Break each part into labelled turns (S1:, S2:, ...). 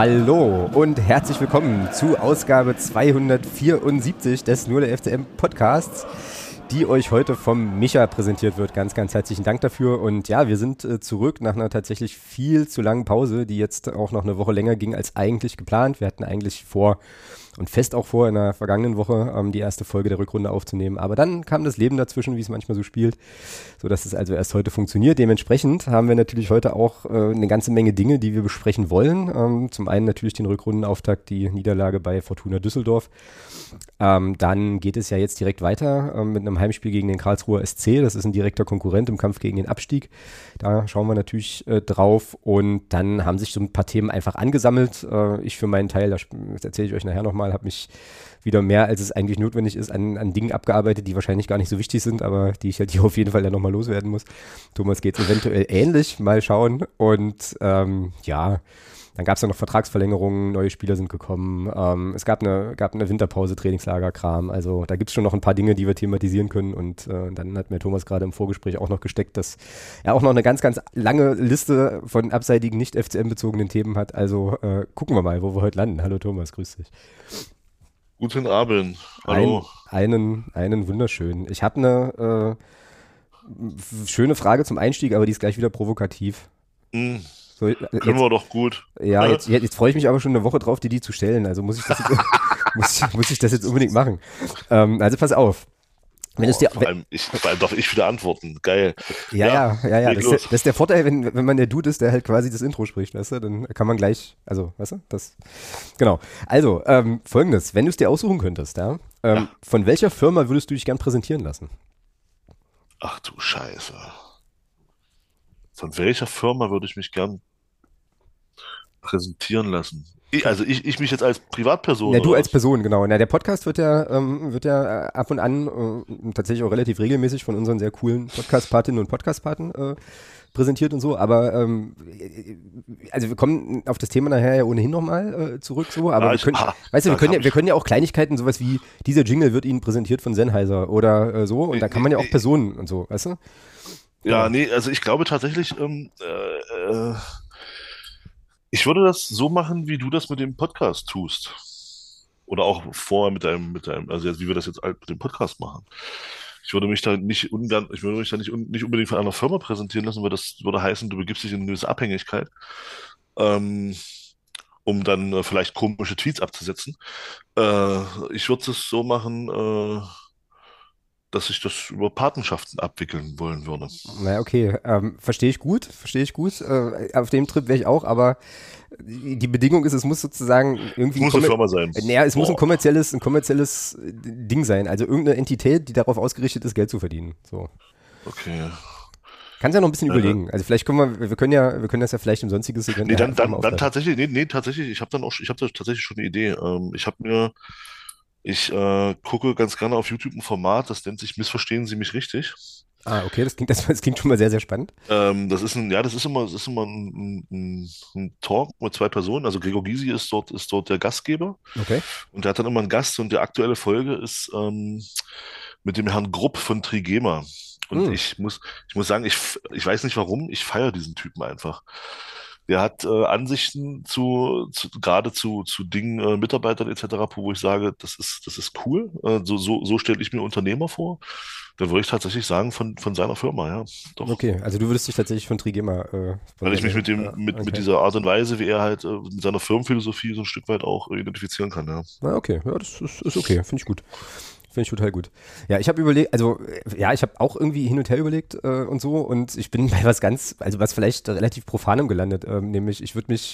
S1: Hallo und herzlich willkommen zu Ausgabe 274 des Nur der FCM Podcasts, die euch heute vom Micha präsentiert wird. Ganz, ganz herzlichen Dank dafür. Und ja, wir sind zurück nach einer tatsächlich viel zu langen Pause, die jetzt auch noch eine Woche länger ging als eigentlich geplant. Wir hatten eigentlich vor und fest auch vor, in der vergangenen Woche die erste Folge der Rückrunde aufzunehmen. Aber dann kam das Leben dazwischen, wie es manchmal so spielt, sodass es also erst heute funktioniert. Dementsprechend haben wir natürlich heute auch eine ganze Menge Dinge, die wir besprechen wollen. Zum einen natürlich den Rückrundenauftakt, die Niederlage bei Fortuna Düsseldorf. Dann geht es ja jetzt direkt weiter mit einem Heimspiel gegen den Karlsruher SC. Das ist ein direkter Konkurrent im Kampf gegen den Abstieg. Da schauen wir natürlich drauf. Und dann haben sich so ein paar Themen einfach angesammelt. Ich für meinen Teil, das erzähle ich euch nachher nochmal, habe mich wieder mehr, als es eigentlich notwendig ist, an Dingen abgearbeitet, die wahrscheinlich gar nicht so wichtig sind, aber die ich halt hier auf jeden Fall dann nochmal loswerden muss. Thomas geht es eventuell ähnlich, mal schauen. Und ja, dann gab es ja noch Vertragsverlängerungen, neue Spieler sind gekommen. Es gab eine Winterpause, Trainingslager-Kram. Also da gibt es schon noch ein paar Dinge, die wir thematisieren können. Und dann hat mir Thomas gerade im Vorgespräch auch noch gesteckt, dass er auch noch eine ganz, ganz lange Liste von abseitigen, nicht FCM-bezogenen Themen hat. Also gucken wir mal, wo wir heute landen. Hallo Thomas, grüß dich.
S2: Guten Abend. Hallo.
S1: Einen wunderschönen. Ich habe eine schöne Frage zum Einstieg, aber die ist gleich wieder provokativ. So,
S2: Können wir doch gut.
S1: Ja, jetzt freue ich mich aber schon eine Woche drauf, die zu stellen. Also muss ich das jetzt, muss ich das jetzt unbedingt machen. Also pass auf.
S2: Vor allem darf ich wieder antworten. Geil.
S1: Ja. Das ist der Vorteil, wenn man der Dude ist, der halt quasi das Intro spricht, weißt du, dann kann man gleich, also, weißt du, das, genau. Also, Folgendes, wenn du es dir aussuchen könntest, ja, von welcher Firma würdest du dich gern präsentieren lassen?
S2: Ach du Scheiße. Von welcher Firma würde ich mich gern präsentieren lassen? Ich mich jetzt als Privatperson.
S1: Ja, du
S2: oder
S1: als
S2: was?
S1: Person, genau. Na, der Podcast wird ja ab und an tatsächlich auch relativ regelmäßig von unseren sehr coolen Podcast-Partinnen und Podcast-Paten präsentiert und so, aber also wir kommen auf das Thema nachher ja ohnehin nochmal zurück, so, aber wir können ja auch Kleinigkeiten, sowas wie dieser Jingle wird Ihnen präsentiert von Sennheiser oder so, und da kann man ja auch Personen und so, weißt du?
S2: Ja, nee, also ich glaube tatsächlich, ich würde das so machen, wie du das mit dem Podcast tust. Oder auch vorher also jetzt, wie wir das jetzt mit dem Podcast machen. Ich würde mich da nicht nicht unbedingt von einer Firma präsentieren lassen, weil das würde heißen, du begibst dich in eine gewisse Abhängigkeit, ähm, um dann vielleicht komische Tweets abzusetzen. Ich würde es so machen, dass ich das über Patenschaften abwickeln wollen würde.
S1: Naja, okay, verstehe ich gut. Auf dem Trip wäre ich auch, aber die Bedingung ist, es muss sozusagen irgendwie
S2: Es muss eine Firma sein.
S1: naja, es muss ein
S2: Boah,
S1: kommerzielles Ding sein, also irgendeine Entität, die darauf ausgerichtet ist, Geld zu verdienen. So.
S2: okay.
S1: Kannst ja noch ein bisschen
S2: Äh,
S1: überlegen. Also vielleicht wir können das ja vielleicht im sonstiges Segment
S2: Nee,
S1: nachher einfach mal
S2: dann
S1: aufgreifen.
S2: tatsächlich, nee, tatsächlich, ich habe da tatsächlich schon eine Idee. Ich gucke ganz gerne auf YouTube ein Format, das nennt sich Missverstehen Sie mich richtig.
S1: Ah, okay, das klingt schon mal sehr, sehr spannend.
S2: Das ist immer ein Talk mit zwei Personen. Also Gregor Gysi ist dort der Gastgeber
S1: Okay.
S2: und der hat dann immer einen Gast und die aktuelle Folge ist mit dem Herrn Grupp von Trigema. Und
S1: Hm.
S2: ich muss sagen, ich weiß nicht warum, ich feiere diesen Typen einfach. Der hat Ansichten gerade zu Dingen, Mitarbeitern etc., wo ich sage, das ist cool. So stelle ich mir Unternehmer vor. Dann würde ich tatsächlich sagen, von seiner Firma, ja. Doch.
S1: Okay, also du würdest dich tatsächlich von Trigema
S2: Weil ich mich mit
S1: okay.
S2: dieser Art und Weise, wie er halt mit seiner Firmenphilosophie so ein Stück weit auch identifizieren kann, ja.
S1: Na, okay, ja, das ist okay, finde ich gut. Finde ich total gut. Ja, ich habe überlegt, also ja, ich habe auch irgendwie hin und her überlegt und so, und ich bin bei was vielleicht relativ Profanem gelandet, nämlich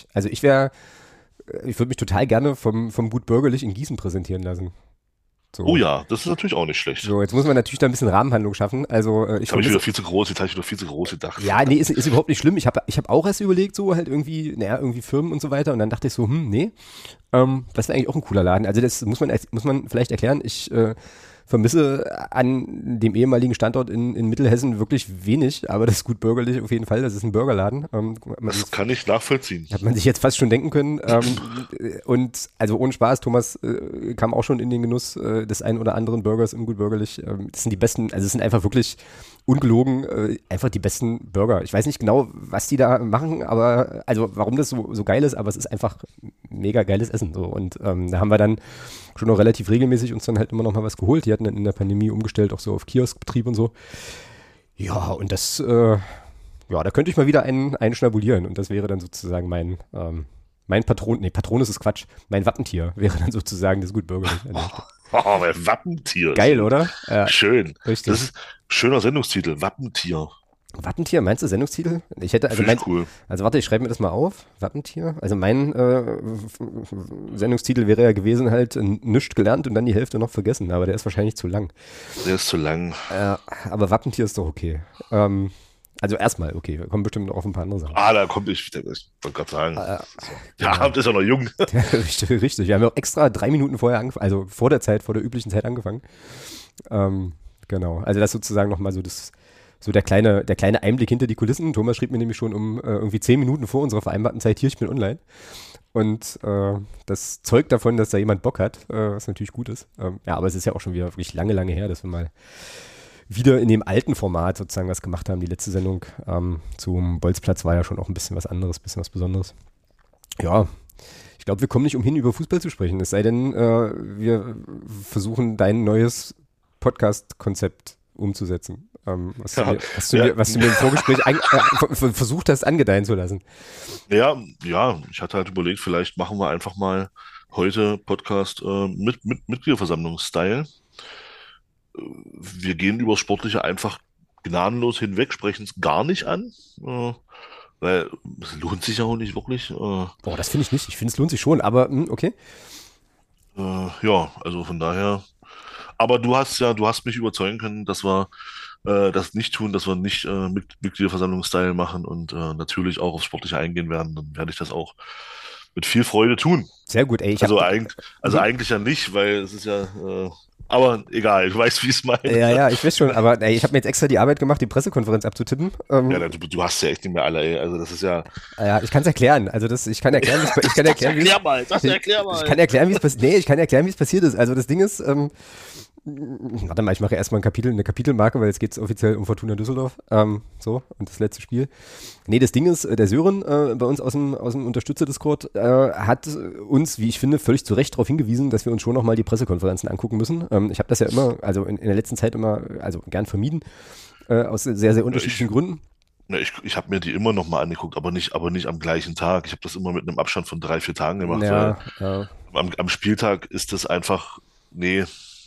S1: ich würde mich total gerne vom Gut Bürgerlich in Gießen präsentieren lassen.
S2: Oh
S1: So.
S2: ja, das ist natürlich auch nicht schlecht.
S1: So, jetzt muss man natürlich da ein bisschen Rahmenhandlung schaffen. Also ich vermisse,
S2: Jetzt habe ich wieder viel zu groß gedacht.
S1: ja, nee, ist überhaupt nicht schlimm. Ich hab auch erst überlegt, so halt irgendwie Firmen und so weiter, und dann dachte ich so, nee, das wäre eigentlich auch ein cooler Laden. Also das muss man vielleicht erklären. Ich vermisse an dem ehemaligen Standort in Mittelhessen wirklich wenig, aber das ist gut bürgerlich auf jeden Fall. Das ist ein Burgerladen.
S2: Das kann ich nachvollziehen.
S1: Hat man sich jetzt fast schon denken können. Und also ohne Spaß, Thomas kam auch schon in den Genuss des einen oder anderen Burgers im Gut Bürgerlich. Das sind die besten, also es sind einfach wirklich ungelogen einfach die besten Burger. Ich weiß nicht genau, was die da machen, aber also warum das so geil ist, aber es ist einfach mega geiles Essen. So. Und da haben wir dann schon noch relativ regelmäßig uns dann halt immer noch mal was geholt. Die hatten dann in der Pandemie umgestellt, auch so auf Kioskbetrieb und so. Ja, und das, ja, da könnte ich mal wieder einen schnabulieren. Und das wäre dann sozusagen mein Patron, nee, Patronus ist Quatsch. Mein Wappentier wäre dann sozusagen das Gutbürgerliche an der Stelle.
S2: Oh, mein Wappentier.
S1: Geil, oder? Ja,
S2: Schön.
S1: richtig.
S2: Das ist ein schöner Sendungstitel, Wappentier.
S1: Wappentier, meinst du Sendungstitel? Ich hätte, also
S2: Finde ich cool.
S1: also warte, ich schreibe mir das mal auf. Wappentier. Also mein Sendungstitel wäre ja gewesen halt nichts gelernt und dann die Hälfte noch vergessen, aber der ist wahrscheinlich zu lang.
S2: Der ist zu lang.
S1: Aber Wappentier ist doch okay. Also erstmal okay, wir kommen bestimmt noch auf ein paar andere Sachen.
S2: Da kommt ich wollte gerade sagen. Der
S1: genau.
S2: Abend ist ja noch jung.
S1: Richtig, richtig. Wir haben ja auch extra 3 Minuten vorher angefangen, also vor der üblichen Zeit angefangen. Genau, also das sozusagen nochmal so der kleine Einblick hinter die Kulissen. Thomas schrieb mir nämlich schon um irgendwie 10 Minuten vor unserer vereinbarten Zeit, hier, ich bin online. Und das zeugt davon, dass da jemand Bock hat, was natürlich gut ist. Ja, aber es ist ja auch schon wieder wirklich lange, lange her, dass wir mal wieder in dem alten Format sozusagen was gemacht haben. Die letzte Sendung zum Bolzplatz war ja schon auch ein bisschen was anderes, ein bisschen was Besonderes. Ja, ich glaube, wir kommen nicht umhin, über Fußball zu sprechen. Es sei denn, wir versuchen, dein neues Podcast-Konzept umzusetzen. Was du mir im Vorgespräch versucht hast, angedeihen zu lassen.
S2: Ja, ich hatte halt überlegt, vielleicht machen wir einfach mal heute Podcast mit Mitgliederversammlungs-Style. Wir gehen über Sportliche einfach gnadenlos hinweg, sprechen es gar nicht an, weil es lohnt sich ja auch nicht wirklich.
S1: Boah, das finde ich nicht. Ich finde, es lohnt sich schon, aber okay.
S2: Ja, also von daher. Aber du hast mich überzeugen können, dass wir das nicht tun, dass wir nicht Mitgliederversammlungs-Style machen und natürlich auch aufs Sportliche eingehen werden. Dann werde ich das auch mit viel Freude tun.
S1: Sehr gut, ey.
S2: Eigentlich ja nicht, weil es ist ja, aber egal, du weißt, wie ich es meine.
S1: Ja, ich weiß schon, aber ey, ich habe mir jetzt extra die Arbeit gemacht, die Pressekonferenz abzutippen.
S2: Ja, du hast ja echt nicht mehr alle, ey. Also das ist ja.
S1: Ja, ich kann es erklären. Also ich kann erklären, wie es passiert. Nee, ich kann erklären, wie es passiert ist. Also das Ding ist, warte mal, ich mache erstmal eine Kapitelmarke, weil jetzt geht es offiziell um Fortuna Düsseldorf. So, und das letzte Spiel. Nee, das Ding ist, der Sören bei uns aus dem Unterstützer-Discord hat uns, wie ich finde, völlig zu Recht darauf hingewiesen, dass wir uns schon nochmal die Pressekonferenzen angucken müssen. Ich habe das ja immer, also in der letzten Zeit immer, also gern vermieden, aus sehr, sehr unterschiedlichen Gründen.
S2: Ich habe mir die immer noch mal angeguckt, aber nicht am gleichen Tag. Ich habe das immer mit einem Abstand von 3-4 Tagen gemacht,
S1: Ja,
S2: weil am Spieltag ist das einfach, nee,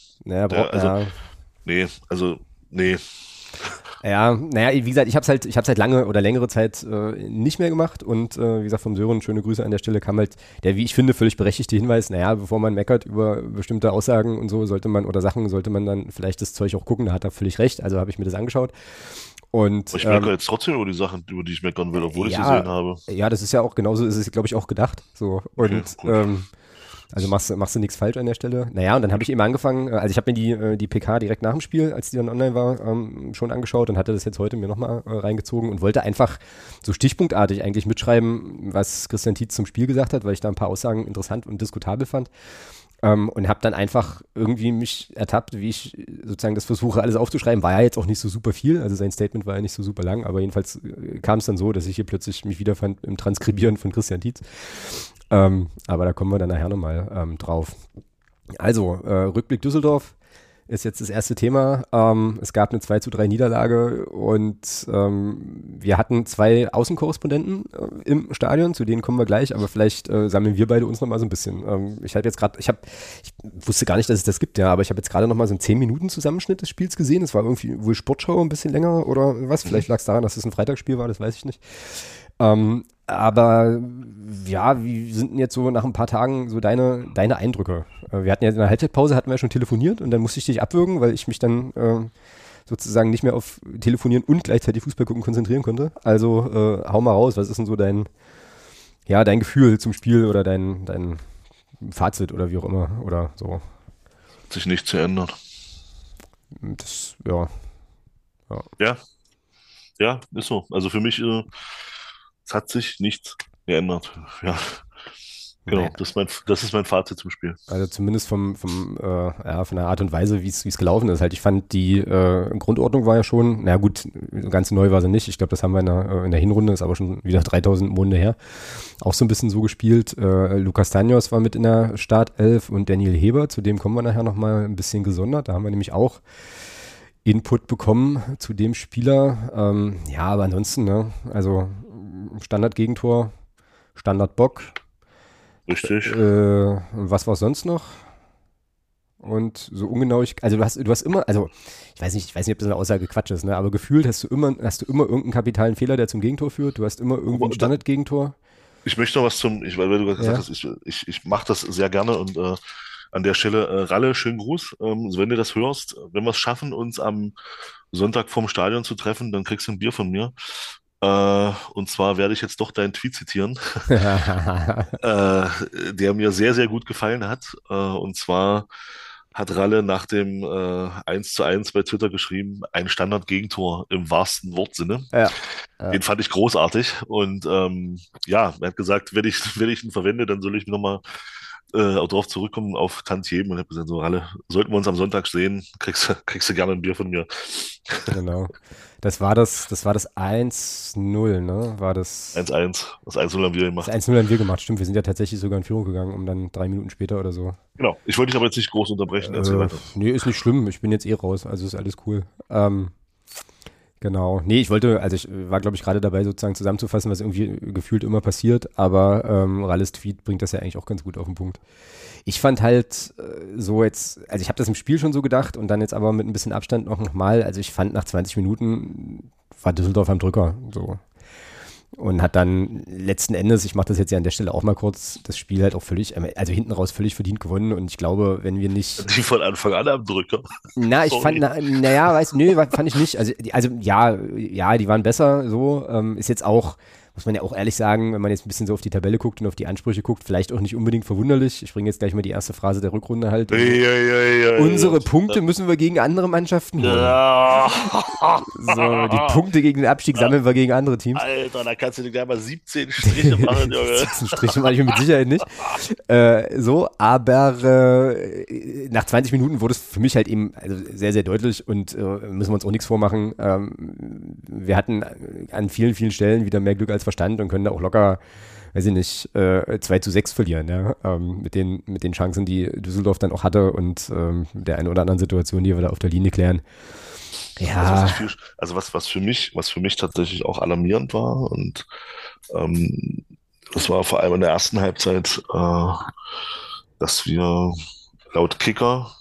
S2: nee.
S1: Ja, naja, wie gesagt, ich hab's halt lange oder längere Zeit nicht mehr gemacht und wie gesagt, vom Sören, schöne Grüße an der Stelle, kam halt der, wie ich finde, völlig berechtigte Hinweis, naja, bevor man meckert über bestimmte Aussagen und so, sollte man dann vielleicht das Zeug auch gucken, da hat er völlig recht, also habe ich mir das angeschaut. Und,
S2: aber ich meckere jetzt trotzdem über die Sachen, über die ich meckern will, obwohl ich sie gesehen habe.
S1: Ja, das ist ja auch genauso, ist es, glaube ich, auch gedacht. So. Und
S2: Okay,
S1: also machst du nichts falsch an der Stelle. Naja, und dann habe ich eben angefangen, also ich habe mir die PK direkt nach dem Spiel, als die dann online war, schon angeschaut und hatte das jetzt heute mir nochmal reingezogen und wollte einfach so stichpunktartig eigentlich mitschreiben, was Christian Tietz zum Spiel gesagt hat, weil ich da ein paar Aussagen interessant und diskutabel fand. Und habe dann einfach irgendwie mich ertappt, wie ich sozusagen das versuche, alles aufzuschreiben. War ja jetzt auch nicht so super viel, also sein Statement war ja nicht so super lang, aber jedenfalls kam es dann so, dass ich hier plötzlich mich wiederfand im Transkribieren von Christian Tietz. Aber da kommen wir dann nachher nochmal drauf. Also, Rückblick Düsseldorf ist jetzt das erste Thema. Es gab eine 2:3 Niederlage und wir hatten 2 Außenkorrespondenten im Stadion, zu denen kommen wir gleich, aber vielleicht sammeln wir beide uns nochmal so ein bisschen. Ich wusste gar nicht, dass es das gibt, ja, aber ich habe jetzt gerade nochmal so einen 10-Minuten-Zusammenschnitt des Spiels gesehen. Es war irgendwie wohl Sportschau ein bisschen länger oder was. Vielleicht lag es daran, dass es ein Freitagsspiel war, das weiß ich nicht. Aber ja, wie sind denn jetzt so nach ein paar Tagen so deine Eindrücke? Wir hatten ja in der Halbzeitpause hatten wir schon telefoniert und dann musste ich dich abwürgen, weil ich mich dann sozusagen nicht mehr auf Telefonieren und gleichzeitig Fußball gucken konzentrieren konnte. Also hau mal raus, was ist denn so dein Gefühl zum Spiel oder dein Fazit oder wie auch immer oder so?
S2: hat sich nichts geändert.
S1: Das, ja.
S2: Ja, ist so. Also für mich, es hat sich nichts geändert. Ja.
S1: Naja,
S2: Genau, das ist mein Fazit zum Spiel.
S1: also zumindest ja, von der Art und Weise, wie es gelaufen ist. Halt, ich fand, die Grundordnung war ja schon, na gut, ganz neu war sie nicht. Ich glaube, das haben wir in der Hinrunde, ist aber schon wieder 3000 Monde her, auch so ein bisschen so gespielt. Lucas Tanyos war mit in der Startelf und Daniel Heber, zu dem kommen wir nachher nochmal ein bisschen gesondert. Da haben wir nämlich auch Input bekommen zu dem Spieler. Ja, aber ansonsten, ne, also Standard-Gegentor, Standard-Bock.
S2: Richtig.
S1: Was war sonst noch? Und so ungenau also du hast immer, also ich weiß nicht, ob das eine Aussage Quatsch ist, ne, aber gefühlt hast du immer irgendeinen kapitalen Fehler, der zum Gegentor führt. Du hast immer irgendwie
S2: Aber
S1: ein Standard-Gegentor.
S2: ich möchte noch was weil du gerade gesagt
S1: Ja.
S2: hast, ich mache das sehr gerne und an der Stelle, Ralle, schönen Gruß. Also wenn du das hörst, wenn wir es schaffen, uns am Sonntag vorm Stadion zu treffen, dann kriegst du ein Bier von mir. Und zwar werde ich jetzt doch deinen Tweet zitieren, der mir sehr, sehr gut gefallen hat. Und zwar hat Ralle nach dem 1:1 bei Twitter geschrieben, ein Standard-Gegentor im wahrsten Wortsinne.
S1: Ja. Ja.
S2: Den fand ich großartig. Und ja, er hat gesagt, wenn ich ihn verwende, dann soll ich nochmal auch darauf zurückkommen, auf Tantiemen. Und ich habe gesagt, so, Ralle, sollten wir uns am Sonntag sehen, kriegst du gerne ein Bier von mir.
S1: Genau. Das war das 1-0, ne? War das
S2: 1:1. Das 1:0 haben wir
S1: das
S2: gemacht.
S1: 1-0 haben wir gemacht. Stimmt, wir sind ja tatsächlich sogar in Führung gegangen, um dann 3 Minuten später oder so.
S2: Genau. Ich wollte dich aber jetzt nicht groß unterbrechen. Erzähl weiter.
S1: Nee, ist nicht schlimm. Ich bin jetzt eh raus, also ist alles cool. Genau. Nee, also ich war, glaube ich, gerade dabei, sozusagen zusammenzufassen, was irgendwie gefühlt immer passiert, aber Ralles Tweet bringt das ja eigentlich auch ganz gut auf den Punkt. Ich fand halt so jetzt, also ich habe das im Spiel schon so gedacht und dann jetzt aber mit ein bisschen Abstand noch mal, also ich fand nach 20 Minuten war Düsseldorf am Drücker, so. Und hat dann letzten Endes, ich mache das jetzt ja an der Stelle auch mal kurz, das Spiel halt auch völlig, also hinten raus völlig verdient gewonnen und ich glaube, wenn wir nicht.
S2: Die von Anfang an am Drücker.
S1: Na, ich fand,
S2: Sorry.
S1: naja, fand ich nicht. Also ja, ja, die waren besser, so. Ist jetzt auch, muss man ja auch ehrlich sagen, wenn man jetzt ein bisschen so auf die Tabelle guckt und auf die Ansprüche guckt, vielleicht auch nicht unbedingt verwunderlich. Ich bringe jetzt gleich mal die erste Phrase der Rückrunde halt. Unsere Punkte müssen wir gegen andere Mannschaften holen.
S2: Ja.
S1: So, die Punkte gegen den Abstieg sammeln wir gegen andere Teams.
S2: Alter, da kannst du dir gleich mal 17 Striche machen, Junge.
S1: 17 Striche mache ich mir mit Sicherheit nicht. So, aber nach 20 Minuten wurde es für mich halt eben also sehr, sehr deutlich und müssen wir uns auch nichts vormachen. Wir hatten an vielen, vielen Stellen wieder mehr Glück als Verstand und können da auch locker, weiß ich nicht, 2:6 verlieren, ja? Mit den Chancen, die Düsseldorf dann auch hatte und der einen oder anderen Situation, die wir da auf der Linie klären. Ja,
S2: Was für mich tatsächlich auch alarmierend war und das war vor allem in der ersten Halbzeit, dass wir laut Kicker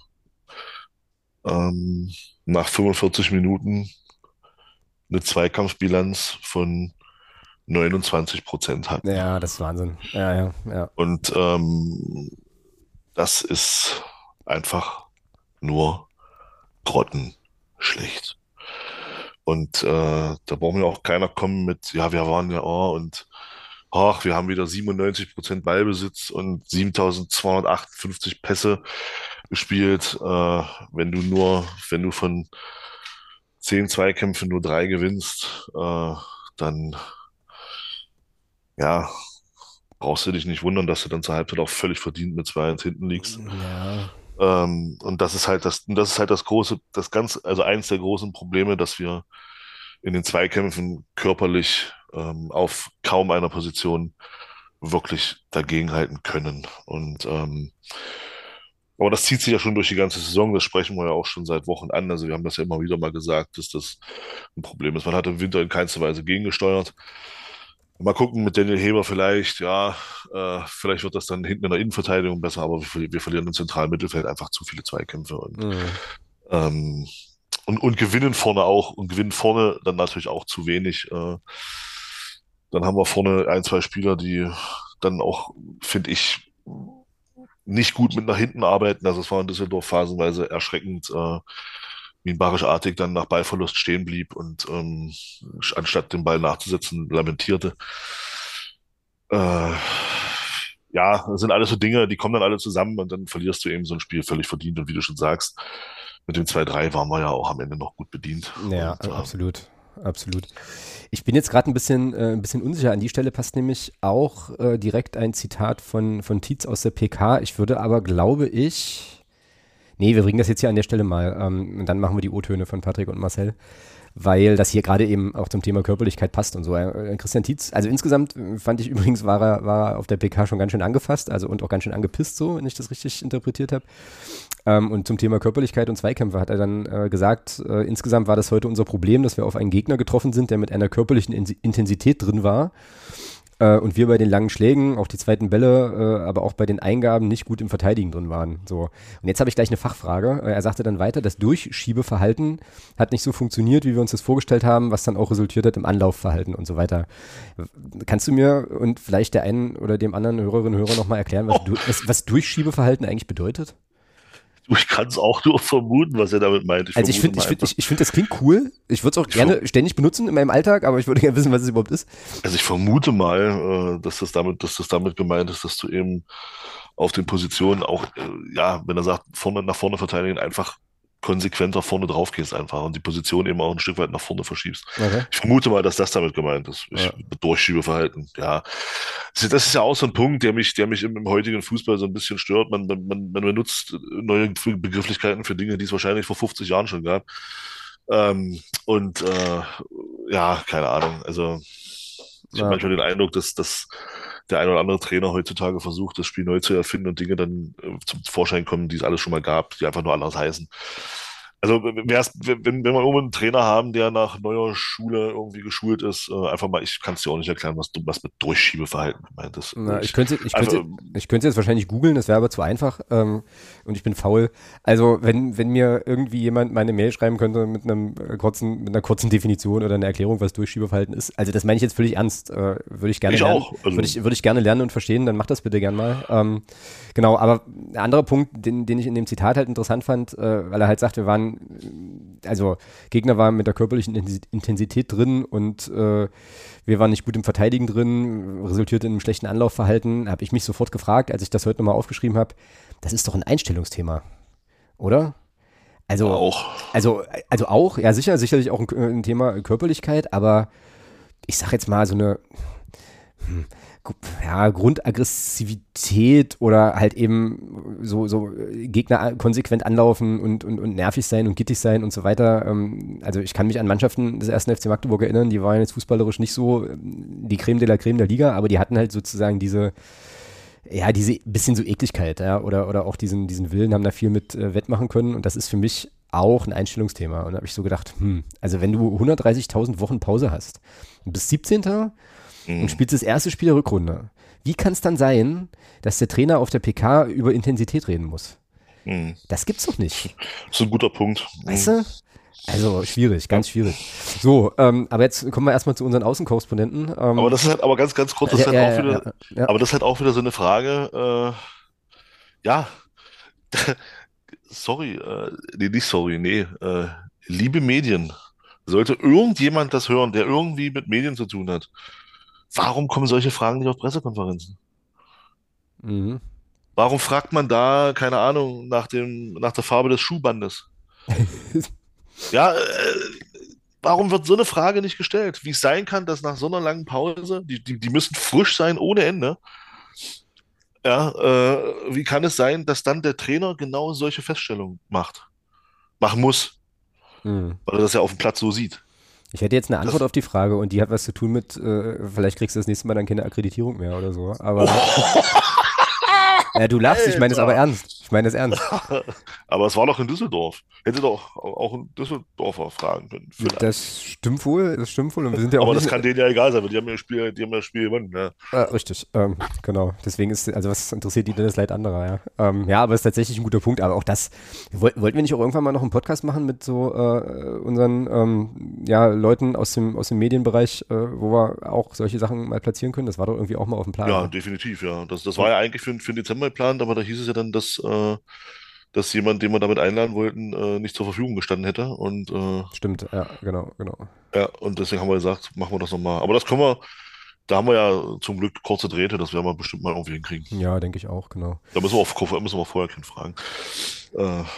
S2: ähm, nach 45 Minuten eine Zweikampfbilanz von 29% hatten.
S1: ja, das ist Wahnsinn. Ja, ja, ja.
S2: Und das ist einfach nur grottenschlecht. Und da braucht mir auch keiner kommen mit, ja, wir waren ja, oh, und ach, wir haben wieder 97% Ballbesitz und 7258 Pässe gespielt. Wenn du von 10 Zweikämpfen nur 3 gewinnst, dann, ja, brauchst du dich nicht wundern, dass du dann zur Halbzeit auch völlig verdient mit 2:1 hinten liegst.
S1: Ja,
S2: Und das ist halt das große, also eins der großen Probleme, dass wir in den Zweikämpfen körperlich auf kaum einer Position wirklich dagegenhalten können. Aber das zieht sich ja schon durch die ganze Saison, das sprechen wir ja auch schon seit Wochen an. Also wir haben das ja immer wieder mal gesagt, dass das ein Problem ist. Man hat im Winter in keinster Weise gegengesteuert. Mal gucken mit Daniel Heber vielleicht, ja, vielleicht wird das dann hinten in der Innenverteidigung besser, aber wir verlieren im zentralen Mittelfeld einfach zu viele Zweikämpfe
S1: mhm.
S2: ähm, und gewinnen vorne auch und gewinnen vorne dann natürlich auch zu wenig. Dann haben wir vorne ein, zwei Spieler, die dann auch, finde ich, nicht gut mit nach hinten arbeiten. Also es war in Düsseldorf phasenweise erschreckend, wie ein Barisch-Artig dann nach Ballverlust stehen blieb und anstatt den Ball nachzusetzen, lamentierte. Äh, ja, das sind alles so Dinge, die kommen dann alle zusammen und dann verlierst du eben so ein Spiel völlig verdient. Und wie du schon sagst, mit dem 2:3 waren wir ja auch am Ende noch gut bedient.
S1: Ja,
S2: Und
S1: absolut. absolut. Ich bin jetzt gerade ein bisschen unsicher. An die Stelle passt nämlich auch direkt ein Zitat von Tietz aus der PK. Ich würde aber, glaube ich, nee, wir bringen das jetzt hier an der Stelle mal. Und dann machen wir die O-Töne von Patrick und Marcel, weil das hier gerade eben auch zum Thema Körperlichkeit passt und so. Christian Tietz, also insgesamt fand ich übrigens, war er auf der PK schon ganz schön angefasst, also und auch ganz schön angepisst so, wenn ich das richtig interpretiert habe. Und zum Thema Körperlichkeit und Zweikämpfe hat er dann gesagt, insgesamt war das heute unser Problem, dass wir auf einen Gegner getroffen sind, der mit einer körperlichen Intensität drin war. Und wir bei den langen Schlägen, auch die zweiten Bälle, aber auch bei den Eingaben nicht gut im Verteidigen drin waren. So. Und jetzt habe ich gleich eine Fachfrage. Er sagte dann weiter, das Durchschiebeverhalten hat nicht so funktioniert, wie wir uns das vorgestellt haben, was dann auch resultiert hat im Anlaufverhalten und so weiter. Kannst du mir und vielleicht der einen oder dem anderen Hörerinnen und Hörer nochmal erklären, was Durchschiebeverhalten eigentlich bedeutet?
S2: Ich kann es auch nur vermuten, was er damit meint.
S1: Ich finde, das klingt cool. Ich würde es auch gerne ständig benutzen in meinem Alltag, aber ich würde gerne wissen, was es überhaupt ist.
S2: Also ich vermute mal, dass das damit gemeint ist, dass du eben auf den Positionen auch, ja, wenn er sagt, nach vorne verteidigen, einfach konsequenter vorne drauf gehst einfach und die Position eben auch ein Stück weit nach vorne verschiebst.
S1: Okay.
S2: Ich vermute mal, dass das damit gemeint ist. Durchschiebeverhalten, ja. Das ist ja auch so ein Punkt, der mich im heutigen Fußball so ein bisschen stört. Man benutzt neue Begrifflichkeiten für Dinge, die es wahrscheinlich vor 50 Jahren schon gab. Und ja, keine Ahnung. Also ich habe manchmal den Eindruck, dass der ein oder andere Trainer heutzutage versucht, das Spiel neu zu erfinden und Dinge dann zum Vorschein kommen, die es alles schon mal gab, die einfach nur anders heißen. Also wenn wir irgendwo einen Trainer haben, der nach neuer Schule irgendwie geschult ist, einfach mal, ich kann es dir auch nicht erklären, was mit Durchschiebeverhalten gemeint ist.
S1: Ich könnte jetzt wahrscheinlich googeln, das wäre aber zu einfach und ich bin faul. Also wenn mir irgendwie jemand meine Mail schreiben könnte mit einer kurzen Definition oder einer Erklärung, was Durchschiebeverhalten ist, also das meine ich jetzt völlig ernst, würde ich gerne lernen.
S2: Auch. Also,
S1: würde ich gerne lernen und verstehen, dann mach das bitte gern mal. Genau, aber ein anderer Punkt, den ich in dem Zitat halt interessant fand, weil er halt sagt, Gegner waren mit der körperlichen Intensität drin und wir waren nicht gut im Verteidigen drin, resultierte in einem schlechten Anlaufverhalten. Habe ich mich sofort gefragt, als ich das heute nochmal aufgeschrieben habe, das ist doch ein Einstellungsthema, oder? Also auch, ja sicherlich auch ein Thema Körperlichkeit, aber ich sag jetzt mal so eine Grundaggressivität oder halt eben so Gegner konsequent anlaufen und nervig sein und gittig sein und so weiter. Also ich kann mich an Mannschaften des 1. FC Magdeburg erinnern, die waren jetzt fußballerisch nicht so die Creme de la Creme der Liga, aber die hatten halt sozusagen diese bisschen so Ekligkeit, ja, oder auch diesen Willen, haben da viel mit wettmachen können und das ist für mich auch ein Einstellungsthema. Und da habe ich so gedacht, also wenn du 130.000 Wochen Pause hast und bist 17. und spielst das erste Spiel der Rückrunde, wie kann es dann sein, dass der Trainer auf der PK über Intensität reden muss? Das gibt's doch nicht.
S2: Das ist ein guter Punkt.
S1: Weißt du? Also schwierig, ganz schwierig. So, aber jetzt kommen wir erstmal zu unseren Außenkorrespondenten.
S2: Aber das ist halt, aber ganz kurz, das ist halt auch wieder, aber das ist halt auch wieder so eine Frage, ja, sorry, liebe Medien, sollte irgendjemand das hören, der irgendwie mit Medien zu tun hat, warum kommen solche Fragen nicht auf Pressekonferenzen?
S1: Mhm.
S2: Warum fragt man da, keine Ahnung, nach der Farbe des Schuhbandes? Ja, warum wird so eine Frage nicht gestellt? Wie es sein kann, dass nach so einer langen Pause, die müssen frisch sein ohne Ende. Ja, wie kann es sein, dass dann der Trainer genau solche Feststellungen machen muss, weil er das ja auf dem Platz so sieht?
S1: Ich hätte jetzt eine Antwort auf die Frage und die hat was zu tun mit, vielleicht kriegst du das nächste Mal dann keine Akkreditierung mehr oder so. Aber ja, du lachst, ich meine es aber ernst. Ich meine es ernst.
S2: Aber es war doch in Düsseldorf. Hätte doch auch ein Düsseldorfer fragen können. Vielleicht.
S1: Das stimmt wohl. Und wir sind ja auch
S2: aber das kann denen ja egal sein, weil die haben ja das Spiel gewonnen. Ja.
S1: Richtig, genau. Deswegen was interessiert die denn das Leid anderer, ja. Ja, aber es ist tatsächlich ein guter Punkt. Aber auch das, wollten wir nicht auch irgendwann mal noch einen Podcast machen mit so unseren Leuten aus dem Medienbereich, wo wir auch solche Sachen mal platzieren können? Das war doch irgendwie auch mal auf dem Plan.
S2: Ja, definitiv, ja. Das war ja eigentlich für den Dezember geplant, aber da hieß es ja dann, dass jemand, den wir damit einladen wollten, nicht zur Verfügung gestanden hätte. Und,
S1: stimmt, ja, genau.
S2: Ja, und deswegen haben wir gesagt, machen wir das nochmal. Aber da haben wir ja zum Glück kurze Drähte, das werden wir bestimmt mal irgendwie hinkriegen.
S1: Ja, denke ich auch, genau.
S2: Da müssen wir vorher keinen fragen.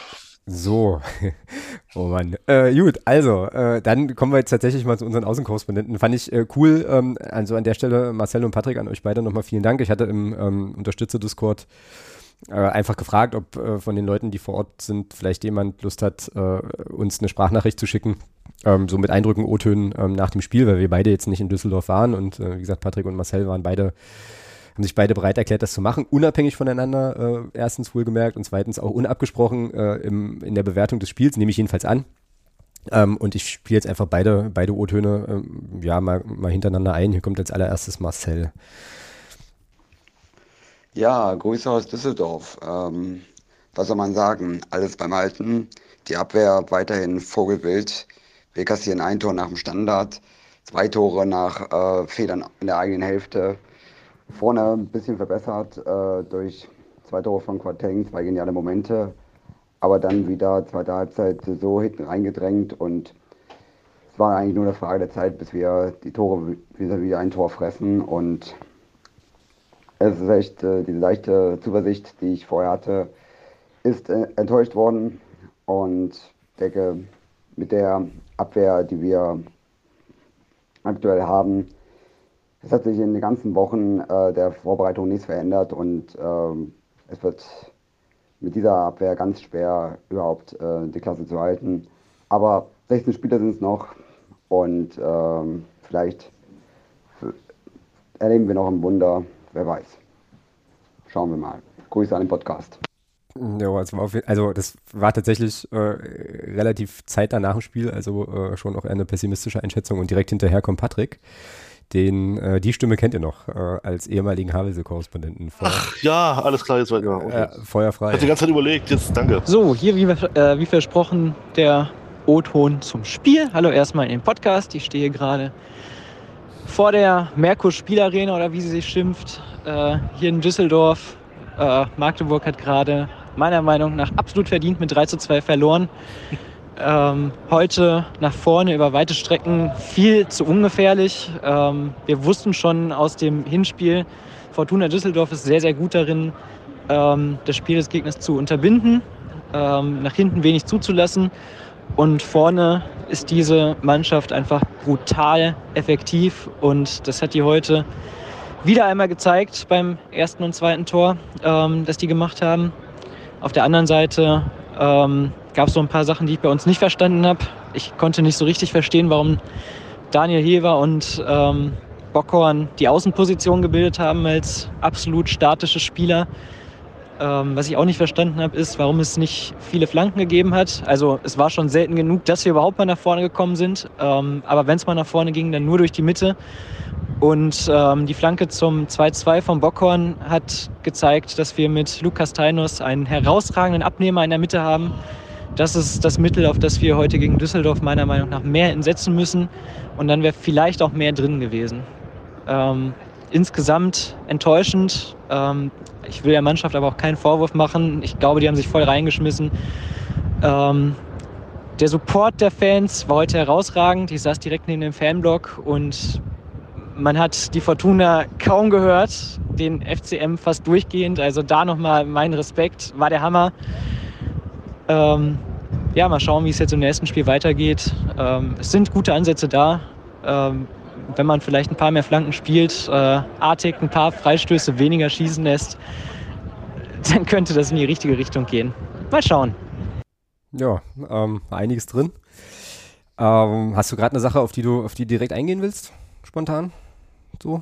S1: So, oh Mann. Gut, also, dann kommen wir jetzt tatsächlich mal zu unseren Außenkorrespondenten. Fand ich cool. Also an der Stelle, Marcel und Patrick, an euch beide nochmal vielen Dank. Ich hatte im Unterstützer-Discord einfach gefragt, ob von den Leuten, die vor Ort sind, vielleicht jemand Lust hat, uns eine Sprachnachricht zu schicken. So mit Eindrücken, O-Tönen nach dem Spiel, weil wir beide jetzt nicht in Düsseldorf waren und wie gesagt, Patrick und Marcel haben sich beide bereit erklärt, das zu machen, unabhängig voneinander, erstens wohlgemerkt und zweitens auch unabgesprochen in der Bewertung des Spiels, nehme ich jedenfalls an. Und ich spiele jetzt einfach beide O-Töne mal hintereinander ein. Hier kommt als allererstes Marcel.
S3: Ja, Grüße aus Düsseldorf. Was soll man sagen? Alles beim Alten. Die Abwehr weiterhin Vogelwild. Wir kassieren ein Tor nach dem Standard, zwei Tore nach Fehlern in der eigenen Hälfte. Vorne ein bisschen verbessert durch zwei Tore von Quateng, zwei geniale Momente. Aber dann wieder zweite Halbzeit so hinten reingedrängt und es war eigentlich nur eine Frage der Zeit, bis wir die Tore wieder ein Tor fressen und es ist echt, diese leichte Zuversicht, die ich vorher hatte, ist enttäuscht worden. Und ich denke, mit der Abwehr, die wir aktuell haben, es hat sich in den ganzen Wochen der Vorbereitung nichts verändert. Und es wird mit dieser Abwehr ganz schwer, überhaupt die Klasse zu halten. Aber 16 Spieler sind es noch. Und vielleicht erleben wir noch ein Wunder. Wer weiß. Schauen wir mal. Grüße an den Podcast.
S1: Ja, das war tatsächlich relativ zeitnah nach dem Spiel, also schon auch eher eine pessimistische Einschätzung. Und direkt hinterher kommt Patrick. Die Stimme kennt ihr noch als ehemaligen Havelse-Korrespondenten.
S2: Ach ja, alles klar, jetzt weiter. Okay.
S1: Feuerfrei.
S2: Ich hatte die ganze Zeit überlegt, jetzt danke.
S4: So, hier wie versprochen der O-Ton zum Spiel. Hallo erstmal in den Podcast. Ich stehe gerade vor der Merkur Spielarena oder wie sie sich schimpft, hier in Düsseldorf. Magdeburg hat gerade meiner Meinung nach absolut verdient mit 3:2 verloren. Heute nach vorne über weite Strecken viel zu ungefährlich. Wir wussten schon aus dem Hinspiel, Fortuna Düsseldorf ist sehr, sehr gut darin, das Spiel des Gegners zu unterbinden, nach hinten wenig zuzulassen. Und vorne ist diese Mannschaft einfach brutal effektiv und das hat die heute wieder einmal gezeigt beim ersten und zweiten Tor, das die gemacht haben. Auf der anderen Seite gab es so ein paar Sachen, die ich bei uns nicht verstanden habe. Ich konnte nicht so richtig verstehen, warum Daniel Hever und Bockhorn die Außenposition gebildet haben als absolut statische Spieler. Was ich auch nicht verstanden habe, ist, warum es nicht viele Flanken gegeben hat. Also es war schon selten genug, dass wir überhaupt mal nach vorne gekommen sind. Aber wenn es mal nach vorne ging, dann nur durch die Mitte. Und die Flanke zum 2:2 von Bockhorn hat gezeigt, dass wir mit Lukas Tainos einen herausragenden Abnehmer in der Mitte haben. Das ist das Mittel, auf das wir heute gegen Düsseldorf meiner Meinung nach mehr setzen müssen. Und dann wäre vielleicht auch mehr drin gewesen. Insgesamt enttäuschend. Ich will der Mannschaft aber auch keinen Vorwurf machen. Ich glaube, die haben sich voll reingeschmissen. Der Support der Fans war heute herausragend. Ich saß direkt neben dem Fanblock und man hat die Fortuna kaum gehört, den FCM fast durchgehend. Also da nochmal mein Respekt, war der Hammer. Mal schauen, wie es jetzt im nächsten Spiel weitergeht. Es sind gute Ansätze da. Wenn man vielleicht ein paar mehr Flanken spielt, artig ein paar Freistöße weniger schießen lässt, dann könnte das in die richtige Richtung gehen. Mal schauen.
S1: Ja, einiges drin. Hast du gerade eine Sache, auf die direkt eingehen willst? Spontan? So?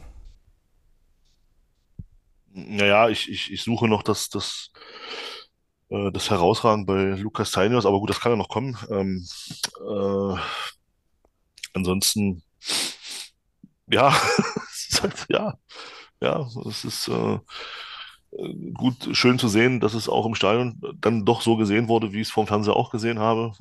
S2: Naja, ich suche noch das Herausragen bei Lukas Tainos, aber gut, das kann ja noch kommen. Ansonsten, ja, es ist halt, ja, es ist gut, schön zu sehen, dass es auch im Stadion dann doch so gesehen wurde, wie ich es vom Fernseher auch gesehen habe.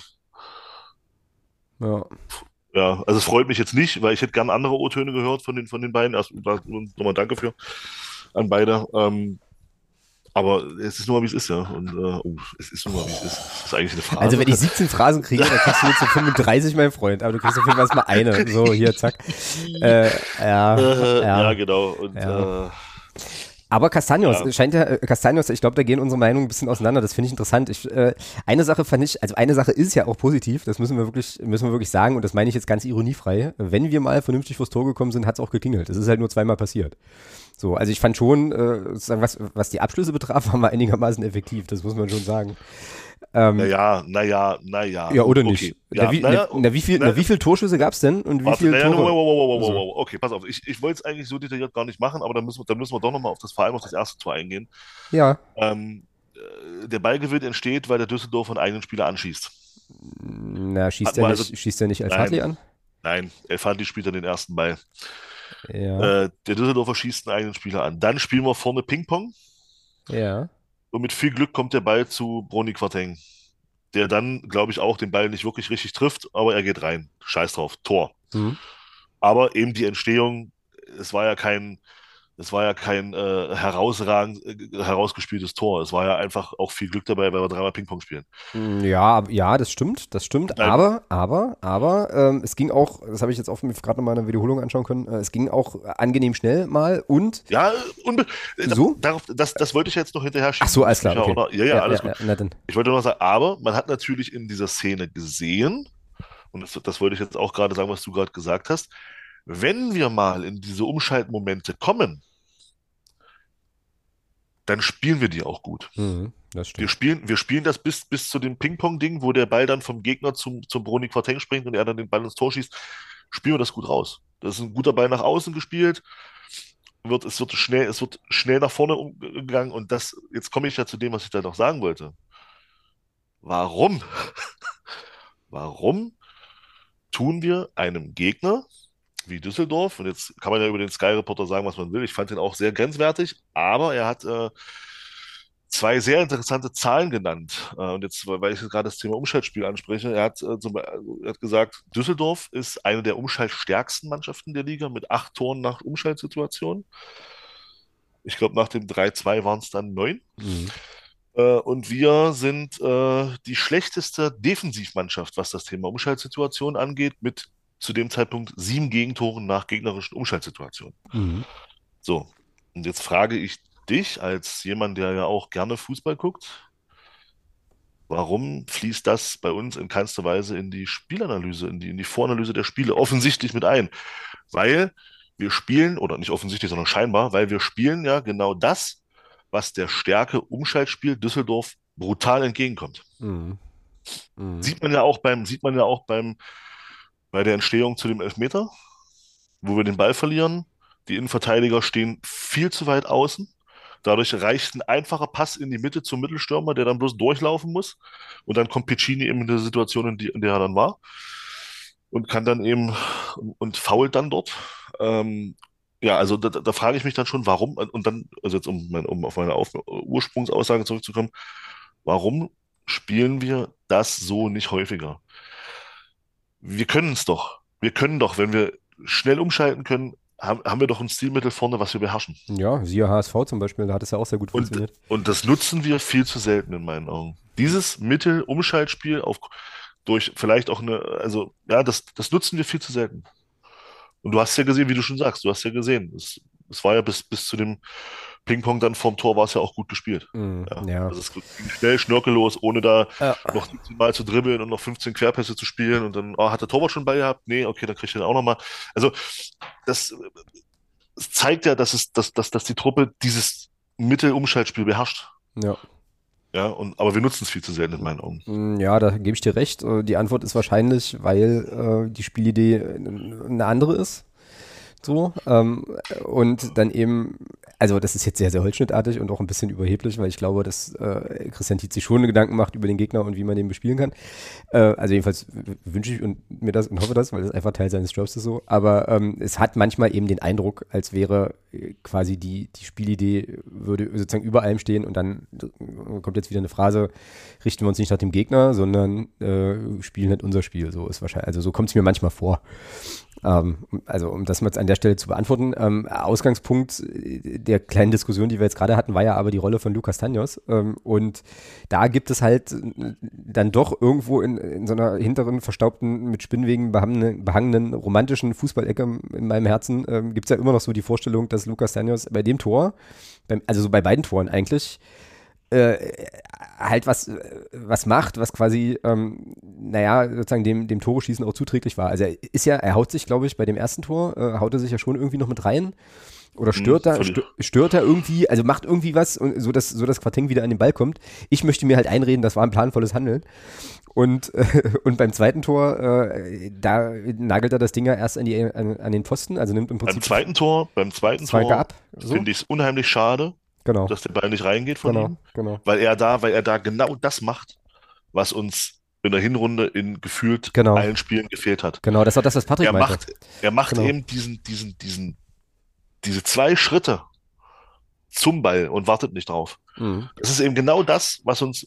S1: Ja.
S2: Ja, also es freut mich jetzt nicht, weil ich hätte gern andere O-Töne gehört von den beiden. Erst nochmal danke an beide. Aber es ist nur mal, wie es ist, ja. Und es ist nur mal, wie es ist. Das ist eigentlich eine Phrase.
S1: Also wenn ich 17 Phrasen kriege, dann kriegst du jetzt so 35, mein Freund. Aber du kriegst auf jeden Fall erstmal eine. So, hier, zack.
S2: Ja, genau. Und
S1: ja. Aber Castaños, Castaños, ich glaube, da gehen unsere Meinungen ein bisschen auseinander. Das finde ich interessant. Eine Sache ist ja auch positiv, das müssen wir wirklich sagen, und das meine ich jetzt ganz ironiefrei. Wenn wir mal vernünftig vors Tor gekommen sind, hat es auch geklingelt. Das ist halt nur zweimal passiert. So, also ich fand schon, was die Abschlüsse betraf, waren wir einigermaßen effektiv, das muss man schon sagen.
S2: Naja.
S1: Ja, oder nicht?
S2: Okay.
S1: Wie viele Torschüsse gab es denn? Und wie viele Tore?
S2: Wow. Okay, pass auf. Ich wollte es eigentlich so detailliert gar nicht machen, aber dann müssen wir doch nochmal vor allem auf das erste Tor eingehen.
S1: Ja.
S2: Der Ballgewinn entsteht, weil der Düsseldorf einen eigenen Spieler anschießt.
S1: Na, schießt er nicht El-Fadli an?
S2: Nein, El-Fadli spielt dann den ersten Ball.
S1: Ja.
S2: Der Düsseldorfer schießt einen eigenen Spieler an. Dann spielen wir vorne Ping-Pong.
S1: Ja.
S2: Und mit viel Glück kommt der Ball zu Brony Quateng, der dann, glaube ich, auch den Ball nicht wirklich richtig trifft, aber er geht rein. Scheiß drauf, Tor.
S1: Mhm.
S2: Aber eben die Entstehung, es war ja kein herausgespieltes Tor. Es war ja einfach auch viel Glück dabei, weil wir dreimal Ping-Pong spielen.
S1: Ja, das stimmt.
S2: Nein.
S1: Aber es ging auch, das habe ich jetzt auch mir gerade nochmal eine Wiederholung anschauen können, es ging auch angenehm schnell mal und.
S2: Ja,
S1: so?
S2: Das wollte ich jetzt noch hinterher schieben.
S1: Ach so, alles klar. Okay.
S2: Ja, alles gut.
S1: Na dann.
S2: Ich wollte noch sagen, aber man hat natürlich in dieser Szene gesehen, und das wollte ich jetzt auch gerade sagen, was du gerade gesagt hast, wenn wir mal in diese Umschaltmomente kommen, dann spielen wir die auch gut.
S1: Das stimmt.
S2: Wir spielen das bis zu dem Ping-Pong-Ding, wo der Ball dann vom Gegner zum Brony Quateng springt und er dann den Ball ins Tor schießt, spielen wir das gut raus. Das ist ein guter Ball nach außen gespielt, es wird schnell nach vorne umgegangen und jetzt komme ich ja zu dem, was ich da noch sagen wollte. Warum tun wir einem Gegner wie Düsseldorf, und jetzt kann man ja über den Sky Reporter sagen, was man will, ich fand ihn auch sehr grenzwertig, aber er hat zwei sehr interessante Zahlen genannt. Und jetzt, weil ich gerade das Thema Umschaltspiel anspreche, er hat gesagt, Düsseldorf ist eine der umschaltstärksten Mannschaften der Liga mit 8 Toren nach Umschaltsituationen. Ich glaube, nach dem 3-2 waren es dann 9. Und wir sind die schlechteste Defensivmannschaft, was das Thema Umschaltsituation angeht, mit zu dem Zeitpunkt 7 Gegentoren nach gegnerischen Umschaltsituationen. So, und jetzt frage ich dich als jemand, der ja auch gerne Fußball guckt, warum fließt das bei uns in keinster Weise in die Spielanalyse, in die Voranalyse der Spiele offensichtlich mit ein? Weil wir spielen, oder nicht offensichtlich, sondern scheinbar, weil wir spielen ja genau das, was der Stärke Umschaltspiel Düsseldorf brutal entgegenkommt. Sieht man ja auch bei der Entstehung zu dem Elfmeter, wo wir den Ball verlieren. Die Innenverteidiger stehen viel zu weit außen. Dadurch reicht ein einfacher Pass in die Mitte zum Mittelstürmer, der dann bloß durchlaufen muss. Und dann kommt Piccini eben in der Situation, in der er dann war. Und kann dann eben und fault dann dort. Ja, also da frage ich mich dann schon, warum, und dann, also jetzt um auf meine Ursprungsaussage zurückzukommen, warum spielen wir das so nicht häufiger? Wir können es doch. Wir können doch, wenn wir schnell umschalten können, haben wir doch ein Stilmittel vorne, was wir beherrschen.
S1: Ja, siehe HSV zum Beispiel, da hat es ja auch sehr gut funktioniert.
S2: Und das nutzen wir viel zu selten in meinen Augen. Dieses Mittel-Umschaltspiel durch vielleicht auch also ja, das nutzen wir viel zu selten. Und du hast ja gesehen, wie du schon sagst, es war ja bis zu dem Ping-Pong dann vorm Tor war es ja auch gut gespielt.
S1: Ja.
S2: Also es ging schnell, schnörkellos, ohne da noch 17 Mal zu dribbeln und noch 15 Querpässe zu spielen und dann, hat der Torwart schon Ball gehabt? Nee, okay, dann kriegt er den auch nochmal. Also das zeigt ja, dass die Truppe dieses Mittelumschaltspiel beherrscht.
S1: Ja.
S2: Ja, aber wir nutzen es viel zu selten in meinen Augen.
S1: Ja, da gebe ich dir recht. Die Antwort ist wahrscheinlich, weil die Spielidee eine andere ist. So, und dann eben, also das ist jetzt sehr, sehr holzschnittartig und auch ein bisschen überheblich, weil ich glaube, dass Christian Tietz sich schon Gedanken macht über den Gegner und wie man den bespielen kann. Also jedenfalls wünsche ich mir das und hoffe das, weil das einfach Teil seines Jobs ist so. Aber es hat manchmal eben den Eindruck, als wäre quasi die Spielidee würde sozusagen über allem stehen und dann kommt jetzt wieder eine Phrase, richten wir uns nicht nach dem Gegner, sondern spielen halt unser Spiel. So ist wahrscheinlich, also so kommt es mir manchmal vor. Also um das mal an der Stelle zu beantworten, Ausgangspunkt der kleinen Diskussion, die wir jetzt gerade hatten, war ja aber die Rolle von Lucas Tanyos. Und da gibt es halt dann doch irgendwo in so einer hinteren, verstaubten, mit Spinnwegen behangenen romantischen Fußballecke in meinem Herzen, gibt es ja immer noch so die Vorstellung, dass Lucas Tanyos bei dem Tor, also so bei beiden Toren eigentlich, halt was macht, was quasi, sozusagen dem Tore-Schießen auch zuträglich war. Also er haut sich, glaube ich, bei dem ersten Tor, haut er sich ja schon irgendwie noch mit rein. Oder stört er irgendwie, also macht irgendwie was, so dass Quateng wieder an den Ball kommt. Ich möchte mir halt einreden, das war ein planvolles Handeln. Und beim zweiten Tor, da nagelt er das Ding ja erst an den Pfosten, also nimmt im Prinzip
S2: Beim zweiten Tor
S1: ab. So.
S2: Finde ich es unheimlich schade,
S1: Genau.
S2: dass der Ball nicht reingeht von ihm,
S1: Genau.
S2: weil er da genau das macht, was uns in der Hinrunde in gefühlt allen Spielen gefehlt hat.
S1: Genau, das war das, was Patrick meinte.
S2: Er macht eben diese 2 Schritte zum Ball und wartet nicht drauf.
S1: Mhm.
S2: Das ist eben genau das, was uns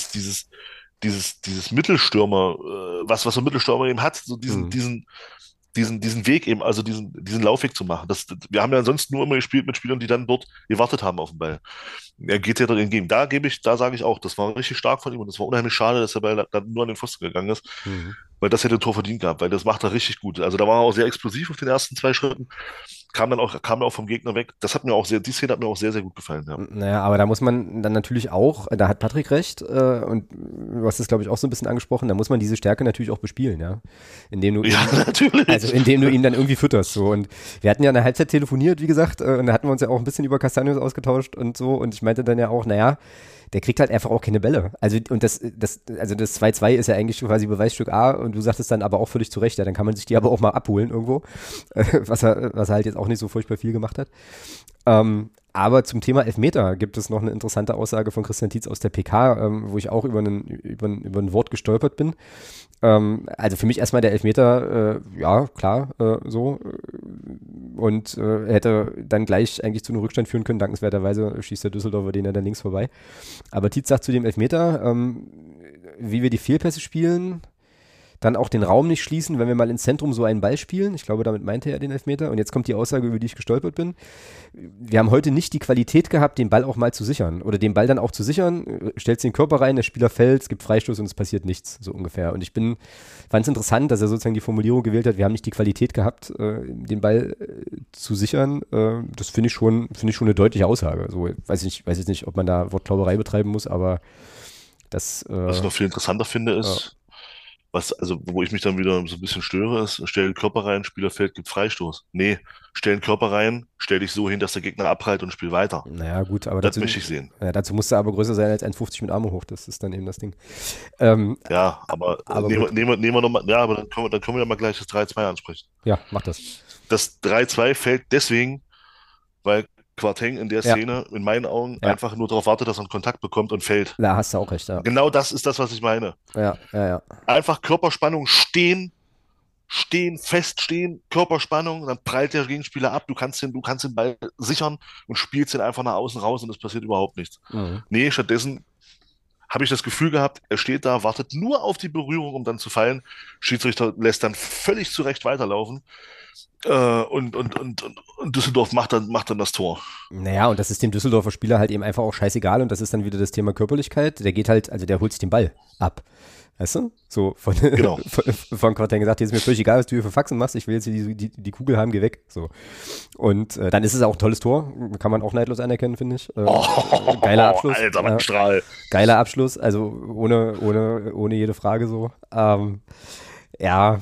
S2: dieses Mittelstürmer, was so ein Mittelstürmer eben hat, so diesen Weg eben, also diesen Laufweg zu machen. Wir haben ja sonst nur immer gespielt mit Spielern, die dann dort gewartet haben auf den Ball. Er geht ja dort entgegen. Da sage ich auch, das war richtig stark von ihm und es war unheimlich schade, dass der Ball dann nur an den Pfosten gegangen ist, weil das hätte ein Tor verdient gehabt, weil das macht er richtig gut. Also da war er auch sehr explosiv auf den ersten 2 Schritten, kam auch vom Gegner weg. Die Szene hat mir auch sehr, sehr gut gefallen. Ja.
S1: Naja, aber da muss man dann natürlich auch, da hat Patrick recht, und du hast es, glaube ich, auch so ein bisschen angesprochen, da muss man diese Stärke natürlich auch bespielen, ja. Indem du ihn dann irgendwie fütterst. So. Und wir hatten ja in der Halbzeit telefoniert, wie gesagt, und da hatten wir uns ja auch ein bisschen über Castaños ausgetauscht und so, und ich meinte dann ja auch, naja, der kriegt halt einfach auch keine Bälle. Also, und das 2-2 ist ja eigentlich quasi Beweisstück A, und du sagtest dann aber auch völlig zu Recht, ja, dann kann man sich die aber auch mal abholen irgendwo, was er halt jetzt auch nicht so furchtbar viel gemacht hat. Aber zum Thema Elfmeter gibt es noch eine interessante Aussage von Christian Tietz aus der PK, wo ich auch über ein Wort gestolpert bin. Also für mich erstmal der Elfmeter, ja, klar, so. Und hätte dann gleich eigentlich zu einem Rückstand führen können. Dankenswerterweise schießt der Düsseldorfer den ja dann links vorbei. Aber Tietz sagt zu dem Elfmeter, wie wir die Fehlpässe spielen, dann auch den Raum nicht schließen, wenn wir mal ins Zentrum so einen Ball spielen. Ich glaube, damit meinte er den Elfmeter. Und jetzt kommt die Aussage, über die ich gestolpert bin. Wir haben heute nicht die Qualität gehabt, den Ball auch mal zu sichern. Oder den Ball dann auch zu sichern. Stellst den Körper rein, der Spieler fällt, es gibt Freistoß und es passiert nichts, so ungefähr. Und ich fand es interessant, dass er sozusagen die Formulierung gewählt hat, wir haben nicht die Qualität gehabt, den Ball zu sichern. Das finde ich schon eine deutliche Aussage. So, weiß jetzt nicht, ob man da Wortklauberei betreiben muss, aber das...
S2: Was ich noch viel interessanter finde, ist... wo ich mich dann wieder so ein bisschen störe, ist, stell den Körper rein, Spieler fällt, gibt Freistoß. Nee, stell den Körper rein, stell dich so hin, dass der Gegner abprallt und spiel weiter.
S1: Naja, gut, aber
S2: das möchte ich sehen.
S1: Ja, dazu musst du aber größer sein als 1,50 mit Arme hoch, das ist dann eben das Ding.
S2: Ja, aber nehmen wir noch mal, ja, aber dann können wir ja mal gleich das 3-2 ansprechen.
S1: Ja, mach das.
S2: Das 3-2 fällt deswegen, weil Quateng in der Szene in meinen Augen einfach nur darauf wartet, dass er einen Kontakt bekommt und fällt.
S1: Da hast du auch recht, ja.
S2: Genau das ist das, was ich meine.
S1: Ja.
S2: Einfach Körperspannung, stehen, feststehen, Körperspannung, dann prallt der Gegenspieler ab, du kannst den Ball sichern und spielst den einfach nach außen raus und es passiert überhaupt nichts. Nee, stattdessen habe ich das Gefühl gehabt, er steht da, wartet nur auf die Berührung, um dann zu fallen. Schiedsrichter lässt dann völlig zurecht weiterlaufen. Und Düsseldorf macht dann das Tor.
S1: Naja, und das ist dem Düsseldorfer Spieler halt eben einfach auch scheißegal, und das ist dann wieder das Thema Körperlichkeit. Der geht halt, also der holt sich den Ball ab. Weißt du? So von Quateng gesagt, jetzt ist mir völlig egal, was du hier für Faxen machst, ich will jetzt hier die Kugel haben, geh weg. So. Und dann ist es auch ein tolles Tor, kann man auch neidlos anerkennen, finde ich. Geiler Abschluss.
S2: Alter, mein Strahl.
S1: Geiler Abschluss, also ohne jede Frage so. Ja,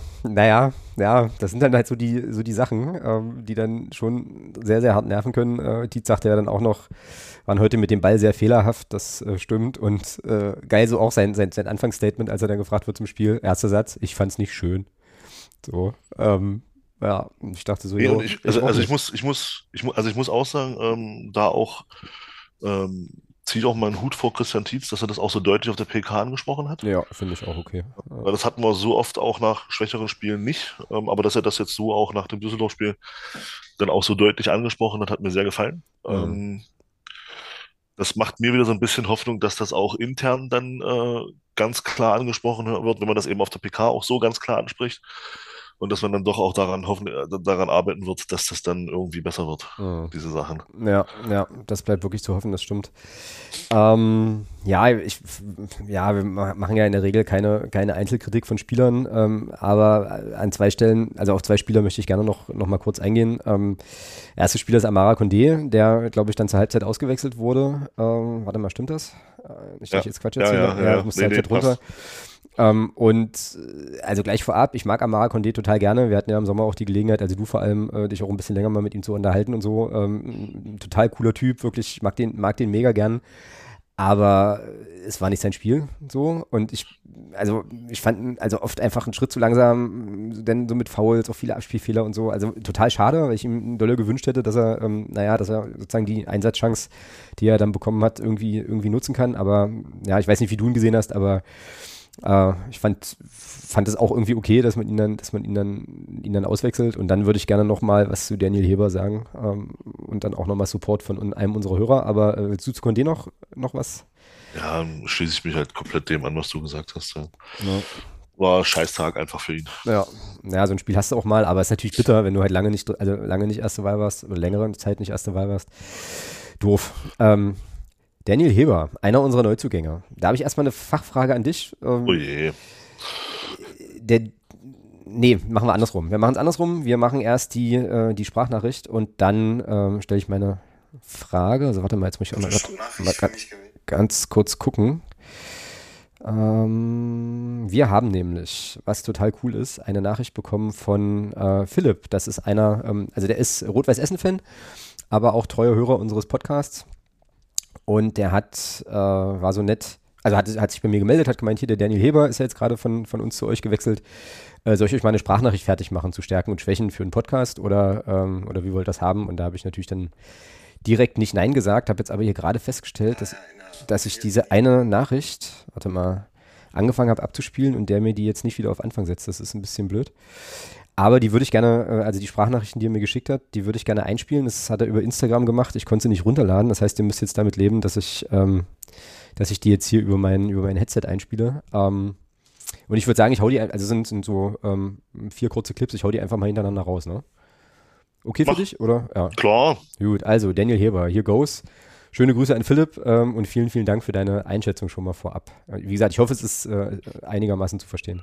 S1: das sind dann halt so die Sachen, die dann schon sehr, sehr hart nerven können. Tietz sagte ja dann auch noch, waren heute mit dem Ball sehr fehlerhaft, das stimmt. Und geil so auch sein Anfangsstatement, als er dann gefragt wird zum Spiel, erster Satz, ich fand's nicht schön. So, ja, ich dachte so,
S2: ich muss auch sagen, da auch ziehe ich auch mal einen Hut vor Christian Tietz, dass er das auch so deutlich auf der PK angesprochen hat.
S1: Ja, finde ich auch okay.
S2: Weil das hatten wir so oft auch nach schwächeren Spielen nicht, aber dass er das jetzt so auch nach dem Düsseldorf-Spiel dann auch so deutlich angesprochen hat, hat mir sehr gefallen. Das macht mir wieder so ein bisschen Hoffnung, dass das auch intern dann ganz klar angesprochen wird, wenn man das eben auf der PK auch so ganz klar anspricht. und dass man dann doch auch daran arbeiten wird, dass das dann irgendwie besser wird,
S1: Mhm.
S2: diese Sachen.
S1: Ja, das bleibt wirklich zu hoffen, das stimmt. Ja, wir machen ja in der Regel keine Einzelkritik von Spielern, aber an zwei Stellen, also auf zwei Spieler möchte ich gerne noch mal kurz eingehen. Erster Spieler ist Amara Condé, der, glaube ich, dann zur Halbzeit ausgewechselt wurde. Warte mal, stimmt das? Nicht, dass ich jetzt Quatsch erzähle. Ja, muss zur Halbzeit runter.
S2: Passt.
S1: Also gleich vorab, ich mag Amara Condé total gerne. Wir hatten ja im Sommer auch die Gelegenheit, also du vor allem, dich auch ein bisschen länger mal mit ihm zu unterhalten und so. Total cooler Typ, wirklich, ich mag den mega gern. Aber es war nicht sein Spiel so. Und ich fand also oft einfach einen Schritt zu langsam, denn so mit Fouls, auch viele Abspielfehler und so. Also total schade, weil ich ihm dolle gewünscht hätte, dass er sozusagen die Einsatzchance, die er dann bekommen hat, irgendwie nutzen kann. Aber ja, ich weiß nicht, wie du ihn gesehen hast, aber ich fand es auch irgendwie okay, dass man ihn dann auswechselt. Und dann würde ich gerne noch mal was zu Daniel Heber sagen und dann auch noch mal Support von einem unserer Hörer. Aber willst du zu Condé noch was?
S2: Ja, schließe ich mich halt komplett dem an, was du gesagt hast. Ja.
S1: Ja.
S2: War ein Scheißtag einfach für ihn.
S1: Ja, so ein Spiel hast du auch mal, aber es ist natürlich bitter, wenn du halt lange nicht erste Wahl warst oder längere Zeit nicht erste Wahl warst. Doof. Daniel Heber, einer unserer Neuzugänge. Da habe ich erstmal eine Fachfrage an dich.
S2: Oh je.
S1: Machen wir andersrum. Wir machen es andersrum. Wir machen erst die Sprachnachricht und dann stelle ich meine Frage. Also warte mal, jetzt muss ich auch mal ganz kurz gucken. Wir haben nämlich, was total cool ist, eine Nachricht bekommen von Philipp. Das ist einer, also der ist Rot-Weiß-Essen-Fan, aber auch treuer Hörer unseres Podcasts. Und der war so nett, also hat sich bei mir gemeldet, hat gemeint, hier, der Daniel Heber ist ja jetzt gerade von uns zu euch gewechselt. Soll ich euch mal eine Sprachnachricht fertig machen zu Stärken und Schwächen für einen Podcast oder wie wollt ihr das haben? Und da habe ich natürlich dann direkt nicht Nein gesagt, habe jetzt aber hier gerade festgestellt, dass ich diese eine Nachricht, angefangen habe abzuspielen und der mir die jetzt nicht wieder auf Anfang setzt. Das ist ein bisschen blöd. Aber die würde ich gerne, also die Sprachnachrichten, die er mir geschickt hat, die würde ich gerne einspielen. Das hat er über Instagram gemacht. Ich konnte sie nicht runterladen. Das heißt, ihr müsst jetzt damit leben, dass ich die jetzt hier über mein Headset einspiele. Und ich würde sagen, ich hau die, also sind so 4 kurze Clips, ich hau die einfach mal hintereinander raus, ne? Okay für dich, oder? Ja.
S2: Klar.
S1: Gut, also Daniel Heber, here goes. Schöne Grüße an Philipp und vielen, vielen Dank für deine Einschätzung schon mal vorab. Wie gesagt, ich hoffe, es ist einigermaßen zu verstehen.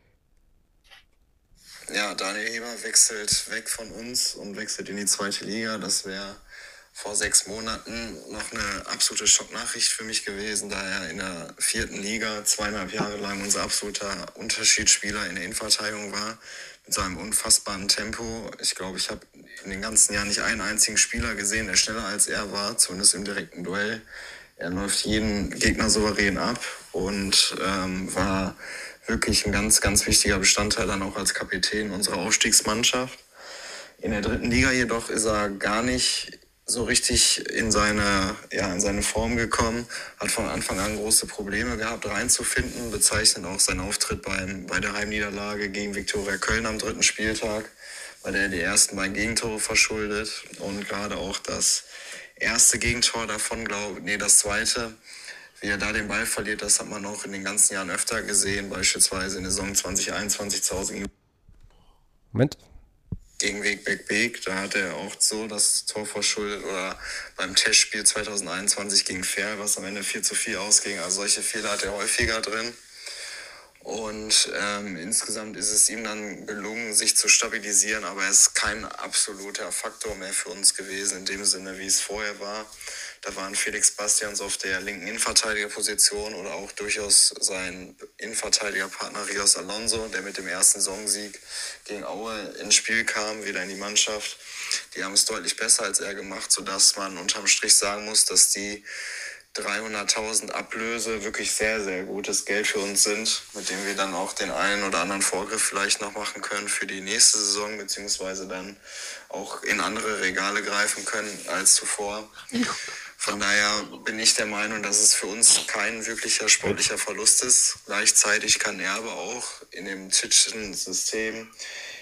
S5: Ja, Daniel Heber wechselt weg von uns und wechselt in die zweite Liga. Das wäre vor 6 Monaten noch eine absolute Schocknachricht für mich gewesen, da er in der 4. Liga 2,5 Jahre lang unser absoluter Unterschiedsspieler in der Innenverteidigung war, mit seinem unfassbaren Tempo. Ich glaube, ich habe in den ganzen Jahren nicht einen einzigen Spieler gesehen, der schneller als er war, zumindest im direkten Duell. Er läuft jeden Gegner souverän ab und war wirklich ein ganz, ganz wichtiger Bestandteil dann auch als Kapitän unserer Aufstiegsmannschaft. In der 3. Liga jedoch ist er gar nicht so richtig in seine Form gekommen, hat von Anfang an große Probleme gehabt, reinzufinden, bezeichnet auch seinen Auftritt bei der Heimniederlage gegen Viktoria Köln am 3. Spieltag, weil er die ersten beiden Gegentore verschuldet und gerade auch das erste Gegentor davon, das zweite, wie er da den Ball verliert, das hat man auch in den ganzen Jahren öfter gesehen, beispielsweise in der Saison 2021 zu Hause gegen Wegbeck. Da hat er auch so das Tor verschuldet oder beim Testspiel 2021 gegen Ferl, was am Ende 4:4 ausging. Also solche Fehler hat er häufiger drin. Und insgesamt ist es ihm dann gelungen, sich zu stabilisieren, aber er ist kein absoluter Faktor mehr für uns gewesen, in dem Sinne, wie es vorher war. Da waren Felix Bastians auf der linken Innenverteidigerposition oder auch durchaus sein Innenverteidigerpartner Rios Alonso, der mit dem ersten Saisonsieg gegen Aue ins Spiel kam, wieder in die Mannschaft. Die haben es deutlich besser als er gemacht, sodass man unterm Strich sagen muss, dass die 300.000 Ablöse wirklich sehr, sehr gutes Geld für uns sind, mit dem wir dann auch den einen oder anderen Vorgriff vielleicht noch machen können für die nächste Saison, beziehungsweise dann auch in andere Regale greifen können als zuvor. Von daher bin ich der Meinung, dass es für uns kein wirklicher sportlicher Verlust ist. Gleichzeitig kann er aber auch in dem Titschen System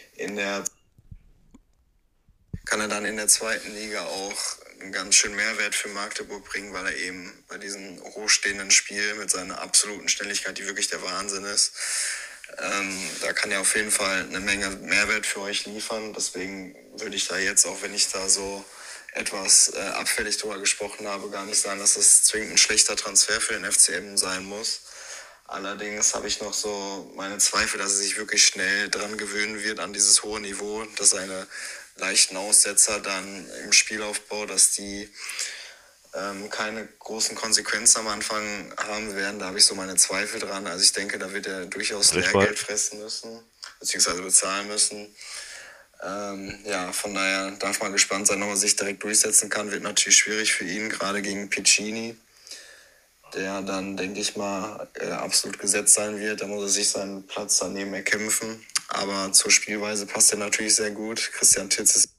S5: kann er dann in der 2. Liga auch einen ganz schönen Mehrwert für Magdeburg bringen, weil er eben bei diesem hochstehenden Spiel mit seiner absoluten Schnelligkeit, die wirklich der Wahnsinn ist, Da kann er auf jeden Fall eine Menge Mehrwert für euch liefern. Deswegen würde ich da jetzt, auch wenn ich da so etwas abfällig drüber gesprochen habe, gar nicht sagen, dass das zwingend ein schlechter Transfer für den FCM sein muss. Allerdings habe ich noch so meine Zweifel, dass er sich wirklich schnell dran gewöhnen wird an dieses hohe Niveau, dass seine leichten Aussetzer dann im Spielaufbau, dass die keine großen Konsequenzen am Anfang haben werden. Da habe ich so meine Zweifel dran. Also ich denke, da wird er durchaus Lehrgeld fressen müssen, beziehungsweise bezahlen müssen. Von daher darf man gespannt sein, ob er sich direkt durchsetzen kann. Wird natürlich schwierig für ihn, gerade gegen Piccini, der dann, denke ich mal, absolut gesetzt sein wird. Da muss er sich seinen Platz daneben erkämpfen. Aber zur Spielweise passt er natürlich sehr gut. Christian Titz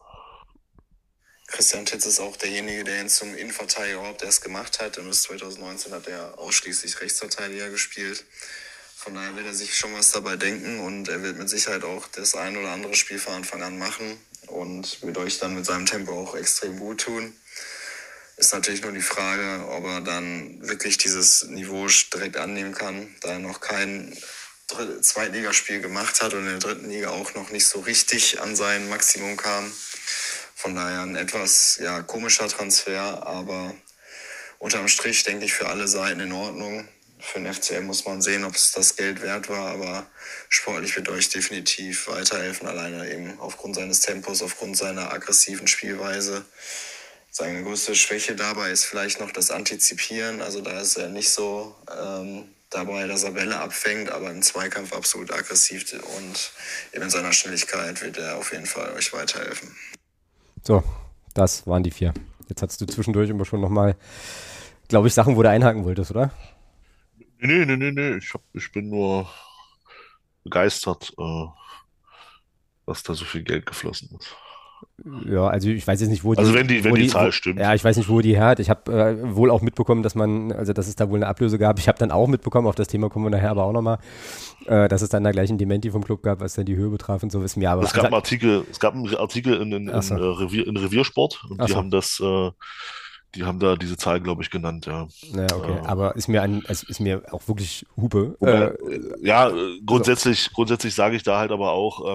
S5: ist auch derjenige, der ihn zum Innenverteidiger überhaupt erst gemacht hat. Und bis 2019 hat er ausschließlich Rechtsverteidiger gespielt. Von daher wird er sich schon was dabei denken und er wird mit Sicherheit auch das ein oder andere Spiel von Anfang an machen und wird euch dann mit seinem Tempo auch extrem gut tun. Ist natürlich nur die Frage, ob er dann wirklich dieses Niveau direkt annehmen kann, da er noch kein Zweitligaspiel gemacht hat und in der dritten Liga auch noch nicht so richtig an sein Maximum kam. Von daher ein etwas komischer Transfer, aber unterm Strich denke ich für alle Seiten in Ordnung. Für den FCM muss man sehen, ob es das Geld wert war, aber sportlich wird euch definitiv weiterhelfen, alleine eben aufgrund seines Tempos, aufgrund seiner aggressiven Spielweise. Seine größte Schwäche dabei ist vielleicht noch das Antizipieren, also da ist er nicht so dabei, dass er Bälle abfängt, aber im Zweikampf absolut aggressiv und eben in seiner Schnelligkeit wird er auf jeden Fall euch weiterhelfen.
S1: So, das waren die 4. Jetzt hattest du zwischendurch immer schon nochmal, glaube ich, Sachen, wo du einhaken wolltest, oder?
S2: Nee. Ich bin nur begeistert, dass da so viel Geld geflossen ist.
S1: Ja, also ich weiß jetzt nicht, wo die...
S2: Also wenn die Zahl stimmt.
S1: Ja, ich weiß nicht, wo die her hat. Ich habe wohl auch mitbekommen, dass es da wohl eine Ablöse gab. Ich habe dann auch mitbekommen, auf das Thema kommen wir nachher aber auch nochmal, dass es dann da gleich ein Dementi vom Club gab, was dann die Höhe betraf und so, wissen wir aber.
S2: Es gab einen Artikel in Reviersport und die haben da diese Zahl, glaube ich, genannt, ja.
S1: Naja, okay. Aber ist mir auch wirklich Hupe.
S2: Grundsätzlich sage ich da halt aber auch,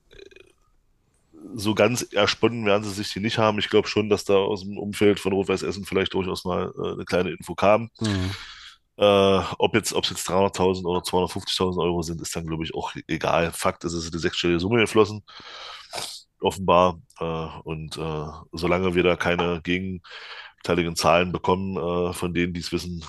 S2: so ganz ersponnen werden sie sich die nicht haben. Ich glaube schon, dass da aus dem Umfeld von Rot-Weiß Essen vielleicht durchaus mal eine kleine Info kam.
S1: Mhm.
S2: Ob es jetzt 300.000 oder 250.000 Euro sind, ist dann, glaube ich, auch egal. Fakt ist, es ist eine sechsstellige Summe geflossen, offenbar. Solange wir da keine gegenteiligen Zahlen bekommen von denen, die es wissen,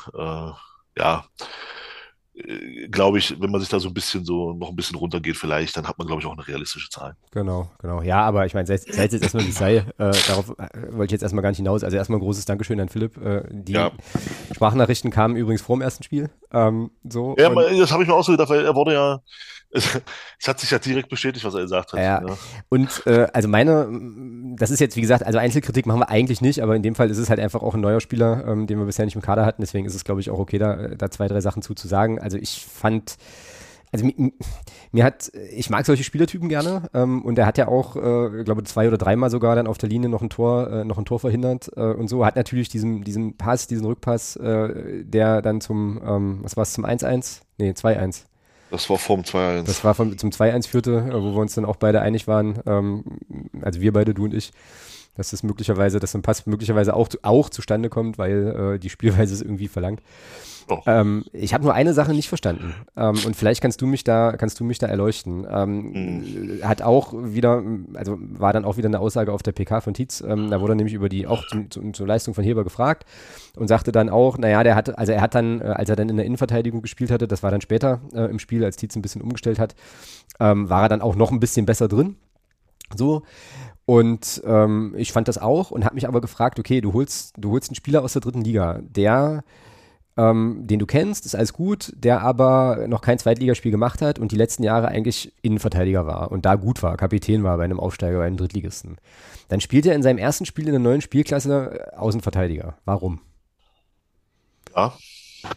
S2: glaube ich, wenn man sich da so ein bisschen noch ein bisschen runtergeht vielleicht, dann hat man, glaube ich, auch eine realistische Zahl.
S1: Genau. Ja, aber ich meine, sei es jetzt erstmal wie es sei, darauf wollte ich jetzt erstmal gar nicht hinaus. Also erstmal ein großes Dankeschön an Philipp. Die Sprachnachrichten kamen übrigens vor dem ersten Spiel.
S2: Das habe ich mir auch so gedacht, weil er wurde ja, es hat sich ja direkt bestätigt, was er gesagt hat.
S1: Ja. Und also das ist jetzt, wie gesagt, also Einzelkritik machen wir eigentlich nicht, aber in dem Fall ist es halt einfach auch ein neuer Spieler, den wir bisher nicht im Kader hatten, deswegen ist es, glaube ich, auch okay, da 2, 3 Sachen zu sagen. Also ich fand, also ich mag solche Spielertypen gerne und er hat ja auch, glaube 2 oder 3 Mal sogar dann auf der Linie noch ein Tor verhindert und so, hat natürlich diesen Rückpass, der dann zum 1-1? Nee, 2-1.
S2: Das war vom 2-1.
S1: Das war zum 2-1 führte, wo wir uns dann auch beide einig waren, also wir beide, du und ich, dass ein Pass möglicherweise auch zustande kommt, weil die Spielweise es irgendwie verlangt.
S2: Oh.
S1: Ich habe nur eine Sache nicht verstanden und vielleicht kannst du mich da erleuchten. Hat auch wieder, also war dann auch wieder eine Aussage auf der PK von Tietz, da wurde er nämlich zur Leistung von Heber gefragt und sagte dann auch, naja, er hat dann, als er dann in der Innenverteidigung gespielt hatte, das war dann später im Spiel, als Tietz ein bisschen umgestellt hat, war er dann auch noch ein bisschen besser drin. So. Und ich fand das auch und habe mich aber gefragt, okay, du holst einen Spieler aus der dritten Liga, den du kennst, ist alles gut, der aber noch kein Zweitligaspiel gemacht hat und die letzten Jahre eigentlich Innenverteidiger war und da gut war, Kapitän war bei einem Aufsteiger, bei einem Drittligisten. Dann spielt er in seinem ersten Spiel in der neuen Spielklasse Außenverteidiger. Warum?
S2: Ja.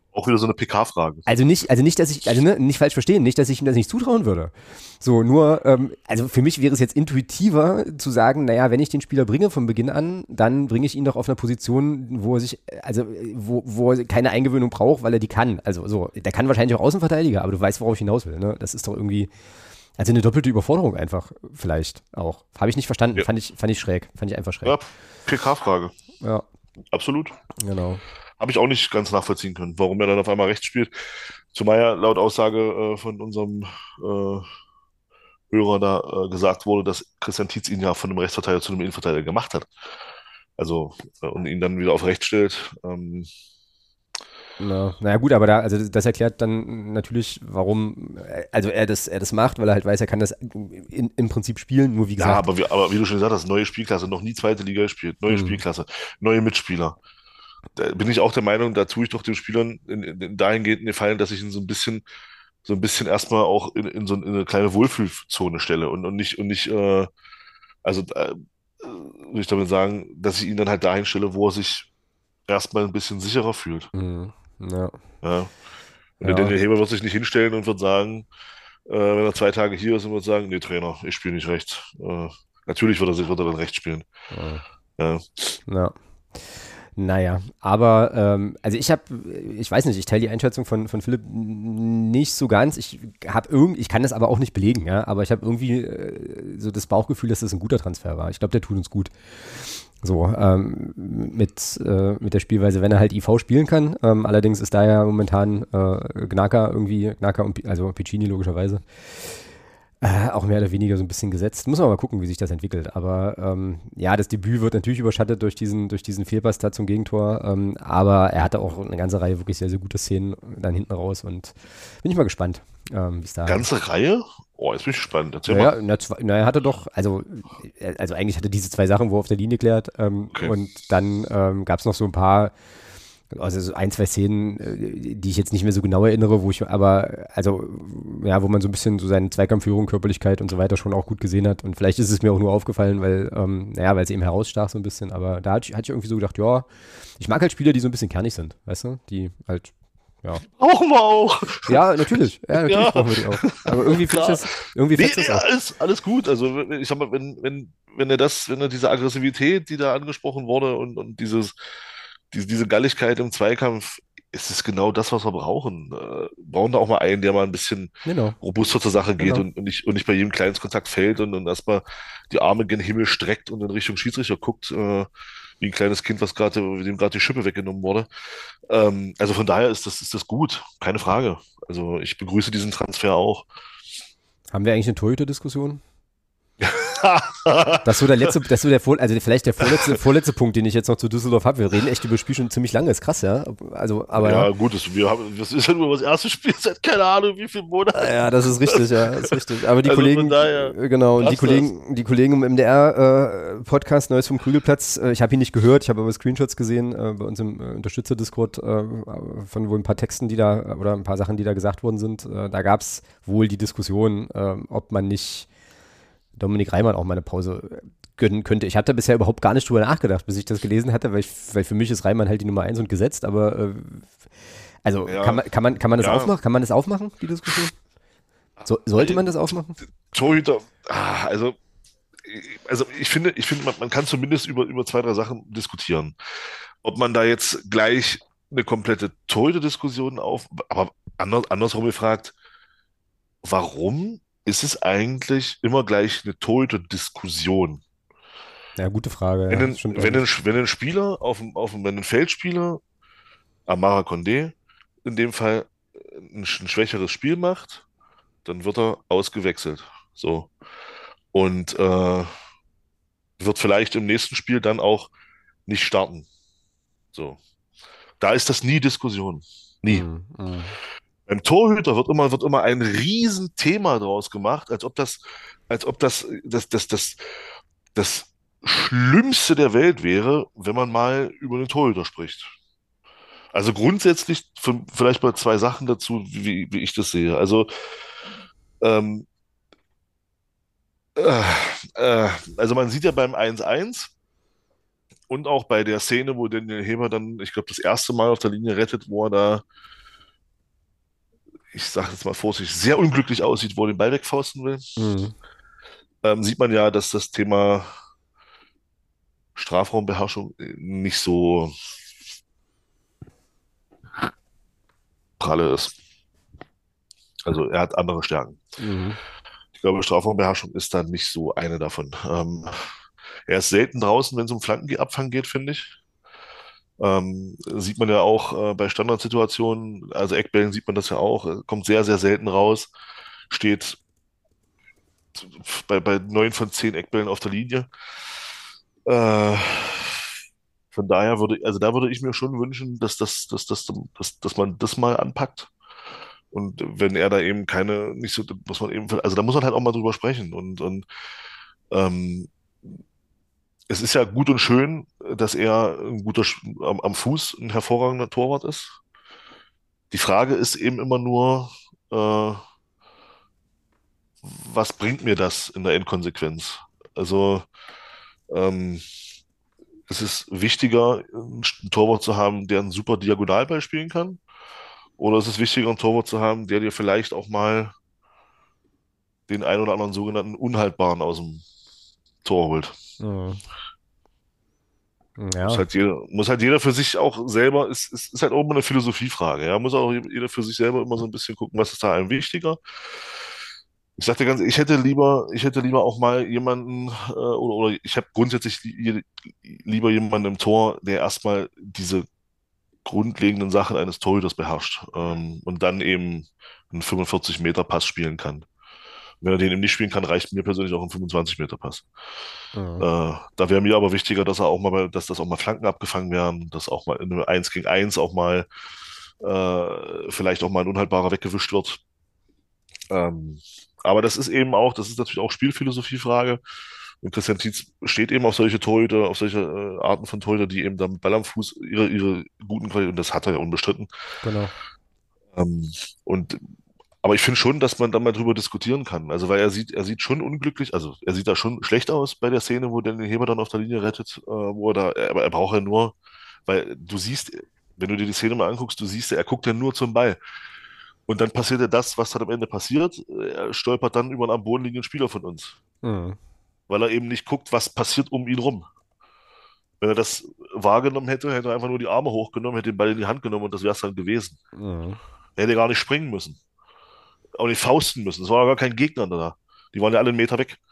S2: Auch wieder so eine PK-Frage.
S1: Nicht, dass ich, nicht falsch verstehen, nicht, dass ich ihm das nicht zutrauen würde. So, nur, also für mich wäre es jetzt intuitiver zu sagen, naja, wenn ich den Spieler bringe von Beginn an, dann bringe ich ihn doch auf einer Position, wo er sich, also wo er keine Eingewöhnung braucht, weil er die kann. Also so, der kann wahrscheinlich auch Außenverteidiger, aber du weißt, worauf ich hinaus will, ne? Das ist doch irgendwie, also eine doppelte Überforderung einfach, vielleicht auch. Habe ich nicht verstanden,
S2: Ja.
S1: fand ich schräg, fand ich einfach schräg.
S2: Ja, PK-Frage.
S1: Ja,
S2: Absolut.
S1: genau.
S2: Habe ich auch nicht ganz nachvollziehen können, warum er dann auf einmal rechts spielt. Zumal ja laut Aussage von unserem Hörer da gesagt wurde, dass Christian Tietz ihn ja von einem Rechtsverteidiger zu einem Innenverteidiger gemacht hat. Also, und ihn dann wieder auf rechts stellt.
S1: Naja gut, aber also das erklärt dann natürlich, warum, also er das macht, weil er halt weiß, er kann das im Prinzip spielen, nur wie
S2: Ja,
S1: gesagt.
S2: aber wie du schon gesagt hast, neue Spielklasse, noch nie zweite Liga gespielt, neue Spielklasse, neue Mitspieler. Da bin ich auch der Meinung, da tue ich doch den Spielern dahingehend einen Gefallen, dass ich ihn so ein bisschen erstmal auch in eine kleine Wohlfühlzone stelle und nicht, also, will ich damit sagen, dass ich ihn dann halt dahin stelle, wo er sich erstmal ein bisschen sicherer fühlt.
S1: Mhm. Ja.
S2: Ja. Und der
S1: Ja.
S2: Daniel Heber wird sich nicht hinstellen und wird sagen, wenn er 2 Tage hier ist und wird sagen, nee, Trainer, ich spiele nicht rechts. Natürlich wird er dann rechts spielen. Ja.
S1: Ja. Naja, aber also ich weiß nicht, ich teile die Einschätzung von Philipp nicht so ganz. Ich kann das aber auch nicht belegen, ja, aber ich habe irgendwie so das Bauchgefühl, dass das ein guter Transfer war. Ich glaube, der tut uns gut. So, mit der Spielweise, wenn er halt IV spielen kann. Allerdings ist da ja momentan Gnaka und also Piccini logischerweise auch mehr oder weniger so ein bisschen gesetzt. Muss man mal gucken, wie sich das entwickelt. Aber ja, das Debüt wird natürlich überschattet durch diesen Fehlpass da zum Gegentor. Aber er hatte auch eine ganze Reihe wirklich sehr, sehr gute Szenen dann hinten raus. Und bin ich mal gespannt, wie es da...
S2: Ganze Reihe? Oh, jetzt bin ich gespannt. Erzähl mal.
S1: Er hatte doch, also eigentlich hatte diese 2 Sachen, wo er auf der Linie klärt.
S2: Okay.
S1: Und dann gab es noch so ein paar, also so 1, 2 Szenen, die ich jetzt nicht mehr so genau erinnere, wo man so ein bisschen so seine Zweikampfführung, Körperlichkeit und so weiter schon auch gut gesehen hat. Und vielleicht ist es mir auch nur aufgefallen, weil es eben herausstach so ein bisschen. Aber da hatte ich irgendwie so gedacht, ja, ich mag halt Spieler, die so ein bisschen kernig sind, weißt du? Die halt, ja.
S2: Brauchen wir auch.
S1: Ja, natürlich. Ja, natürlich
S2: Ja.
S1: brauchen wir die auch. Aber irgendwie
S2: Klar.
S1: fetzt das auch.
S2: Alles gut. Also ich sag mal, wenn er diese Aggressivität, die da angesprochen wurde und diese Galligkeit im Zweikampf, ist es genau das, was wir brauchen. Brauchen da auch mal einen, der mal ein bisschen
S1: Genau.
S2: robuster zur Sache geht
S1: Genau.
S2: und nicht bei jedem Kleinskontakt fällt und erstmal die Arme gen Himmel streckt und in Richtung Schiedsrichter guckt, wie ein kleines Kind, dem gerade die Schippe weggenommen wurde. Also von daher ist das gut, keine Frage. Also ich begrüße diesen Transfer auch.
S1: Haben wir eigentlich eine Torhüter-Diskussion? Das ist so vielleicht der vorletzte Punkt, den ich jetzt noch zu Düsseldorf habe. Wir reden echt über das Spiel schon ziemlich lange, ist krass, ja. Also, aber
S2: Ja, gut, das ist ja nur das erste Spiel seit keine Ahnung wie viel Monaten.
S1: ja, das ist richtig, ja, ist richtig. Aber die
S2: Also
S1: Kollegen,
S2: von daher
S1: genau, und
S2: passt
S1: die Kollegen im MDR-Podcast Neues vom Krügelplatz, ich habe ihn nicht gehört, ich habe aber Screenshots gesehen bei uns im Unterstützer-Discord von wohl ein paar Texten, oder ein paar Sachen, die da gesagt worden sind. Da gab es wohl die Diskussion, ob man nicht Dominik Reimann auch mal eine Pause gönnen könnte. Ich habe da bisher überhaupt gar nicht drüber nachgedacht, bis ich das gelesen hatte, weil für mich ist Reimann halt die Nummer 1 und gesetzt, aber also
S2: Ja.
S1: kann man das
S2: Ja.
S1: aufmachen? Kann man das aufmachen, die Diskussion? Sollte man das aufmachen?
S2: Torhüter, also ich finde, man kann zumindest über 2, 3 Sachen diskutieren. Ob man da jetzt gleich eine komplette Torhüter-Diskussion aber andersrum gefragt, warum ist es eigentlich immer gleich eine Torhüter-Diskussion?
S1: Ja, gute Frage.
S2: Wenn
S1: Ja,
S2: ein,
S1: stimmt
S2: wenn
S1: eigentlich.
S2: ein, wenn ein Spieler wenn ein Feldspieler, Amara Condé, in dem Fall ein schwächeres Spiel macht, dann wird er ausgewechselt. So. Und wird vielleicht im nächsten Spiel dann auch nicht starten. So. Da ist das nie Diskussion. Nie.
S1: Mhm.
S2: Beim Torhüter wird immer ein Riesenthema draus gemacht, als ob das Schlimmste der Welt wäre, wenn man mal über den Torhüter spricht. Also grundsätzlich vielleicht mal 2 Sachen dazu, wie ich das sehe. Also ähm, äh, also man sieht ja beim 1:1 und auch bei der Szene, wo Daniel Heber dann, ich glaube, das erste Mal auf der Linie rettet, wo er da ich sage jetzt mal vorsichtig, sehr unglücklich aussieht, wo er den Ball wegfausten will,
S1: Mhm.
S2: sieht man ja, dass das Thema Strafraumbeherrschung nicht so pralle ist. Also er hat andere Stärken.
S1: Mhm.
S2: Ich glaube, Strafraumbeherrschung ist dann nicht so eine davon. Er ist selten draußen, wenn es um Flankenabfang geht, finde ich. Sieht man ja auch bei Standardsituationen, also Eckbällen sieht man das ja auch, kommt sehr, sehr selten raus, steht bei 9 von 10 Eckbällen auf der Linie. Äh, von daher da würde ich mir schon wünschen, dass man das mal anpackt. Und wenn er da eben nicht so, muss man eben, also da muss man halt auch mal drüber sprechen. Und ähm, es ist ja gut und schön, dass er am Fuß ein hervorragender Torwart ist. Die Frage ist eben immer nur, äh, was bringt mir das in der Endkonsequenz? Also, ähm, es ist wichtiger, einen Torwart zu haben, der einen super Diagonalball spielen kann, oder ist es wichtiger, einen Torwart zu haben, der dir vielleicht auch mal den ein oder anderen sogenannten Unhaltbaren aus dem Tor holt?
S1: Mhm.
S2: Muss
S1: Ja.
S2: halt jeder für sich auch selber, ist halt auch immer eine Philosophiefrage, ja. Muss auch jeder für sich selber immer so ein bisschen gucken, was ist da einem wichtiger. Ich sagte ganz, ich hätte lieber auch mal jemanden, oder ich habe grundsätzlich lieber jemanden im Tor, der erstmal diese grundlegenden Sachen eines Torhüters beherrscht, und dann eben einen 45-Meter-Pass spielen kann. Wenn er den eben nicht spielen kann, reicht mir persönlich auch ein 25-Meter-Pass.
S1: Mhm.
S2: Da wäre mir aber wichtiger, dass das auch mal Flanken abgefangen werden, dass auch mal in einem 1 gegen 1 auch mal vielleicht auch mal ein Unhaltbarer weggewischt wird. Ähm, aber das ist natürlich auch Spielphilosophie-Frage. Und Christian Tietz steht eben auf solche Torhüter, auf solche Arten von Torhüter, die eben dann mit Ball am Fuß ihre guten Qualitäten, und das hat er ja unbestritten.
S1: Genau.
S2: Ähm, und aber ich finde schon, dass man da mal drüber diskutieren kann. Also, weil er sieht schon unglücklich, also er sieht da schon schlecht aus bei der Szene, wo Daniel Heber dann auf der Linie rettet, aber er braucht ja nur, weil du siehst, wenn du dir die Szene mal anguckst, du siehst, er guckt ja nur zum Ball. Und dann passiert ja das, was dann am Ende passiert. Er stolpert dann über einen am Boden liegenden Spieler von uns,
S1: Mhm.
S2: weil er eben nicht guckt, was passiert um ihn rum. Wenn er das wahrgenommen hätte, hätte er einfach nur die Arme hochgenommen, hätte den Ball in die Hand genommen und das wäre es dann gewesen.
S1: Mhm.
S2: Er hätte gar nicht springen müssen, auch nicht fausten müssen. Es war gar kein Gegner da. Die waren ja alle einen Meter weg.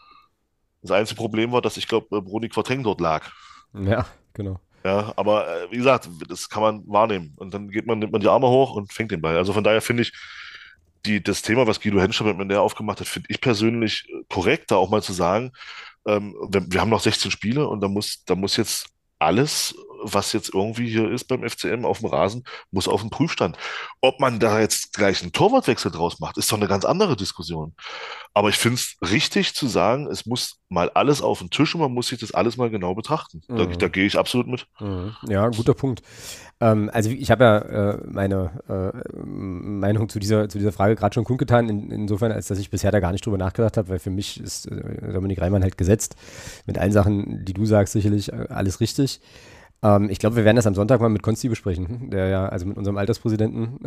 S2: Das einzige Problem war, dass ich glaube, Broni Quateng dort lag.
S1: Ja, genau.
S2: Ja, aber wie gesagt, das kann man wahrnehmen. Und dann nimmt man die Arme hoch und fängt den Ball. Also von daher finde ich, das Thema, was Guido Henscher mit der aufgemacht hat, finde ich persönlich korrekt, da auch mal zu sagen, wir haben noch 16 Spiele und da muss jetzt alles, was jetzt irgendwie hier ist beim FCM auf dem Rasen, muss auf den Prüfstand. Ob man da jetzt gleich einen Torwartwechsel draus macht, ist doch eine ganz andere Diskussion. Aber ich finde es richtig zu sagen, es muss mal alles auf den Tisch und man muss sich das alles mal genau betrachten. Da
S1: Mhm.
S2: gehe ich absolut mit.
S1: Mhm. Ja, guter Punkt. Also ich habe ja meine Meinung zu dieser Frage gerade schon kundgetan, insofern, als dass ich bisher da gar nicht drüber nachgedacht habe, weil für mich ist Dominik Reimann halt gesetzt. Mit allen Sachen, die du sagst, sicherlich alles richtig. Ich glaube, wir werden das am Sonntag mal mit Konsti besprechen, also mit unserem Alterspräsidenten,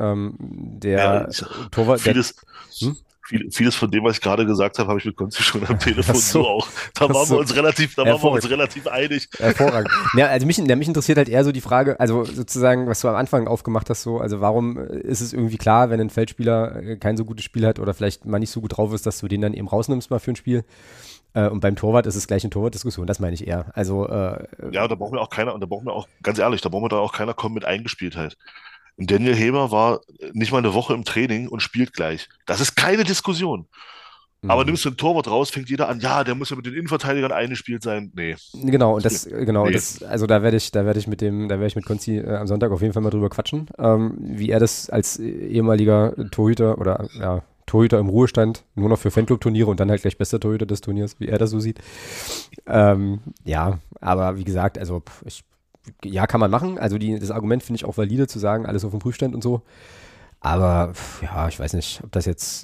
S2: Ja,
S1: der Torwart,
S2: vieles,
S1: hm?
S2: vieles von dem, was ich gerade gesagt habe, habe ich mit Konzi schon am Telefon
S1: Ach so.
S2: so auch. Da
S1: Ach
S2: waren
S1: so.
S2: wir uns relativ einig.
S1: Hervorragend. Ja, also mich interessiert halt eher so die Frage, also sozusagen, was du am Anfang aufgemacht hast, so, also warum ist es irgendwie klar, wenn ein Feldspieler kein so gutes Spiel hat oder vielleicht mal nicht so gut drauf ist, dass du den dann eben rausnimmst mal für ein Spiel. Und beim Torwart ist es gleich eine Torwartdiskussion, das meine ich eher. Also,
S2: Ja, da braucht mir auch keiner, und da braucht mir auch, ganz ehrlich, da braucht mir da auch keiner kommen mit Eingespieltheit. Und Daniel Heber war nicht mal eine Woche im Training und spielt gleich. Das ist keine Diskussion. Aber
S1: mh.
S2: nimmst du einen Torwart raus, fängt jeder an, ja, der muss ja mit den Innenverteidigern eingespielt sein. Nee.
S1: Genau,
S2: Nee.
S1: also da werde ich mit Konzi am Sonntag auf jeden Fall mal drüber quatschen, wie er das als ehemaliger Torhüter oder ja, Torhüter im Ruhestand nur noch für Fanclub-Turniere und dann halt gleich bester Torhüter des Turniers, wie er das so sieht. Ja, aber wie gesagt, also ja, kann man machen. Also das Argument finde ich auch valide, zu sagen, alles auf dem Prüfstand und so. Aber ja, ich weiß nicht, ob das jetzt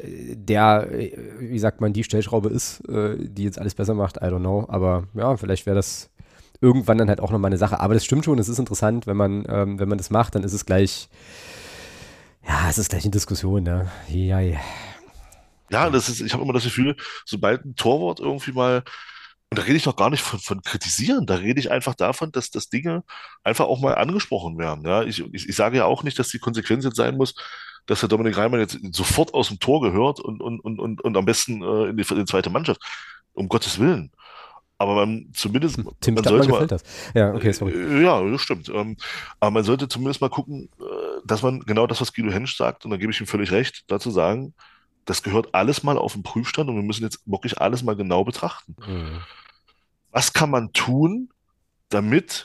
S1: wie sagt man, die Stellschraube ist, die jetzt alles besser macht, I don't know. Aber ja, vielleicht wäre das irgendwann dann halt auch nochmal eine Sache. Aber das stimmt schon, es ist interessant, wenn man das macht, dann ist es gleich, Ja, es ist gleich eine Diskussion, ne? Ja, ja.
S2: Ja, ich habe immer das Gefühl, sobald ein Torwart irgendwie mal, und da rede ich noch gar nicht von kritisieren, da rede ich einfach davon, dass Dinge einfach auch mal angesprochen werden. Ja, ich sage ja auch nicht, dass die Konsequenz jetzt sein muss, dass der Dominik Reimann jetzt sofort aus dem Tor gehört und am besten in die zweite Mannschaft. Um Gottes Willen. Aber
S1: Tim
S2: man
S1: Stadtmann
S2: sollte mal,
S1: gefällt das. Ja, okay, sorry.
S2: ja, das stimmt. Aber man sollte zumindest mal gucken, dass man genau das, was Guido Hensch sagt, und da gebe ich ihm völlig recht, dazu sagen, das gehört alles mal auf den Prüfstand und wir müssen jetzt wirklich alles mal genau betrachten.
S1: Mhm.
S2: Was kann man tun, damit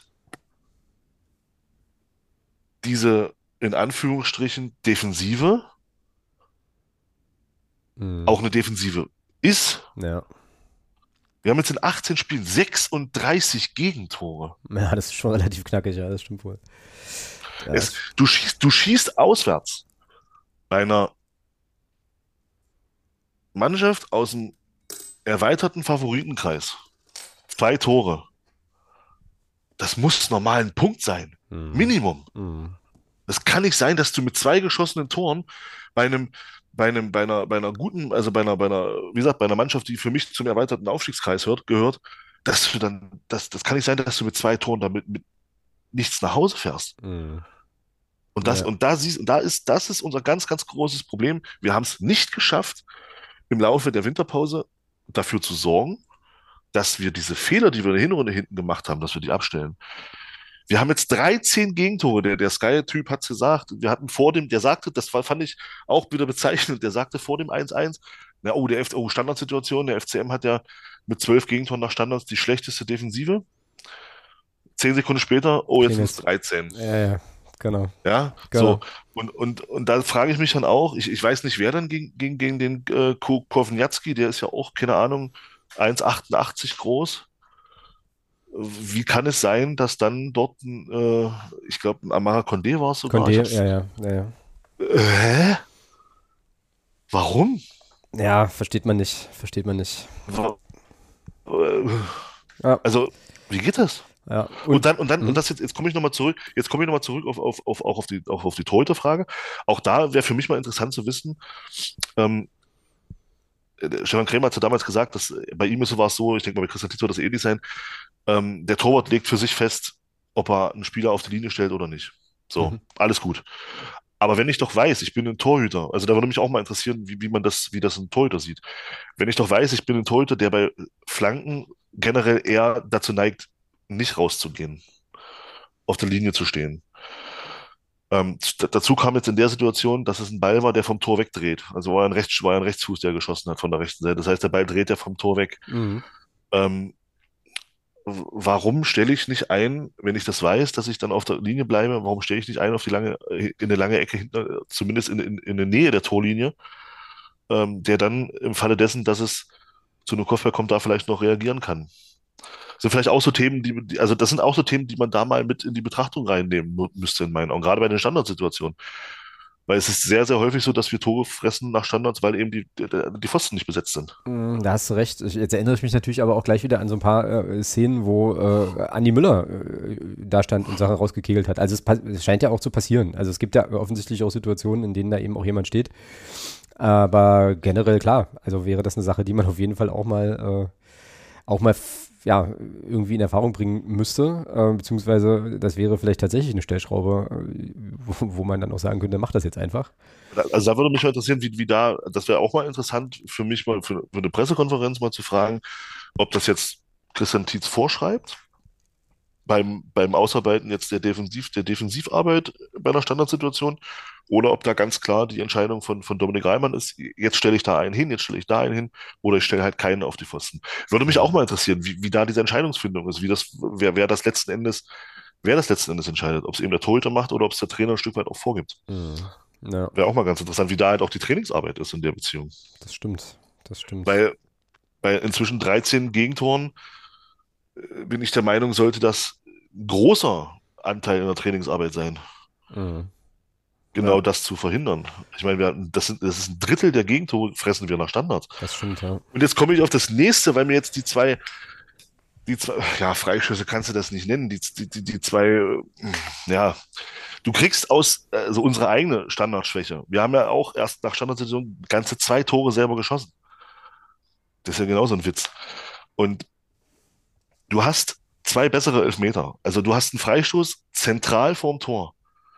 S2: diese in Anführungsstrichen Defensive
S1: Mhm.
S2: auch eine Defensive ist?
S1: Ja.
S2: Wir haben jetzt in 18 Spielen 36 Gegentore.
S1: Ja, das ist schon relativ knackig, ja, das stimmt wohl. Ja,
S2: Du schießt auswärts bei einer Mannschaft aus dem erweiterten Favoritenkreis. 2 Tore. Das muss normal ein Punkt sein.
S1: mhm.
S2: Minimum.
S1: Mhm.
S2: Das kann nicht sein, dass du mit 2 geschossenen Toren bei einem, bei einer guten, also wie gesagt, bei einer Mannschaft, die für mich zum erweiterten Aufstiegskreis gehört, dass du dann, das kann nicht sein, dass du mit 2 Toren damit mit nichts nach Hause fährst.
S1: Mhm. Ja.
S2: Und das ist unser ganz, ganz großes Problem. Wir haben es nicht geschafft, im Laufe der Winterpause dafür zu sorgen, dass wir diese Fehler, die wir in der Hinrunde hinten gemacht haben, dass wir die abstellen. Wir haben jetzt 13 Gegentore. Der Sky-Typ hat es gesagt. Der sagte, fand ich auch wieder bezeichnend, der sagte vor dem 1-1, Standardsituation, der FCM hat ja mit 12 Gegentoren nach Standards die schlechteste Defensive. 10 Sekunden später, jetzt sind es
S1: Klingelt.
S2: 13.
S1: Ja, genau.
S2: Ja,
S1: Genau.
S2: so. Und da frage ich mich dann auch, ich weiß nicht, wer dann gegen den Kowalski, der ist ja auch, keine Ahnung, 1,88 groß. Wie kann es sein, dass dann dort, ich glaube, ein Amara Condé war es sogar.
S1: Condé, ja.
S2: Hä? Warum?
S1: Ja, versteht man nicht. Versteht man nicht.
S2: Wa- äh,
S1: Ja,
S2: Also, wie geht das?
S1: ja.
S2: Und das jetzt komme ich nochmal zurück, auf die Torhüterfrage. Auch da wäre für mich mal interessant zu wissen, ähm, Stefan Krämer hat ja damals gesagt, dass bei ihm war es so, ich denke mal, bei Christian Tito wird das ähnlich sein, der Torwart legt für sich fest, ob er einen Spieler auf die Linie stellt oder nicht. So,
S1: Mhm.
S2: alles gut. Aber wenn ich doch weiß, ich bin ein Torhüter, also da würde mich auch mal interessieren, wie das ein Torhüter sieht. Wenn ich doch weiß, ich bin ein Torhüter, der bei Flanken generell eher dazu neigt, nicht rauszugehen, auf der Linie zu stehen. Dazu kam jetzt in der Situation, dass es ein Ball war, der vom Tor wegdreht. Also war ein Rechtsfuß, der geschossen hat von der rechten Seite. Das heißt, der Ball dreht ja vom Tor weg.
S1: Mhm.
S2: Ähm, Warum stelle ich nicht ein, wenn ich das weiß, dass ich dann auf der Linie bleibe, warum stelle ich nicht ein in eine lange Ecke hinten, zumindest in der Nähe der Torlinie, der dann im Falle dessen, dass es zu einem Kopfball kommt, da vielleicht noch reagieren kann. Das sind vielleicht auch so Themen, also das sind auch so Themen, die man da mal mit in die Betrachtung reinnehmen müsste in meinen Augen, gerade bei den Standardsituationen. Weil es ist sehr, sehr häufig so, dass wir Tore fressen nach Standards, weil eben die Pfosten nicht besetzt sind.
S1: Da hast du recht. Jetzt erinnere ich mich natürlich aber auch gleich wieder an so ein paar Szenen, wo Andi Müller da stand und Sachen rausgekegelt hat. Also es scheint ja auch zu passieren. Also es gibt ja offensichtlich auch Situationen, in denen da eben auch jemand steht. Aber generell klar, also wäre das eine Sache, die man auf jeden Fall auch mal ja, irgendwie in Erfahrung bringen müsste, beziehungsweise das wäre vielleicht tatsächlich eine Stellschraube, wo man dann auch sagen könnte, mach das jetzt einfach.
S2: Also da würde mich mal interessieren, das wäre auch mal interessant für mich mal für eine Pressekonferenz mal zu fragen, ob das jetzt Christian Tietz vorschreibt, beim Ausarbeiten jetzt der Defensivarbeit bei einer Standardsituation, oder ob da ganz klar die Entscheidung von Dominik Reimann ist, jetzt stelle ich da einen hin, jetzt stelle ich da einen hin, oder ich stelle halt keinen auf die Pfosten. Würde mich auch mal interessieren, wie da diese Entscheidungsfindung ist, wer das letzten Endes entscheidet, ob es eben der Torhüter macht oder ob es der Trainer ein Stück weit auch vorgibt.
S1: Mhm. Ja,
S2: Wäre auch mal ganz interessant, wie da halt auch die Trainingsarbeit ist in der Beziehung.
S1: das stimmt. Das stimmt.
S2: Weil bei inzwischen 13 Gegentoren bin ich der Meinung, sollte das ein großer Anteil in der Trainingsarbeit sein,
S1: Mhm.
S2: genau
S1: Ja,
S2: das zu verhindern. Ich meine, das ist ein Drittel der Gegentore fressen wir nach Standards.
S1: das stimmt, ja.
S2: Und jetzt komme ich auf das nächste, weil mir jetzt die zwei, ja, Freischüsse kannst du das nicht nennen. Die zwei, ja, du kriegst aus, also unsere eigene Standardschwäche. Wir haben ja auch erst nach Standardsituation ganze 2 Tore selber geschossen. Das ist ja genauso ein Witz. Und du hast zwei bessere Elfmeter. Also du hast einen Freistoß zentral vorm Tor.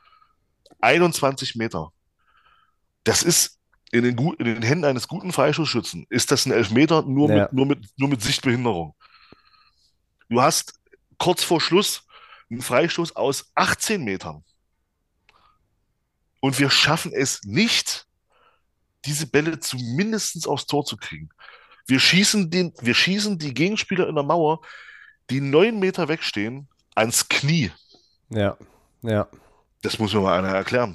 S2: 21 Meter. Das ist in den Händen eines guten Freistoßschützen ist das ein Elfmeter
S1: Ja,
S2: nur mit Sichtbehinderung. Du hast kurz vor Schluss einen Freistoß aus 18 Metern. Und wir schaffen es nicht, diese Bälle zumindest aufs Tor zu kriegen. Wir schießen die Gegenspieler in der Mauer, die 9 Meter wegstehen, ans Knie.
S1: ja, ja.
S2: Das muss mir mal einer erklären.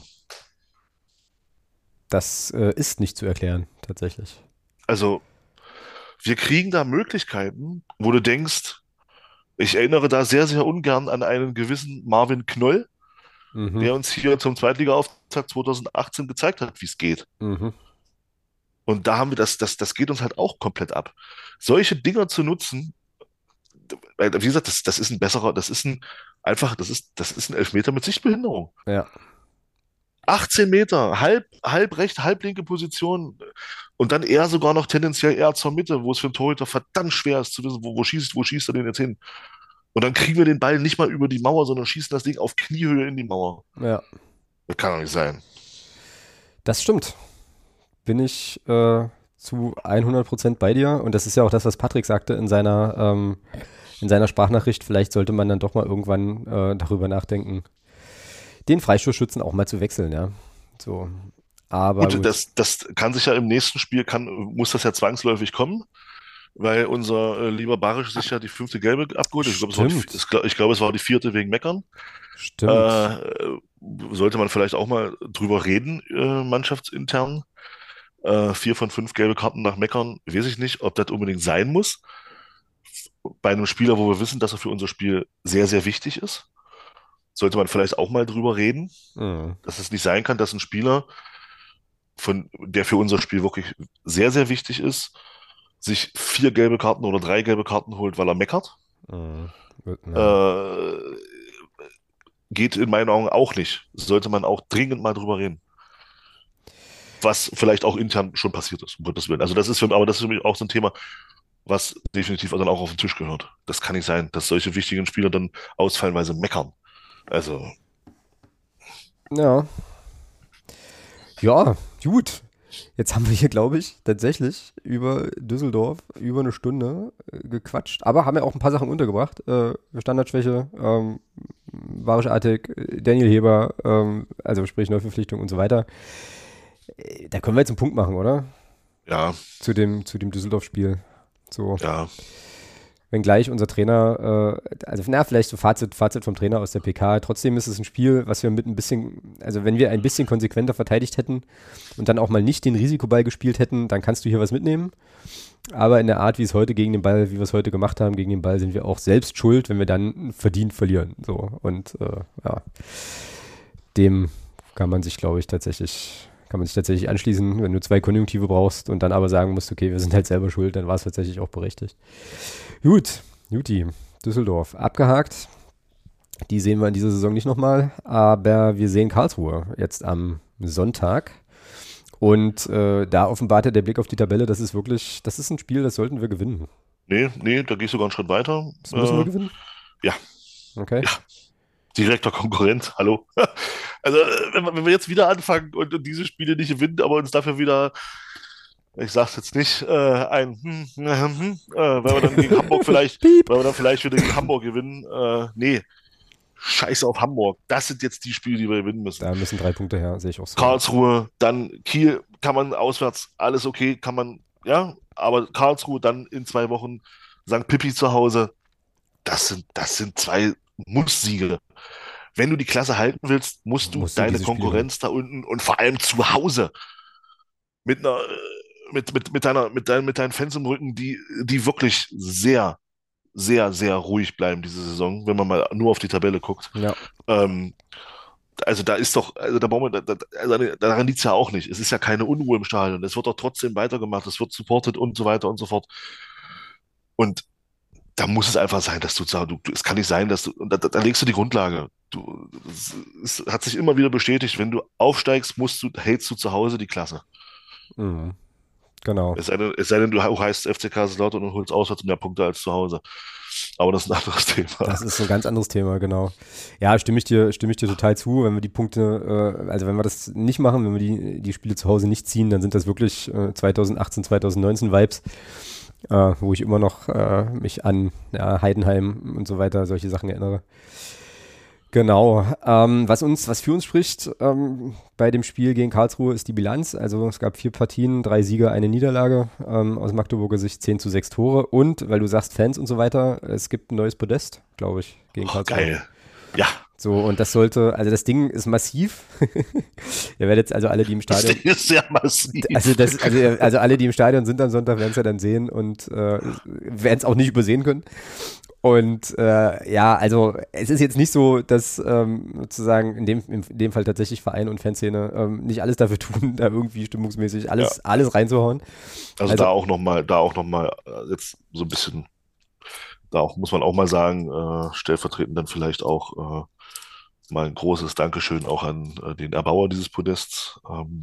S1: Das ist nicht zu erklären, tatsächlich.
S2: Also, wir kriegen da Möglichkeiten, wo du denkst, ich erinnere da sehr, sehr ungern an einen gewissen Marvin Knoll,
S1: Mhm,
S2: der uns hier zum Zweitliga-Auftakt 2018 gezeigt hat, wie es geht.
S1: mhm.
S2: Und da haben wir das geht uns halt auch komplett ab. Solche Dinger zu nutzen, weil, wie gesagt, das ist ein besserer, das ist ein Elfmeter mit Sichtbehinderung.
S1: Ja,
S2: 18 Meter, halb rechte, halb linke Position und dann eher sogar noch tendenziell eher zur Mitte, wo es für einen Torhüter verdammt schwer ist zu wissen, wo schießt er den jetzt hin? Und dann kriegen wir den Ball nicht mal über die Mauer, sondern schießen das Ding auf Kniehöhe in die Mauer.
S1: ja.
S2: Das kann doch nicht sein.
S1: Das stimmt. Bin ich zu 100% bei dir. Und das ist ja auch das, was Patrick sagte in seiner Sprachnachricht. Vielleicht sollte man dann doch mal irgendwann darüber nachdenken, den Freistoßschützen auch mal zu wechseln, ja. So. Aber
S2: Gut,
S1: gut.
S2: das kann sich ja im nächsten Spiel, muss das ja zwangsläufig kommen, weil unser lieber Barisch sich ja die 5. Gelbe abgeholt.
S1: Stimmt.
S2: Ich glaube, es war die 4. wegen Meckern.
S1: Stimmt.
S2: Äh, sollte man vielleicht auch mal drüber reden, mannschaftsintern. 4 von 5 gelbe Karten nach Meckern, weiß ich nicht, ob das unbedingt sein muss. Bei einem Spieler, wo wir wissen, dass er für unser Spiel sehr, sehr wichtig ist, sollte man vielleicht auch mal drüber reden,
S1: Mhm.
S2: dass es nicht sein kann, dass ein Spieler, der für unser Spiel wirklich sehr, sehr wichtig ist, sich 4 gelbe Karten oder 3 gelbe Karten holt, weil er meckert.
S1: Mhm. Ja.
S2: Äh, geht in meinen Augen auch nicht. Sollte man auch dringend mal drüber reden. Was vielleicht auch intern schon passiert ist, um Gottes Willen. Aber das ist für mich auch so ein Thema, was definitiv dann auch auf den Tisch gehört. Das kann nicht sein, dass solche wichtigen Spieler dann ausfallen, weil sie meckern. Also,
S1: Ja. Ja, gut. Jetzt haben wir hier, glaube ich, tatsächlich über Düsseldorf über eine Stunde gequatscht, aber haben ja auch ein paar Sachen untergebracht. Standardschwäche, Barisch Artig, Daniel Heber, also sprich Neuverpflichtung und so weiter. Da können wir jetzt einen Punkt machen, oder?
S2: ja,
S1: Zu dem Düsseldorf-Spiel. So,
S2: ja.
S1: wenngleich unser Trainer, also na, vielleicht so Fazit vom Trainer aus der PK, trotzdem ist es ein Spiel, was wir mit ein bisschen, also wenn wir ein bisschen konsequenter verteidigt hätten und dann auch mal nicht den Risikoball gespielt hätten, dann kannst du hier was mitnehmen. Aber in der Art, wie es heute gegen den Ball, wie wir es heute gemacht haben, gegen den Ball, sind wir auch selbst schuld, wenn wir dann verdient verlieren. So, und ja, dem kann man sich, glaube ich, kann man sich tatsächlich anschließen, wenn du 2 Konjunktive brauchst und dann aber sagen musst, okay, wir sind halt selber schuld, dann war es tatsächlich auch berechtigt. Gut, Juti, Düsseldorf, abgehakt. Die sehen wir in dieser Saison nicht nochmal, aber wir sehen Karlsruhe jetzt am Sonntag. Und da offenbarte der Blick auf die Tabelle, das ist ein Spiel, das sollten wir gewinnen.
S2: Nee, da gehe ich sogar einen Schritt weiter.
S1: Das müssen wir gewinnen?
S2: Ja,
S1: Okay.
S2: ja, direkter Konkurrent, hallo. Also, wenn wir jetzt wieder anfangen und diese Spiele nicht gewinnen, aber uns dafür wieder, ich sag's jetzt nicht, weil wir dann gegen Hamburg
S1: Piep.
S2: weil wir dann vielleicht wieder gegen Hamburg gewinnen. Nee, scheiße auf Hamburg. Das sind jetzt die Spiele, die wir gewinnen müssen.
S1: Da müssen 3 Punkte her, sehe ich auch so.
S2: Karlsruhe, dann Kiel, kann man auswärts, alles okay, kann man, ja, aber Karlsruhe dann in 2 Wochen, St. Pippi zu Hause, das sind 2 Muss-Siege. Wenn du die Klasse halten willst, musst du
S1: Musst du
S2: deine
S1: diese Spiele.
S2: Konkurrenz da unten und vor allem zu Hause mit einer, mit deinen Fans im Rücken, die wirklich sehr, sehr, sehr ruhig bleiben diese Saison, wenn man mal nur auf die Tabelle guckt.
S1: Ja.
S2: Ähm, also da ist doch, also da brauchen wir, also daran liegt es ja auch nicht. Es ist ja keine Unruhe im Stadion. Es wird doch trotzdem weitergemacht, es wird supported und so weiter und so fort. Und da muss es einfach sein, dass es kann nicht sein, dass du, und da legst du die Grundlage. Es hat sich immer wieder bestätigt, wenn du aufsteigst, hältst du zu Hause die Klasse.
S1: Mhm. Genau.
S2: Es sei denn, du heißt FC Kaiserslautern und holst auswärts mehr Punkte als zu Hause. Aber das ist ein anderes Thema.
S1: Das ist ein ganz anderes Thema, genau. Ja, stimme ich dir total zu. Wenn wir die Punkte, also wenn wir das nicht machen, wenn wir die Spiele zu Hause nicht ziehen, dann sind das wirklich 2018, 2019 Vibes, wo ich immer noch mich an Heidenheim und so weiter, solche Sachen erinnere. Genau. Was für uns spricht bei dem Spiel gegen Karlsruhe ist die Bilanz. Also es gab 4 Partien, 3 Siege, eine Niederlage. Aus Magdeburger Sicht 10:6 Tore. Und, weil du sagst Fans und so weiter, es gibt ein neues Podest, glaube ich, gegen Karlsruhe.
S2: Geil. Ja.
S1: So, und also das Ding ist massiv. Ihr werdet jetzt also alle, die im
S2: Das
S1: Stadion...
S2: Ding ist sehr massiv.
S1: Also alle, die im Stadion sind am Sonntag, werden es ja dann sehen und werden es auch nicht übersehen können. Und also es ist jetzt nicht so, dass sozusagen in dem Fall tatsächlich Verein und Fanszene nicht alles dafür tun, da irgendwie stimmungsmäßig alles reinzuhauen.
S2: Also da auch nochmal jetzt so ein bisschen, muss man auch mal sagen, stellvertretend dann vielleicht auch mal ein großes Dankeschön auch an den Erbauer dieses Podests.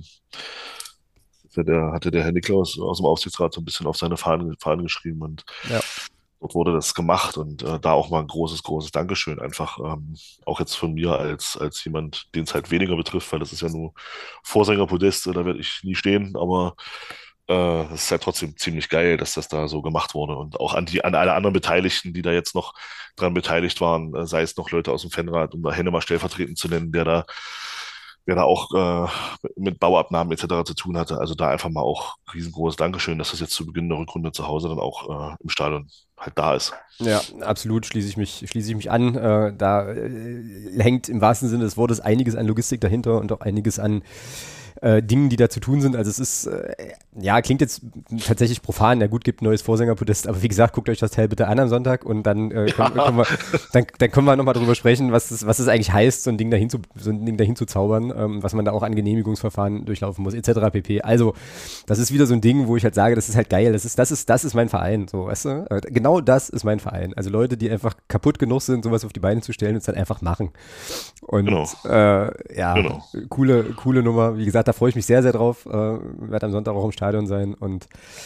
S2: Hatte der Herr Niklaus aus dem Aufsichtsrat so ein bisschen auf seine Fahnen geschrieben und dort wurde das gemacht und da auch mal ein großes, großes Dankeschön. Einfach auch jetzt von mir als jemand, den es halt weniger betrifft, weil das ist ja nur Vorsängerpodest, da werde ich nie stehen, aber es ist ja trotzdem ziemlich geil, dass das da so gemacht wurde. Und auch an alle anderen Beteiligten, die da jetzt noch dran beteiligt waren, sei es noch Leute aus dem Fanrat, um da Henne mal stellvertretend zu nennen, wer da auch mit Bauabnahmen etc. zu tun hatte. Also da einfach mal auch riesengroßes Dankeschön, dass das jetzt zu Beginn der Rückrunde zu Hause dann auch im Stadion halt da ist.
S1: Ja, absolut, schließe ich mich an. Da hängt im wahrsten Sinne des Wortes einiges an Logistik dahinter und auch einiges an Dingen, die da zu tun sind. Also es ist, klingt jetzt tatsächlich profan. Ja gut, gibt ein neues Vorsängerpodest, aber wie gesagt, guckt euch das Teil bitte an am Sonntag und dann können wir nochmal drüber sprechen, was es eigentlich heißt, so ein Ding dahin zu zaubern, was man da auch an Genehmigungsverfahren durchlaufen muss, etc. pp. Also, das ist wieder so ein Ding, wo ich halt sage, das ist halt geil, das ist mein Verein, so, weißt du? Genau das ist mein Verein. Also Leute, die einfach kaputt genug sind, sowas auf die Beine zu stellen und es dann einfach machen. Und
S2: Genau.
S1: Coole Nummer. Wie gesagt, da freue ich mich sehr, sehr drauf. Werde am Sonntag auch im Stadion sein und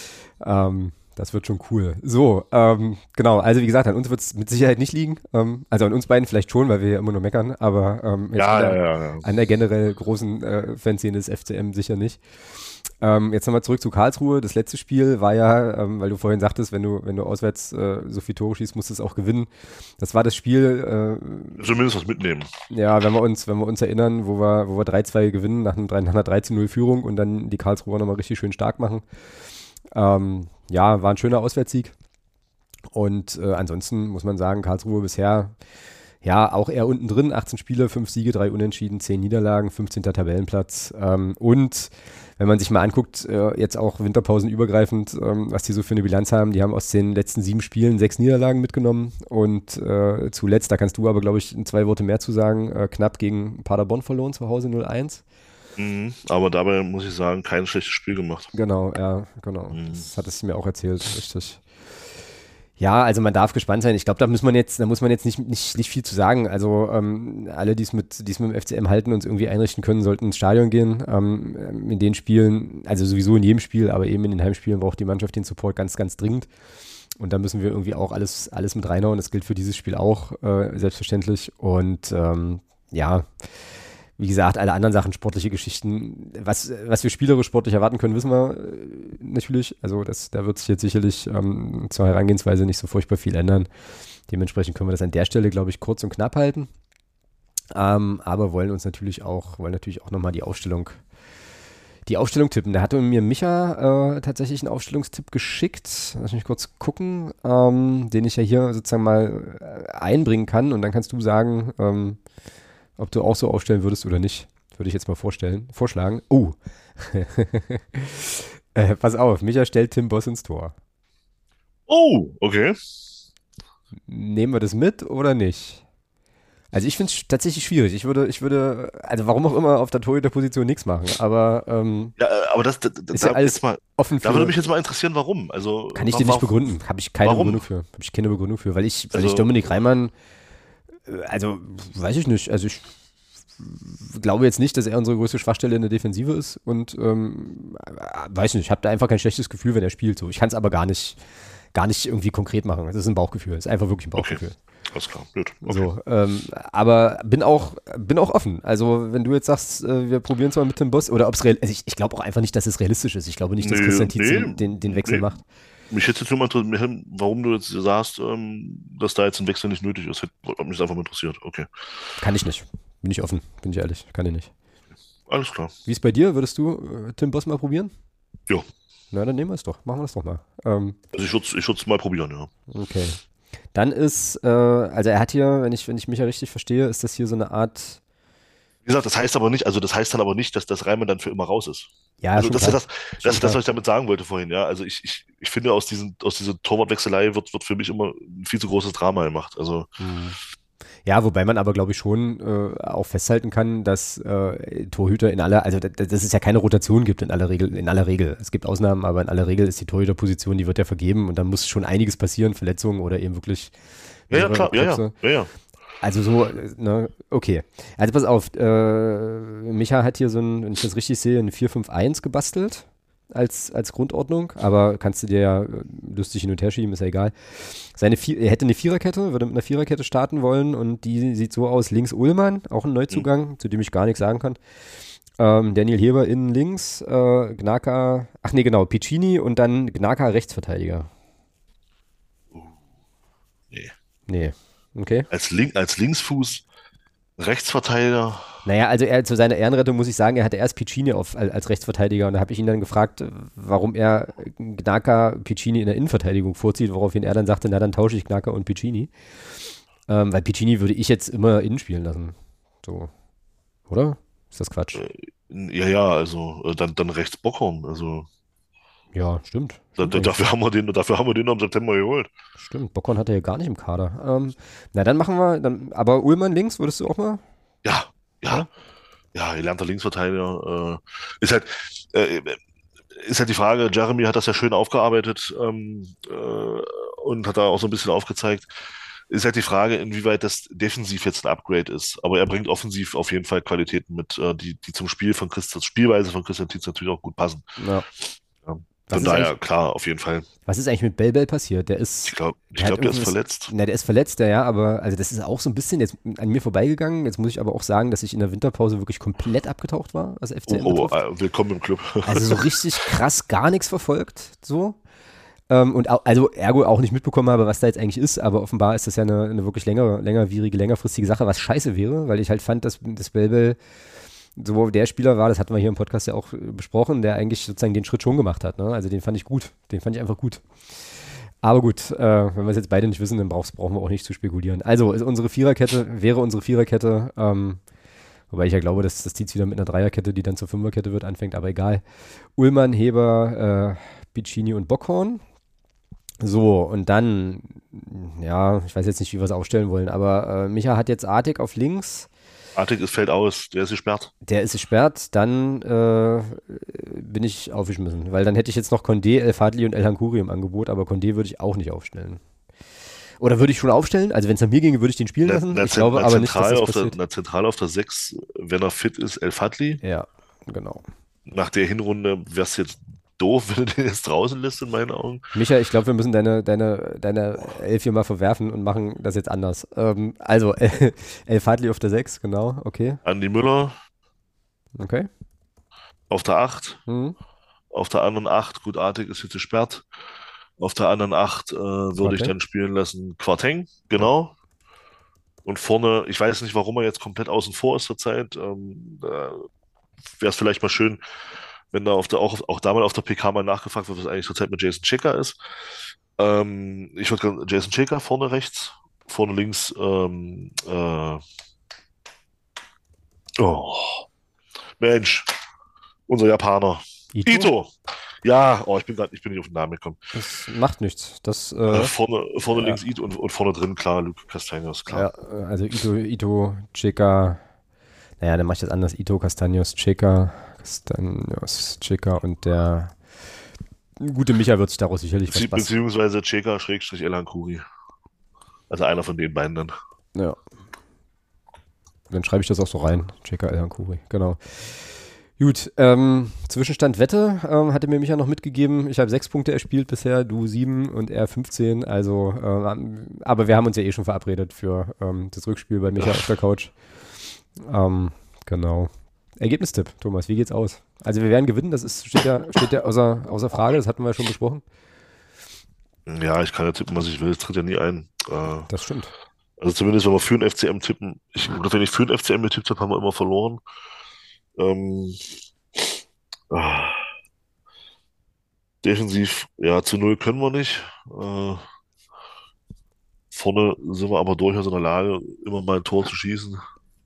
S1: das wird schon cool. So, genau, also wie gesagt, an uns wird es mit Sicherheit nicht liegen. Also an uns beiden vielleicht schon, weil wir ja immer nur meckern, aber an der generell großen Fanszene des FCM sicher nicht. Jetzt nochmal zurück zu Karlsruhe. Das letzte Spiel war ja, weil du vorhin sagtest, wenn du auswärts so viel Tore schießt, musst du es auch gewinnen. Das war das Spiel.
S2: Zumindest was mitnehmen.
S1: Ja, wenn wir uns erinnern, wo wir 3-2 gewinnen nach einer 13-0 Führung und dann die Karlsruher nochmal richtig schön stark machen. War ein schöner Auswärtssieg. Und ansonsten muss man sagen, Karlsruhe bisher auch eher unten drin. 18 Spiele, 5 Siege, 3 Unentschieden, 10 Niederlagen, 15. Tabellenplatz. Und wenn man sich mal anguckt, jetzt auch winterpausenübergreifend, was die so für eine Bilanz haben, die haben aus den letzten 7 Spielen 6 Niederlagen mitgenommen. Und zuletzt, da kannst du aber, glaube ich, 2 Worte mehr zu sagen, knapp gegen Paderborn verloren, zu Hause 0-1.
S2: Aber dabei muss ich sagen, kein schlechtes Spiel gemacht.
S1: Genau, ja, genau. Das hat es mir auch erzählt, richtig. Ja, also man darf gespannt sein. Ich glaube, da muss man jetzt nicht viel zu sagen. Also alle, die es mit dem FCM halten und es irgendwie einrichten können, sollten ins Stadion gehen. In den Spielen, also sowieso in jedem Spiel, aber eben in den Heimspielen braucht die Mannschaft den Support ganz, ganz dringend. Und da müssen wir irgendwie auch alles mit reinhauen. Das gilt für dieses Spiel auch, selbstverständlich. Und wie gesagt, alle anderen Sachen, sportliche Geschichten, was wir spielerisch sportlich erwarten können, wissen wir natürlich. Also da wird sich jetzt sicherlich zur Herangehensweise nicht so furchtbar viel ändern. Dementsprechend können wir das an der Stelle, glaube ich, kurz und knapp halten. Aber wollen natürlich auch nochmal die Aufstellung tippen. Da hatte mir Micha tatsächlich einen Aufstellungstipp geschickt. Lass mich kurz gucken, den ich ja hier sozusagen mal einbringen kann. Und dann kannst du sagen, ob du auch so aufstellen würdest oder nicht. Würde ich jetzt mal vorschlagen. Pass auf, Micha stellt Tim Boss ins Tor.
S2: Oh, okay.
S1: Nehmen wir das mit oder nicht? Also ich finde es tatsächlich schwierig. Ich würde, also warum auch immer, auf der Torhüter-Position nichts machen. Aber
S2: Ja, aber
S1: ist ja alles offen
S2: da würde mich
S1: für.
S2: jetzt mal interessieren, warum. Also,
S1: Kann ich dir nicht begründen. Habe ich keine
S2: warum?
S1: Begründung für. Habe ich keine Begründung für. Weil ich
S2: Also,
S1: Dominik Reimann, also weiß ich nicht. Also ich glaube jetzt nicht, dass er unsere größte Schwachstelle in der Defensive ist. Und weiß nicht, ich habe da einfach kein schlechtes Gefühl, wenn er spielt. So. Ich kann es aber gar nicht irgendwie konkret machen. Das ist ein Bauchgefühl. Das ist einfach wirklich ein
S2: okay,
S1: Bauchgefühl.
S2: alles klar, gut. Okay.
S1: So, aber bin auch offen. Also wenn du jetzt sagst, wir probieren es mal mit Tim Boss, oder ob es real, also ich glaube auch einfach nicht, dass es realistisch ist. Ich glaube nicht, dass Christian Tietz den Wechsel macht.
S2: Mich hätte jetzt nur mal interessiert, warum du jetzt sagst, dass da jetzt ein Wechsel nicht nötig ist. Hat mich das einfach mal interessiert. Okay,
S1: Kann ich nicht. Bin ich offen, bin ich ehrlich. Kann ich nicht.
S2: alles klar.
S1: Wie ist bei dir? Würdest du Tim Boss mal probieren?
S2: Ja,
S1: Na, dann nehmen wir es doch. Machen wir das doch mal.
S2: also ich würde es mal probieren, ja.
S1: Okay. Dann ist, also er hat hier, wenn ich mich ja richtig verstehe, ist das hier so eine Art,
S2: Wie gesagt, das heißt dann aber nicht, dass das Reimann dann für immer raus ist.
S1: ja,
S2: Also
S1: schon
S2: das ist
S1: klar.
S2: das, was ich damit sagen wollte vorhin, ja. Also ich finde, aus dieser Torwartwechselei wird für mich immer ein viel zu großes Drama gemacht. Also,
S1: Ja, wobei man aber, glaube ich, schon auch festhalten kann, dass Torhüter also dass es ja keine Rotation gibt in aller Regel. Es gibt Ausnahmen, aber in aller Regel ist die Torhüterposition, die wird ja vergeben und dann muss schon einiges passieren, Verletzungen oder eben wirklich
S2: ja,
S1: mehrere
S2: klar,
S1: Krebse.
S2: ja.
S1: Also so, ne, okay. Also pass auf, Micha hat hier so ein, wenn ich das richtig sehe, ein 4-5-1 gebastelt als Grundordnung, aber kannst du dir ja lustig hin und her schieben, ist ja egal. Er hätte eine Viererkette, würde mit einer Viererkette starten wollen und die sieht so aus, links Ullmann, auch ein Neuzugang, zu dem ich gar nichts sagen kann. Daniel Heber innen links, Gnaka, ach nee, genau, Piccini und dann Gnaka Rechtsverteidiger.
S2: Nee.
S1: Nee, okay.
S2: Als Linksfuß, Rechtsverteidiger.
S1: Naja, also zu seiner Ehrenrettung muss ich sagen, er hatte erst Piccini als Rechtsverteidiger und da habe ich ihn dann gefragt, warum er Gnaka Piccini in der Innenverteidigung vorzieht, woraufhin er dann sagte, na dann tausche ich Gnaka und Piccini. Weil Piccini würde ich jetzt immer innen spielen lassen. So. Oder? Ist das Quatsch?
S2: Ja, also dann rechts Bockhorn. Also
S1: Ja, stimmt. Stimmt eigentlich.
S2: dafür haben wir den im September geholt.
S1: Stimmt, Bockhorn hat er ja gar nicht im Kader. Na, dann machen wir, aber Ullmann links, würdest du auch mal?
S2: Ja,
S1: Ja?
S2: ja, gelernter Linksverteidiger. Ist halt die Frage, Jeremy hat das ja schön aufgearbeitet und hat da auch so ein bisschen aufgezeigt. Ist halt die Frage, inwieweit das defensiv jetzt ein Upgrade ist. Aber er bringt offensiv auf jeden Fall Qualitäten mit, die zum Spielweise von Christian Tietz natürlich auch gut passen.
S1: Ja.
S2: Ja.
S1: Was
S2: Von
S1: ist
S2: daher,
S1: eigentlich-
S2: klar, auf jeden Fall.
S1: Was ist eigentlich mit Bell passiert? Der
S2: Ich
S1: hat
S2: glaube, der ist
S1: irgendwas-
S2: verletzt.
S1: Na, der ist verletzt, ja, aber also das ist auch so ein bisschen jetzt an mir vorbeigegangen. Jetzt muss ich aber auch sagen, dass ich in der Winterpause wirklich komplett abgetaucht war, was FCM betrifft.
S2: Willkommen im Club.
S1: Also so richtig krass gar nichts verfolgt, so. Und also ergo auch nicht mitbekommen habe, was da jetzt eigentlich ist, aber offenbar ist das ja eine wirklich längerfristige Sache, was scheiße wäre, weil ich halt fand, dass Bell so der Spieler war, das hatten wir hier im Podcast ja auch besprochen, der eigentlich sozusagen den Schritt schon gemacht hat. Ne? Also den fand ich gut, den fand ich einfach gut. Aber gut, wenn wir es jetzt beide nicht wissen, dann brauchen wir auch nicht zu spekulieren. Also wäre unsere Viererkette, wobei ich ja glaube, dass das Tietz wieder mit einer Dreierkette, die dann zur Fünferkette wird, anfängt, aber egal. Ullmann, Heber, Piccini und Bockhorn. So, und dann, ja, ich weiß jetzt nicht, wie wir es aufstellen wollen, aber Micha hat jetzt Artig auf links.
S2: Artig fällt aus, der ist gesperrt.
S1: Der ist gesperrt, dann bin ich aufgeschmissen, weil dann hätte ich jetzt noch Condé, El Fadli und El Hankouri im Angebot, aber Condé würde ich auch nicht aufstellen. Oder würde ich schon aufstellen? Also wenn es nach mir ginge, würde ich den spielen lassen. Ich glaube aber nicht, dass das passiert.
S2: Zentral auf der 6, wenn er fit ist, El Fadli.
S1: Ja, genau.
S2: Nach der Hinrunde wäre es jetzt doof, wenn du den jetzt draußen lässt, in meinen Augen.
S1: Micha, ich glaube, wir müssen deine Elf hier mal verwerfen und machen das jetzt anders. Also, El Fadli auf der 6, genau, okay.
S2: Andi Müller
S1: Okay.
S2: auf der 8.
S1: Mhm.
S2: Auf der anderen 8, gut, Artig ist jetzt gesperrt. Auf der anderen 8 würde ich
S1: Quarteng.
S2: dann spielen lassen Quarteng, genau. Und vorne, ich weiß nicht, warum er jetzt komplett außen vor ist zurzeit. Wäre es vielleicht mal schön, wenn da auch da mal auf der PK mal nachgefragt wird, was eigentlich zurzeit mit Jason Checker ist. Ich würde gerne Jason Checker vorne rechts, vorne links. Oh, Mensch, unser Japaner.
S1: Ito?
S2: Ito. Ja, ich bin nicht auf den Namen gekommen.
S1: Das macht nichts. Das,
S2: vorne links Ito und vorne drin, klar, Luke Castaños, klar.
S1: Ja, also Ito, Cheka, naja, dann mach ich das anders. Ito, Castaños, Cheka und der gute Micha wird sich daraus sicherlich was Spaß.
S2: Beziehungsweise Cheka / Elan Kuri. Also einer von den beiden dann.
S1: Ja. Dann schreibe ich das auch so rein. Cheka, Elan Kuri, genau. Gut, Zwischenstand Wette hatte mir Micha noch mitgegeben. Ich habe 6 Punkte erspielt bisher, du 7 und er 15. Also, aber wir haben uns ja eh schon verabredet für das Rückspiel bei Micha auf der Couch. Genau. Ergebnistipp, Thomas, wie geht's aus? Also wir werden gewinnen, steht ja außer Frage, das hatten wir ja schon besprochen.
S2: Ja, ich kann ja tippen, was ich will, es tritt ja nie ein.
S1: Das stimmt.
S2: Also zumindest, wenn wir für den FCM tippen. Wenn ich für den FCM getippt habe, haben wir immer verloren. Defensiv, ja, zu 0 können wir nicht. Vorne sind wir aber durchaus in der Lage, immer mal ein Tor zu schießen.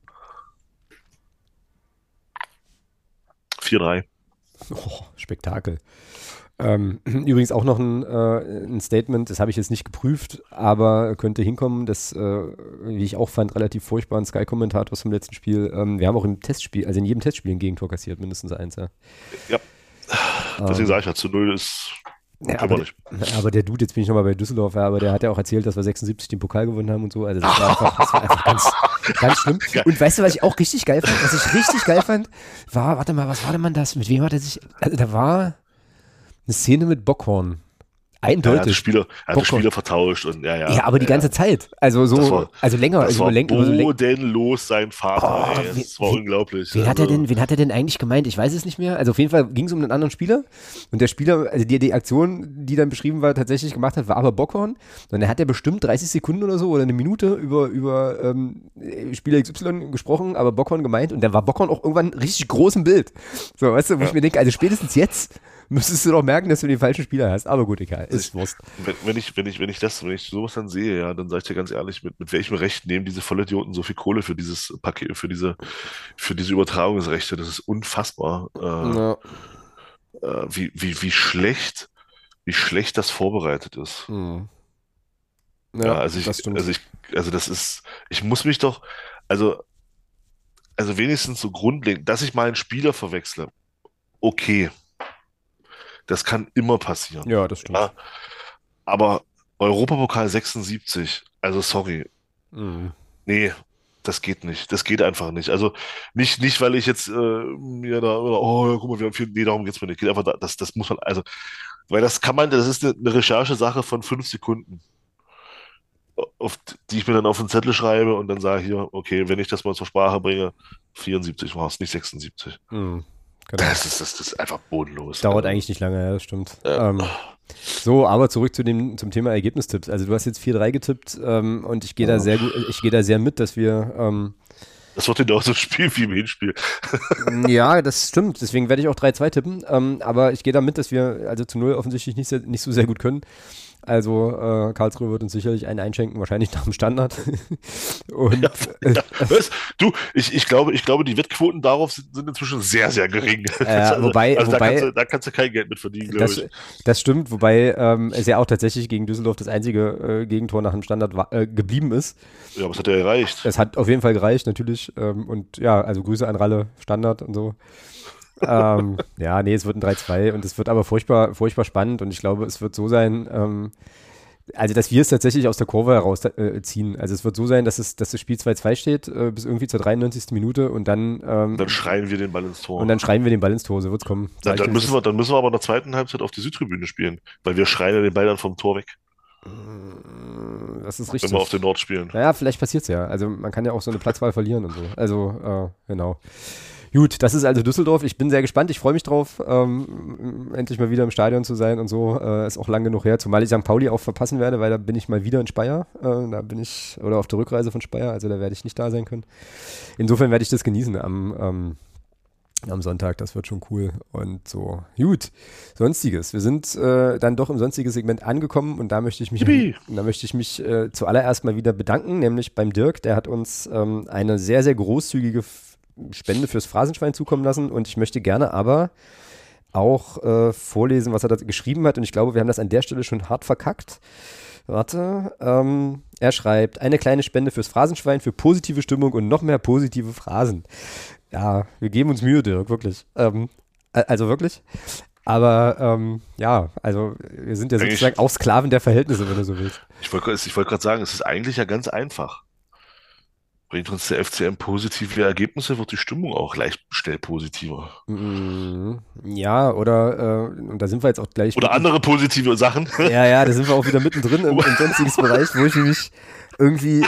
S2: 4-3.
S1: Oh, Spektakel. Übrigens auch noch ein Statement, das habe ich jetzt nicht geprüft, aber könnte hinkommen, das, wie ich auch fand, relativ furchtbaren Sky-Kommentators vom letzten Spiel. Wir haben auch im Testspiel, also in jedem Testspiel ein Gegentor kassiert, mindestens 1. Ja,
S2: deswegen sage ich ja, zu 0 ist
S1: aber der Dude, jetzt bin ich nochmal bei Düsseldorf, aber der hat ja auch erzählt, dass wir 76 den Pokal gewonnen haben und so, also das war einfach ganz schlimm. Und weißt du, was ich auch richtig geil fand? Was ich richtig geil fand, war, warte mal, was war denn das? Mit wem hat er sich, also da war eine Szene mit Bockhorn. Eindeutig.
S2: Er hat die Spieler vertauscht und
S1: Ja, aber die ganze Zeit. Also länger.
S2: Das war bodenlos sein Vater. Das war unglaublich.
S1: Wen hat er denn eigentlich gemeint? Ich weiß es nicht mehr. Also auf jeden Fall ging es um einen anderen Spieler und der Spieler, also die Aktion, die dann beschrieben war, tatsächlich gemacht hat, war aber Bockhorn. Und dann hat er bestimmt 30 Sekunden oder so oder eine Minute über Spieler XY gesprochen, aber Bockhorn gemeint und dann war Bockhorn auch irgendwann richtig groß im Bild. So, weißt du, wo ich mir denke, also spätestens jetzt müsstest du doch merken, dass du den falschen Spieler hast. Aber gut, egal, ist Wurst.
S2: Wenn ich sowas dann sehe, ja, dann sage ich dir ganz ehrlich, mit welchem Recht nehmen diese Vollidioten so viel Kohle für dieses Paket, für diese Übertragungsrechte? Das ist unfassbar. Wie schlecht das vorbereitet ist.
S1: Mhm.
S2: Ja, ich muss mich doch, also wenigstens so grundlegend, dass ich mal einen Spieler verwechsle. Okay. Das kann immer passieren.
S1: Ja, das stimmt. Ja,
S2: aber Europapokal 76, also sorry.
S1: Mhm.
S2: Nee, das geht nicht. Das geht einfach nicht. Also nicht weil ich jetzt mir da, guck mal, wir haben viel, nee, darum geht's mir nicht. Geht einfach, das muss man, also, weil das ist eine Recherchesache von 5 Sekunden, die ich mir dann auf den Zettel schreibe und dann sage hier, okay, wenn ich das mal zur Sprache bringe, 74 war es, nicht 76.
S1: Mhm. Genau.
S2: Das ist einfach bodenlos.
S1: Dauert eigentlich nicht lange, ja, das stimmt. So, aber zurück zum Thema Ergebnistipps. Also du hast jetzt 4-3 getippt und ich gehe da sehr mit, dass wir
S2: das wird genauso ein Spiel wie im Hinspiel.
S1: Ja, das stimmt. Deswegen werde ich auch 3-2 tippen. Aber ich gehe da mit, dass wir also zu 0 offensichtlich nicht so sehr gut können. Also Karlsruhe wird uns sicherlich einen einschenken, wahrscheinlich nach dem Standard. Und,
S2: Du, ich glaube, die Wettquoten darauf sind inzwischen sehr, sehr gering. Da kannst du kein Geld mit verdienen, glaube ich.
S1: Das stimmt, wobei es ja auch tatsächlich gegen Düsseldorf das einzige Gegentor nach dem Standard geblieben ist.
S2: Ja, aber es hat ja gereicht.
S1: Es hat auf jeden Fall gereicht, natürlich. Und ja, also Grüße an Ralle, Standard und so. Ja, nee, es wird ein 3-2 und es wird aber furchtbar, furchtbar spannend und ich glaube, es wird so sein, also dass wir es tatsächlich aus der Kurve herausziehen. Also es wird so sein, dass das Spiel 2-2 steht bis irgendwie zur 93. Minute und dann
S2: dann schreien wir den Ball ins Tor.
S1: Und dann schreien wir den Ball ins Or, so wird es kommen.
S2: Dann müssen wir aber in der zweiten Halbzeit auf die Südtribüne spielen, weil wir schreien ja den Ball dann vom Tor weg.
S1: Das ist richtig.
S2: Wenn wir auf den Nord spielen.
S1: Naja, vielleicht passiert es ja. Also man kann ja auch so eine Platzwahl verlieren und so. Also, genau. Gut, das ist also Düsseldorf. Ich bin sehr gespannt. Ich freue mich drauf, endlich mal wieder im Stadion zu sein und so. Ist auch lang genug her, zumal ich St. Pauli auch verpassen werde, weil da bin ich mal wieder in Speyer. Da bin ich, oder auf der Rückreise von Speyer, also da werde ich nicht da sein können. Insofern werde ich das genießen am Sonntag, das wird schon cool und so. Gut, Sonstiges. Wir sind dann doch im sonstigen Segment angekommen und da möchte ich mich zuallererst mal wieder bedanken, nämlich beim Dirk, der hat uns eine sehr, sehr großzügige Spende fürs Phrasenschwein zukommen lassen und ich möchte gerne aber auch vorlesen, was er da geschrieben hat. Und ich glaube, wir haben das an der Stelle schon hart verkackt. Warte. Er schreibt, eine kleine Spende fürs Phrasenschwein, für positive Stimmung und noch mehr positive Phrasen. Ja, wir geben uns Mühe, Dirk, wirklich. Also wirklich. Aber ja, also wir sind ja sozusagen auch Sklaven der Verhältnisse, wenn du so willst.
S2: Ich wollte gerade sagen, es ist eigentlich ja ganz einfach. Bringt uns der FCM positive Ergebnisse, wird die Stimmung auch leicht schnell positiver.
S1: Ja, oder, und da sind wir jetzt auch gleich.
S2: Oder andere positive Sachen.
S1: Ja, da sind wir auch wieder mittendrin im sonstiges Bereich, wo ich nämlich irgendwie,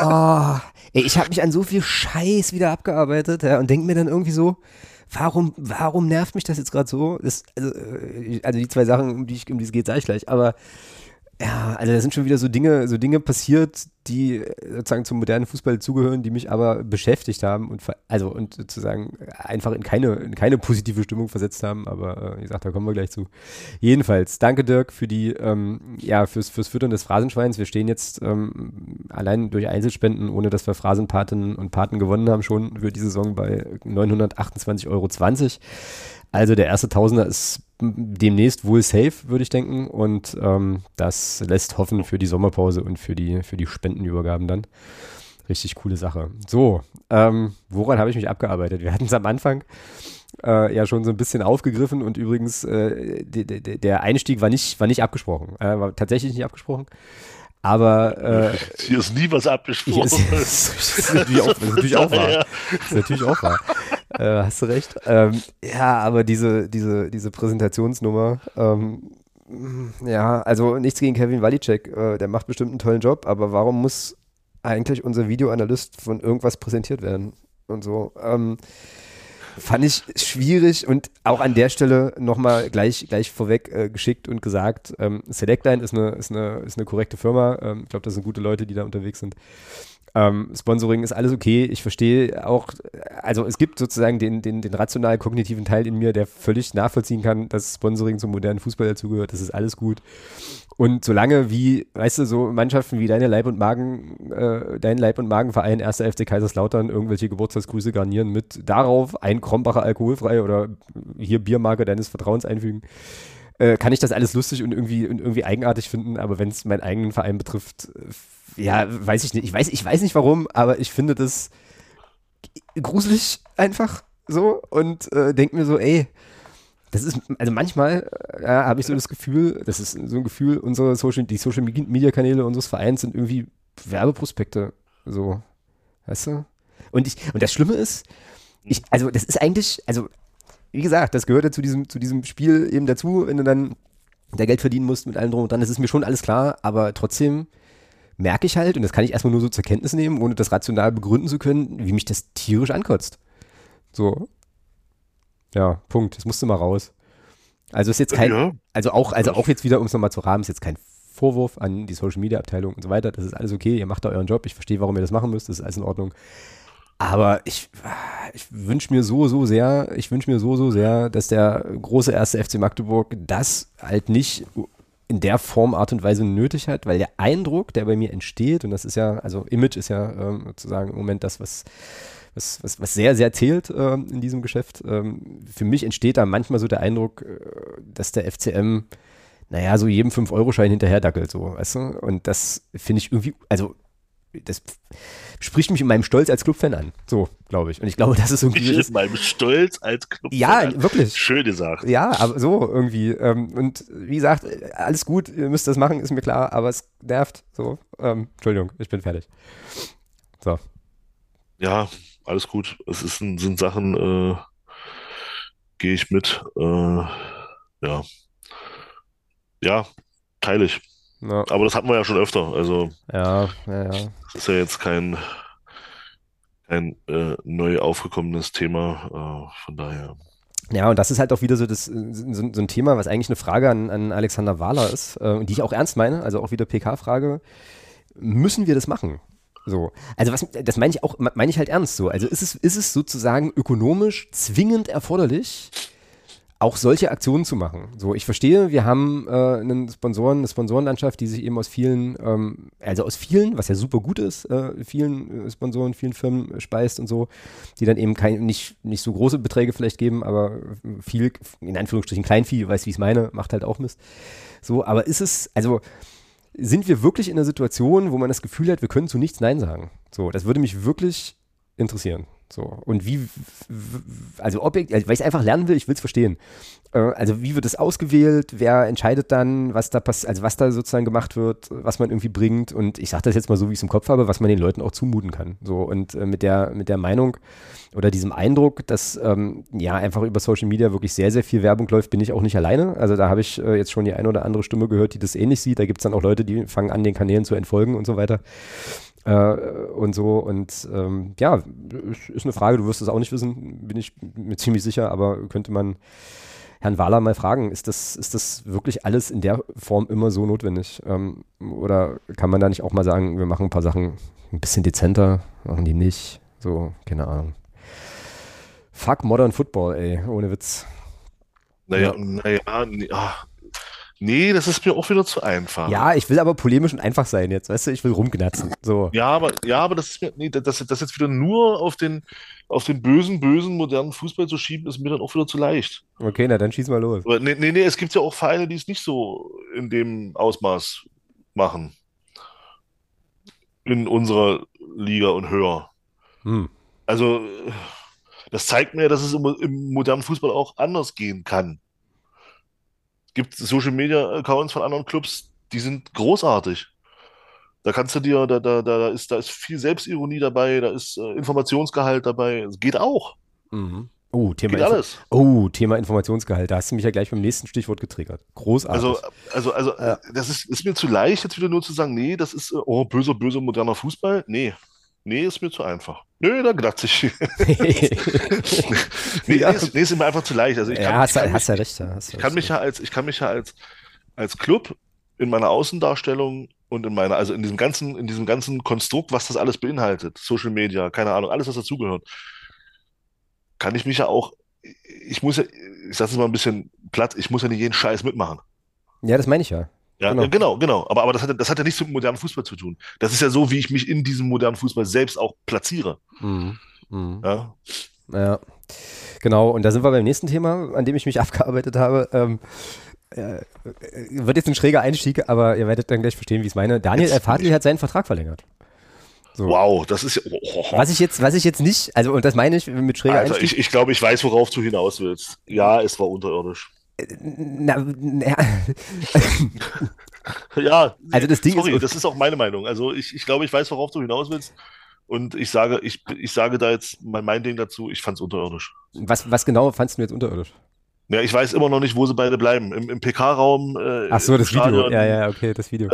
S1: ich habe mich an so viel Scheiß wieder abgearbeitet, ja, und denke mir dann irgendwie so, warum nervt mich das jetzt gerade so? Also die zwei Sachen, um die es geht, sage ich gleich, aber ja, also da sind schon wieder so Dinge passiert, die sozusagen zum modernen Fußball zugehören, die mich aber beschäftigt haben und sozusagen einfach in keine positive Stimmung versetzt haben, aber wie gesagt, da kommen wir gleich zu. Jedenfalls, danke Dirk für fürs Füttern des Phrasenschweins. Wir stehen jetzt allein durch Einzelspenden, ohne dass wir Phrasenpatinnen und Paten gewonnen haben, schon für die Saison bei 928,20 €. Also der erste Tausender ist demnächst wohl safe, würde ich denken. Und das lässt hoffen für die Sommerpause und für die Spendenübergaben dann. Richtig coole Sache. So, woran habe ich mich abgearbeitet? Wir hatten es am Anfang ja schon so ein bisschen aufgegriffen und übrigens der Einstieg war nicht abgesprochen. War tatsächlich nicht abgesprochen. Aber
S2: hier ist nie was abgesprochen.
S1: Das ist natürlich auch wahr.
S2: Ja.
S1: Das ist natürlich auch wahr. Hast du recht. Ja, aber diese Präsentationsnummer, ja, also nichts gegen Kevin Wallicek, der macht bestimmt einen tollen Job, aber warum muss eigentlich unser Videoanalyst von irgendwas präsentiert werden und so? Fand ich schwierig und auch an der Stelle nochmal gleich vorweg geschickt und gesagt, Selectline ist eine korrekte Firma. Ich glaube, das sind gute Leute, die da unterwegs sind. Sponsoring ist alles okay. Ich verstehe auch, also es gibt sozusagen den rational-kognitiven Teil in mir, der völlig nachvollziehen kann, dass Sponsoring zum modernen Fußball dazugehört. Das ist alles gut. Und solange weißt du, so Mannschaften wie dein Leib- und Magenverein 1. FC Kaiserslautern irgendwelche Geburtstagsgrüße garnieren mit darauf ein Krombacher alkoholfrei oder hier Biermarke deines Vertrauens einfügen, kann ich das alles lustig und irgendwie eigenartig finden, aber wenn es meinen eigenen Verein betrifft, ja, weiß ich nicht. Ich weiß nicht warum, aber ich finde das gruselig einfach so und denke mir so, ey, das ist, also manchmal habe ich so das Gefühl, das ist so ein Gefühl, die Social Media Kanäle unseres Vereins sind irgendwie Werbeprospekte, so, weißt du? Und das Schlimme ist, also das ist eigentlich, also wie gesagt, das gehört ja zu diesem Spiel eben dazu, wenn du dann da Geld verdienen musst mit allem drum und dran, das ist mir schon alles klar, aber trotzdem merke ich halt, und das kann ich erstmal nur so zur Kenntnis nehmen, ohne das rational begründen zu können, wie mich das tierisch ankotzt. So. Ja, Punkt. Das musste mal raus. Also ist jetzt kein, also auch jetzt wieder, um es nochmal zu rahmen, ist jetzt kein Vorwurf an die Social Media Abteilung und so weiter. Das ist alles okay, ihr macht da euren Job, ich verstehe, warum ihr das machen müsst, das ist alles in Ordnung. Aber ich wünsche mir so sehr, dass der große erste FC Magdeburg das halt nicht in der Form, Art und Weise nötig hat, weil der Eindruck, der bei mir entsteht, und das ist ja, also Image ist ja sozusagen im Moment das, was sehr, sehr zählt in diesem Geschäft. Für mich entsteht da manchmal so der Eindruck, dass der FCM, naja, so jedem 5-Euro-Schein hinterherdackelt, so, weißt du? Und das finde ich irgendwie, also das spricht mich in meinem Stolz als Clubfan an, so, glaube ich. Und ich glaube, das ist irgendwie...
S2: In meinem Stolz als Clubfan
S1: ja,
S2: an.
S1: Wirklich.
S2: Schön gesagt.
S1: Ja, aber so irgendwie. Und wie gesagt, alles gut, ihr müsst das machen, ist mir klar, aber es nervt, so. Entschuldigung, ich bin fertig. So.
S2: Ja, alles gut. Es sind Sachen, gehe ich mit. Ja. Ja, teile ich.
S1: Ja.
S2: Aber das hatten wir ja schon öfter. Also,
S1: Ja.
S2: das ist ja jetzt kein neu aufgekommenes Thema. Von daher.
S1: Ja, und das ist halt auch wieder so ein Thema, was eigentlich eine Frage an Alexander Wahler ist, und die ich auch ernst meine, also auch wieder PK-Frage. Müssen wir das machen? So. Also das meine ich halt ernst so. Also ist es sozusagen ökonomisch zwingend erforderlich, auch solche Aktionen zu machen. So, ich verstehe, wir haben eine Sponsorenlandschaft, die sich eben aus vielen, was ja super gut ist, vielen Sponsoren, vielen Firmen speist und so, die dann eben nicht so große Beträge vielleicht geben, aber viel, in Anführungsstrichen Kleinvieh, weiß wie ich es meine, macht halt auch Mist. So, aber sind wir wirklich in einer Situation, wo man das Gefühl hat, wir können zu nichts Nein sagen? So, das würde mich wirklich interessieren. So, und weil ich es einfach lernen will, ich will es verstehen. Also wie wird es ausgewählt, wer entscheidet dann, was da was da sozusagen gemacht wird, was man irgendwie bringt, und ich sage das jetzt mal so, wie ich es im Kopf habe, was man den Leuten auch zumuten kann. So, und mit der Meinung oder diesem Eindruck, dass einfach über Social Media wirklich sehr, sehr viel Werbung läuft, bin ich auch nicht alleine. Also da habe ich jetzt schon die eine oder andere Stimme gehört, die das ähnlich sieht. Da gibt es dann auch Leute, die fangen an, den Kanälen zu entfolgen und so weiter. Und so, und ist eine Frage, du wirst es auch nicht wissen, bin ich mir ziemlich sicher, aber könnte man Herrn Wahler mal fragen, ist das wirklich alles in der Form immer so notwendig? Oder kann man da nicht auch mal sagen, wir machen ein paar Sachen ein bisschen dezenter, machen die nicht? So, keine Ahnung. Fuck Modern Football, ey, ohne Witz.
S2: Nee, das ist mir auch wieder zu einfach.
S1: Ja, ich will aber polemisch und einfach sein jetzt, weißt du, ich will rumgnatzen. So.
S2: Ja, aber das ist mir, das jetzt wieder nur auf den bösen, modernen Fußball zu schieben, ist mir dann auch wieder zu leicht.
S1: Okay, na dann schieß mal los.
S2: Aber nee, es gibt ja auch Vereine, die es nicht so in dem Ausmaß machen. In unserer Liga und höher. Also, das zeigt mir, dass es im modernen Fußball auch anders gehen kann. Es gibt Social Media Accounts von anderen Clubs, die sind großartig. Da kannst du dir, da ist viel Selbstironie dabei, da ist Informationsgehalt dabei. Es geht auch.
S1: Mhm.
S2: Geht alles.
S1: Thema Informationsgehalt. Da hast du mich ja gleich beim nächsten Stichwort getriggert. Großartig.
S2: Also das ist mir zu leicht, jetzt wieder nur zu sagen, nee, das ist böser, moderner Fußball. Nee, ist mir zu einfach. Nö, da glatze ich. Ist mir einfach zu leicht. Also
S1: hast ja recht.
S2: Ich kann mich ja als Club in meiner Außendarstellung und in diesem ganzen Konstrukt, was das alles beinhaltet, Social Media, keine Ahnung, alles, was dazugehört, kann ich mich ja auch, ich sag es mal ein bisschen platt, ich muss ja nicht jeden Scheiß mitmachen.
S1: Ja, das meine ich ja.
S2: Ja, genau. Aber das hat ja nichts mit modernem Fußball zu tun. Das ist ja so, wie ich mich in diesem modernen Fußball selbst auch platziere. Ja.
S1: Ja, genau. Und da sind wir beim nächsten Thema, an dem ich mich abgearbeitet habe. Wird jetzt ein schräger Einstieg, aber ihr werdet dann gleich verstehen, wie ich es meine. Daniel El-Fadli hat seinen Vertrag verlängert. So.
S2: Wow, das ist ja.
S1: Was ich jetzt nicht, also, und das meine ich mit schräger
S2: Alter,
S1: Einstieg.
S2: Ich glaube, ich weiß, worauf du hinaus willst. Ja, es war unterirdisch. Ja,
S1: also das Ding
S2: sorry,
S1: ist,
S2: das ist auch meine Meinung. Also ich glaube, ich weiß, worauf du hinaus willst. Und ich sage da jetzt mal mein Ding dazu, ich fand es unterirdisch.
S1: Was genau fandst du jetzt unterirdisch?
S2: Ja, ich weiß immer noch nicht, wo sie beide bleiben. Im PK-Raum.
S1: Ach so, das Video. Ja, okay, das Video.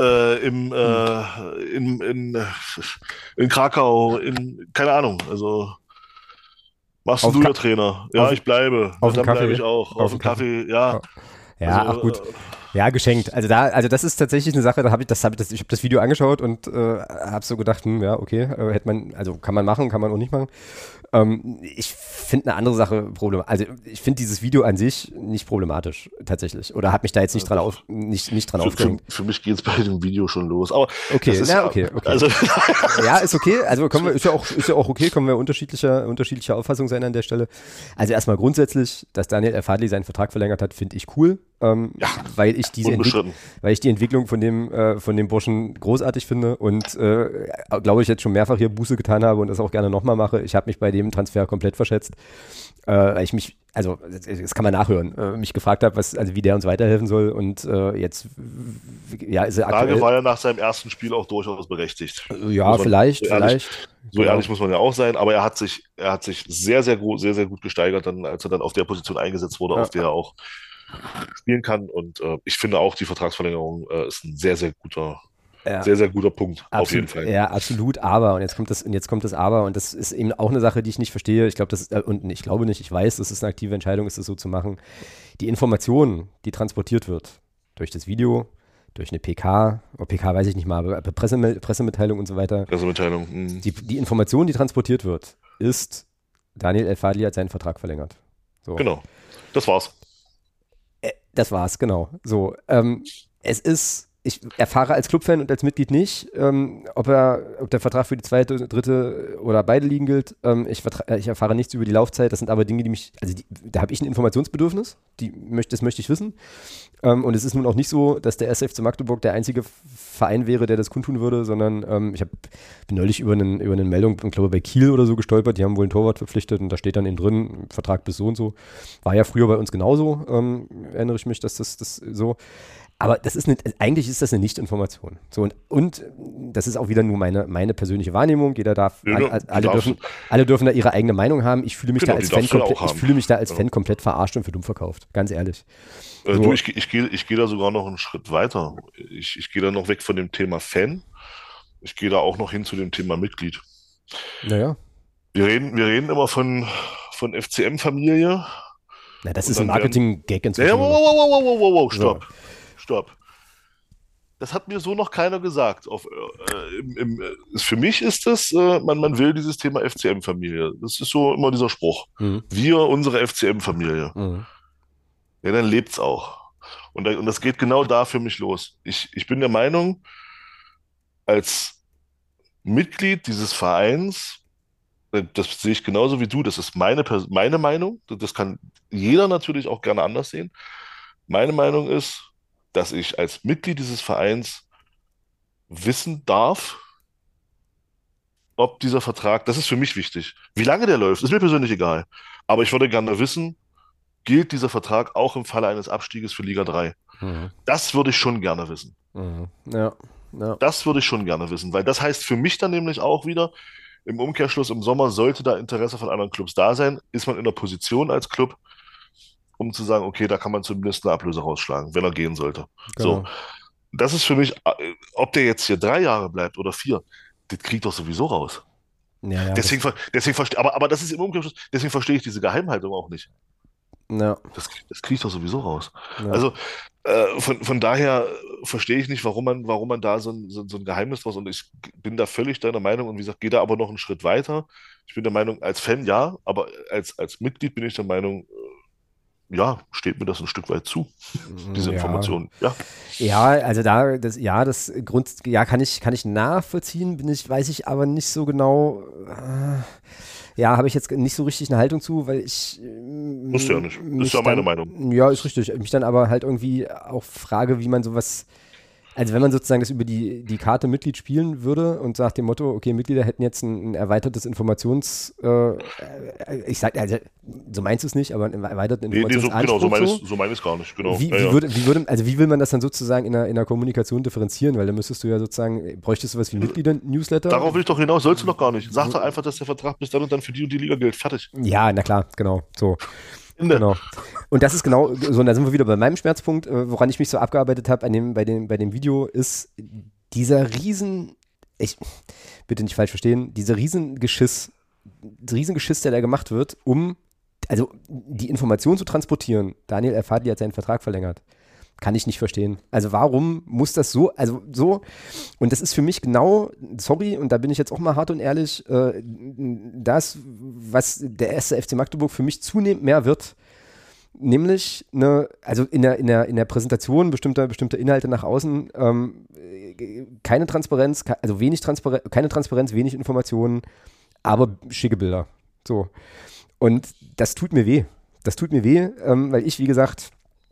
S2: In Krakau, keine Ahnung. Also machst du der Trainer? Ja, ich bleibe.
S1: Auf
S2: dann
S1: dem Kaffee.
S2: Bleibe ich auch. Auf dem Kaffee, ja.
S1: Ja,
S2: also,
S1: ach gut. Ja, geschenkt. Also das ist tatsächlich eine Sache, ich habe das Video angeschaut und habe so gedacht, ja, okay, kann man machen, kann man auch nicht machen. Ich finde eine andere Sache problematisch. Also ich finde dieses Video an sich nicht problematisch, tatsächlich. Oder habe mich da jetzt nicht dran aufgehängt.
S2: Für mich geht es bei dem Video schon los. Aber
S1: okay, okay.
S2: Also
S1: ja, ist okay. Also ist ja auch okay, können wir unterschiedlicher Auffassung sein an der Stelle. Also erstmal grundsätzlich, dass Daniel El-Fadli seinen Vertrag verlängert hat, finde ich cool. Weil ich die Entwicklung von dem Burschen großartig finde und glaube ich jetzt schon mehrfach hier Buße getan habe und das auch gerne nochmal mache. Ich habe mich bei dem Transfer komplett verschätzt, weil ich mich, also das kann man nachhören, mich gefragt habe, wie der uns weiterhelfen soll und jetzt ist er aktuell.
S2: Die Frage war ja nach seinem ersten Spiel auch durchaus berechtigt.
S1: Ja, vielleicht.
S2: So ehrlich muss man ja auch sein, aber er hat sich sehr, sehr gut gesteigert, als er dann auf der Position eingesetzt wurde, auf der er auch spielen kann. Und ich finde auch, die Vertragsverlängerung ist ein sehr, sehr guter Punkt,
S1: absolut,
S2: auf jeden Fall.
S1: Ja, absolut, aber, und jetzt kommt das Aber, und das ist eben auch eine Sache, die ich nicht verstehe. Ich glaube, ich weiß, das ist eine aktive Entscheidung, ist das so zu machen. Die Information, die transportiert wird, durch das Video, durch eine PK weiß ich nicht mal, aber Pressemitteilung und so weiter.
S2: Pressemitteilung.
S1: Die Information, die transportiert wird, ist, Daniel El-Fadli hat seinen Vertrag verlängert. So.
S2: Genau, das war's.
S1: Das war's, genau. So, es ist, ich erfahre als Clubfan und als Mitglied nicht, ob der Vertrag für die zweite, dritte oder beide Ligen gilt. Ich erfahre nichts über die Laufzeit. Das sind aber Dinge, da habe ich ein Informationsbedürfnis. Das möchte ich wissen. Und es ist nun auch nicht so, dass der 1. FC Magdeburg der einzige Verein wäre, der das kundtun würde, sondern bin neulich über eine Meldung, ich glaube bei Kiel oder so gestolpert. Die haben wohl einen Torwart verpflichtet und da steht dann eben drin, Vertrag bis so und so. War ja früher bei uns genauso, erinnere ich mich, dass das so. Aber eigentlich ist das eine Nicht-Information. So, und das ist auch wieder nur meine persönliche Wahrnehmung. Jeder darf, alle dürfen da ihre eigene Meinung haben. Ich fühle mich da als Fan komplett verarscht und für dumm verkauft. Ganz ehrlich.
S2: Du, ich gehe da sogar noch einen Schritt weiter. Ich gehe da noch weg von dem Thema Fan. Ich gehe da auch noch hin zu dem Thema Mitglied.
S1: Naja.
S2: Wir reden immer von FCM-Familie.
S1: Na, das ist ein Marketing-Gag inzwischen.
S2: Ja, wow, stopp. So. Stopp. Das hat mir so noch keiner gesagt. Für mich ist das, man will dieses Thema FCM-Familie. Das ist so immer dieser Spruch. Wir, unsere FCM-Familie. Ja, dann lebt's auch. Und das geht genau da für mich los. Ich bin der Meinung, als Mitglied dieses Vereins, das sehe ich genauso wie du, das ist meine Meinung, das kann jeder natürlich auch gerne anders sehen. Meine Meinung ist, dass ich als Mitglied dieses Vereins wissen darf, ob dieser Vertrag, das ist für mich wichtig. Wie lange der läuft, ist mir persönlich egal. Aber ich würde gerne wissen, gilt dieser Vertrag auch im Falle eines Abstieges für Liga 3? Das würde ich schon gerne wissen.
S1: Ja.
S2: Das würde ich schon gerne wissen, weil das heißt für mich dann nämlich auch wieder, im Umkehrschluss im Sommer sollte da Interesse von anderen Clubs da sein, ist man in der Position als Club, um zu sagen, okay, da kann man zumindest eine Ablöse rausschlagen, wenn er gehen sollte.
S1: Genau.
S2: So, das ist für mich, ob der jetzt hier 3 Jahre bleibt oder 4, das kriegt doch sowieso raus.
S1: Ja,
S2: deswegen aber das ist im Umkehrschluss, deswegen verstehe ich diese Geheimhaltung auch nicht.
S1: Ja.
S2: Das kriege ich doch sowieso raus.
S1: Ja.
S2: Also von daher verstehe ich nicht, warum man da so ein Geheimnis draus, und ich bin da völlig deiner Meinung und wie gesagt, gehe da aber noch einen Schritt weiter. Ich bin der Meinung, als Fan ja, aber als Mitglied bin ich der Meinung, ja, steht mir das ein Stück weit zu, diese Informationen.
S1: Ja, also kann ich nachvollziehen, weiß ich aber nicht so genau. Habe ich jetzt nicht so richtig eine Haltung zu, weil ich
S2: musst du ja nicht. Ist ja meine Meinung.
S1: Ja, ist richtig. Mich dann aber halt irgendwie auch frage, wie man sowas, also wenn man sozusagen das über die Karte Mitglied spielen würde und sagt dem Motto, okay, Mitglieder hätten jetzt ein erweitertes ich sag, also so meinst du es nicht, aber einen erweiterten Informationsanspruch.
S2: Genau, so meine ich es gar nicht. Genau.
S1: Wie will man das dann sozusagen in der Kommunikation differenzieren? Weil dann müsstest du ja sozusagen, bräuchtest du was wie Mitglieder-Newsletter?
S2: Darauf will ich doch hinaus, sollst du noch gar nicht. Sag doch einfach, dass der Vertrag bis dann und dann für die und die Liga gilt. Fertig.
S1: Ja, na klar, genau. So. Genau. Und das ist genau so, und da sind wir wieder bei meinem Schmerzpunkt, woran ich mich so abgearbeitet habe bei dem Video, ist dieser bitte nicht falsch verstehen, dieser Riesengeschiss, der da gemacht wird, also die Information zu transportieren. Daniel El-Fadli hat seinen Vertrag verlängert. Kann ich nicht verstehen. Also warum muss das so, und das ist für mich genau, sorry, und da bin ich jetzt auch mal hart und ehrlich, das, was der 1. FC Magdeburg für mich zunehmend mehr wird, nämlich in der Präsentation bestimmter Inhalte nach außen, keine Transparenz, also keine Transparenz, wenig Informationen, aber schicke Bilder. So. Und das tut mir weh. Weil ich, wie gesagt,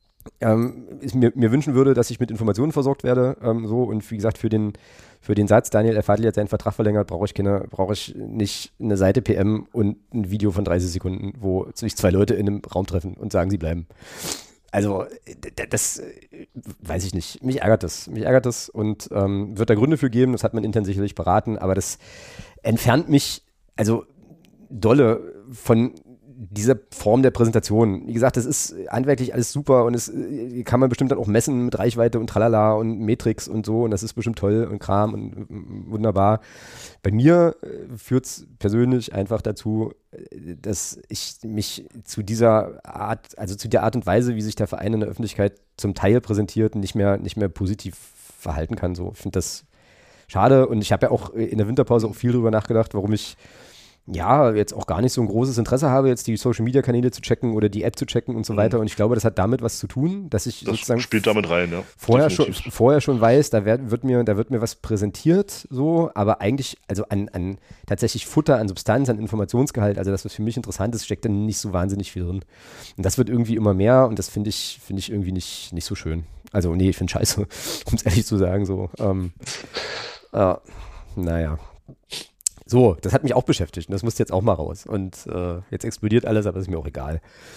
S1: mir wünschen würde, dass ich mit Informationen versorgt werde, und wie gesagt, für den Satz, Daniel El-Fadli hat seinen Vertrag verlängert, brauche ich nicht eine Seite PM und ein Video von 30 Sekunden, wo sich 2 Leute in einem Raum treffen und sagen, sie bleiben. Also, das weiß ich nicht. Mich ärgert das und wird da Gründe für geben, das hat man intern sicherlich beraten, aber das entfernt mich, also dolle von dieser Form der Präsentation. Wie gesagt, das ist handwerklich alles super und es kann man bestimmt dann auch messen mit Reichweite und Tralala und Matrix und so und das ist bestimmt toll und Kram und wunderbar. Bei mir führt es persönlich einfach dazu, dass ich mich zu der Art und Weise, wie sich der Verein in der Öffentlichkeit zum Teil präsentiert, nicht mehr positiv verhalten kann. So, ich finde das schade und ich habe ja auch in der Winterpause auch viel drüber nachgedacht, warum ich ja, jetzt auch gar nicht so ein großes Interesse habe, jetzt die Social-Media-Kanäle zu checken oder die App zu checken und so weiter. Und ich glaube, das hat damit was zu tun, dass ich
S2: Das
S1: sozusagen
S2: spielt damit rein, ja.
S1: vorher
S2: Definitiv.
S1: schon weiß, da wird mir was präsentiert, so, aber eigentlich, also an tatsächlich Futter, an Substanz, an Informationsgehalt, also das, was für mich interessant ist, steckt da nicht so wahnsinnig viel drin. Und das wird irgendwie immer mehr und das finde ich irgendwie nicht so schön. Also, nee, ich finde scheiße, um es ehrlich zu sagen, so. Naja. So, das hat mich auch beschäftigt und das musste jetzt auch mal raus. Und jetzt explodiert alles, aber ist mir auch egal.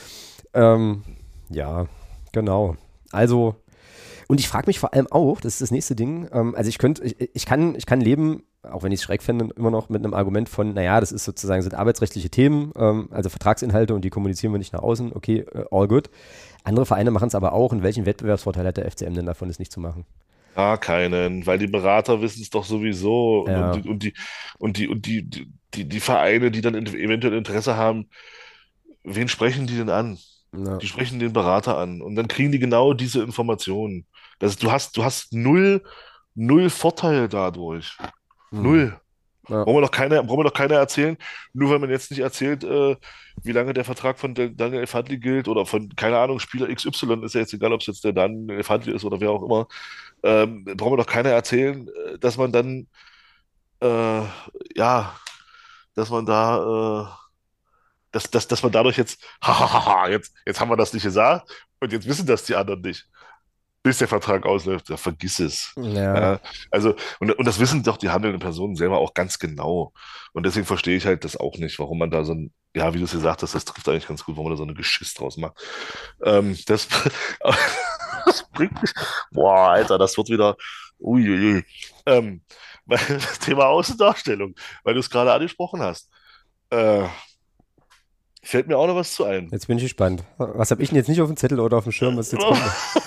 S1: Ja, genau. Also, und ich frage mich vor allem auch, das ist das nächste Ding, also ich kann leben, auch wenn ich es schräg finde, immer noch mit einem Argument von, naja, das ist sozusagen, sind arbeitsrechtliche Themen, also Vertragsinhalte und die kommunizieren wir nicht nach außen, okay, all good. Andere Vereine machen es aber auch und welchen Wettbewerbsvorteil hat der FCM denn davon, es nicht zu machen?
S2: Ja, keinen, weil die Berater wissen es doch sowieso
S1: Ja.
S2: und die Vereine, die dann eventuell Interesse haben, wen sprechen die denn an?
S1: Ja.
S2: Die sprechen den Berater an und dann kriegen die genau diese Informationen. Du hast null Vorteil dadurch. Null.
S1: Ja.
S2: Brauchen wir doch keiner erzählen, nur weil man jetzt nicht erzählt, wie lange der Vertrag von Daniel Elfadli gilt oder von, keine Ahnung, Spieler XY, ist ja jetzt egal, ob es jetzt der Daniel Elfadli ist oder wer auch immer, brauchen wir doch keiner erzählen, dass man dann, äh, ja, dass man da, dass man dadurch jetzt, hahaha, jetzt haben wir das nicht gesagt und jetzt wissen das die anderen nicht, bis der Vertrag ausläuft. Ja, vergiss es.
S1: Ja.
S2: Ja, also, und das wissen doch die handelnden Personen selber auch ganz genau. Und deswegen verstehe ich halt das auch nicht, warum man da so ein, ja, wie du es gesagt hast, das trifft eigentlich ganz gut, warum man da so eine Geschiss draus macht. Das, das bringt mich, boah, Alter, das wird wieder, uiuiui. Das Thema Außendarstellung, weil du es gerade angesprochen hast. Äh, Fällt mir auch noch was zu ein.
S1: Jetzt bin ich gespannt. Was habe ich denn jetzt nicht auf dem Zettel oder auf dem Schirm, was jetzt kommt?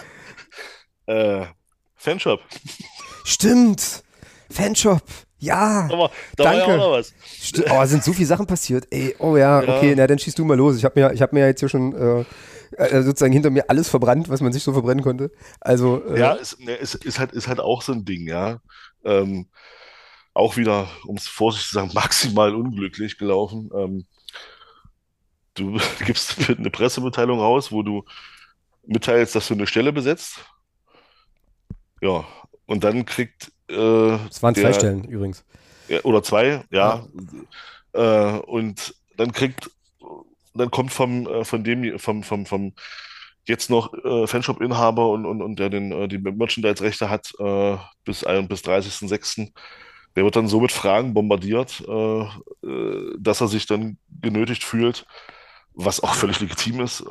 S2: Fanshop.
S1: Stimmt! Fanshop! Ja!
S2: Da war ja
S1: Danke.
S2: auch noch was.
S1: Oh, sind so viele Sachen passiert. Ey, oh ja,
S2: Ja.
S1: okay, na dann schießt du mal los. Ich hab mir jetzt hier schon sozusagen hinter mir alles verbrannt, was man sich so verbrennen konnte. Also,
S2: Ja, ist halt auch so ein Ding, ja. Auch wieder, um es vorsichtig zu sagen, maximal unglücklich gelaufen. Du gibst eine Pressemitteilung raus, wo du mitteilst, dass du eine Stelle besetzt. Ja, und dann kriegt
S1: es waren 2
S2: der,
S1: Stellen übrigens.
S2: ja, oder 2, ja. Und dann kommt vom jetzt noch Fanshop-Inhaber und der die Merchandise-Rechte hat bis 30.06. Der wird dann so mit Fragen bombardiert, dass er sich dann genötigt fühlt, was auch völlig legitim ist,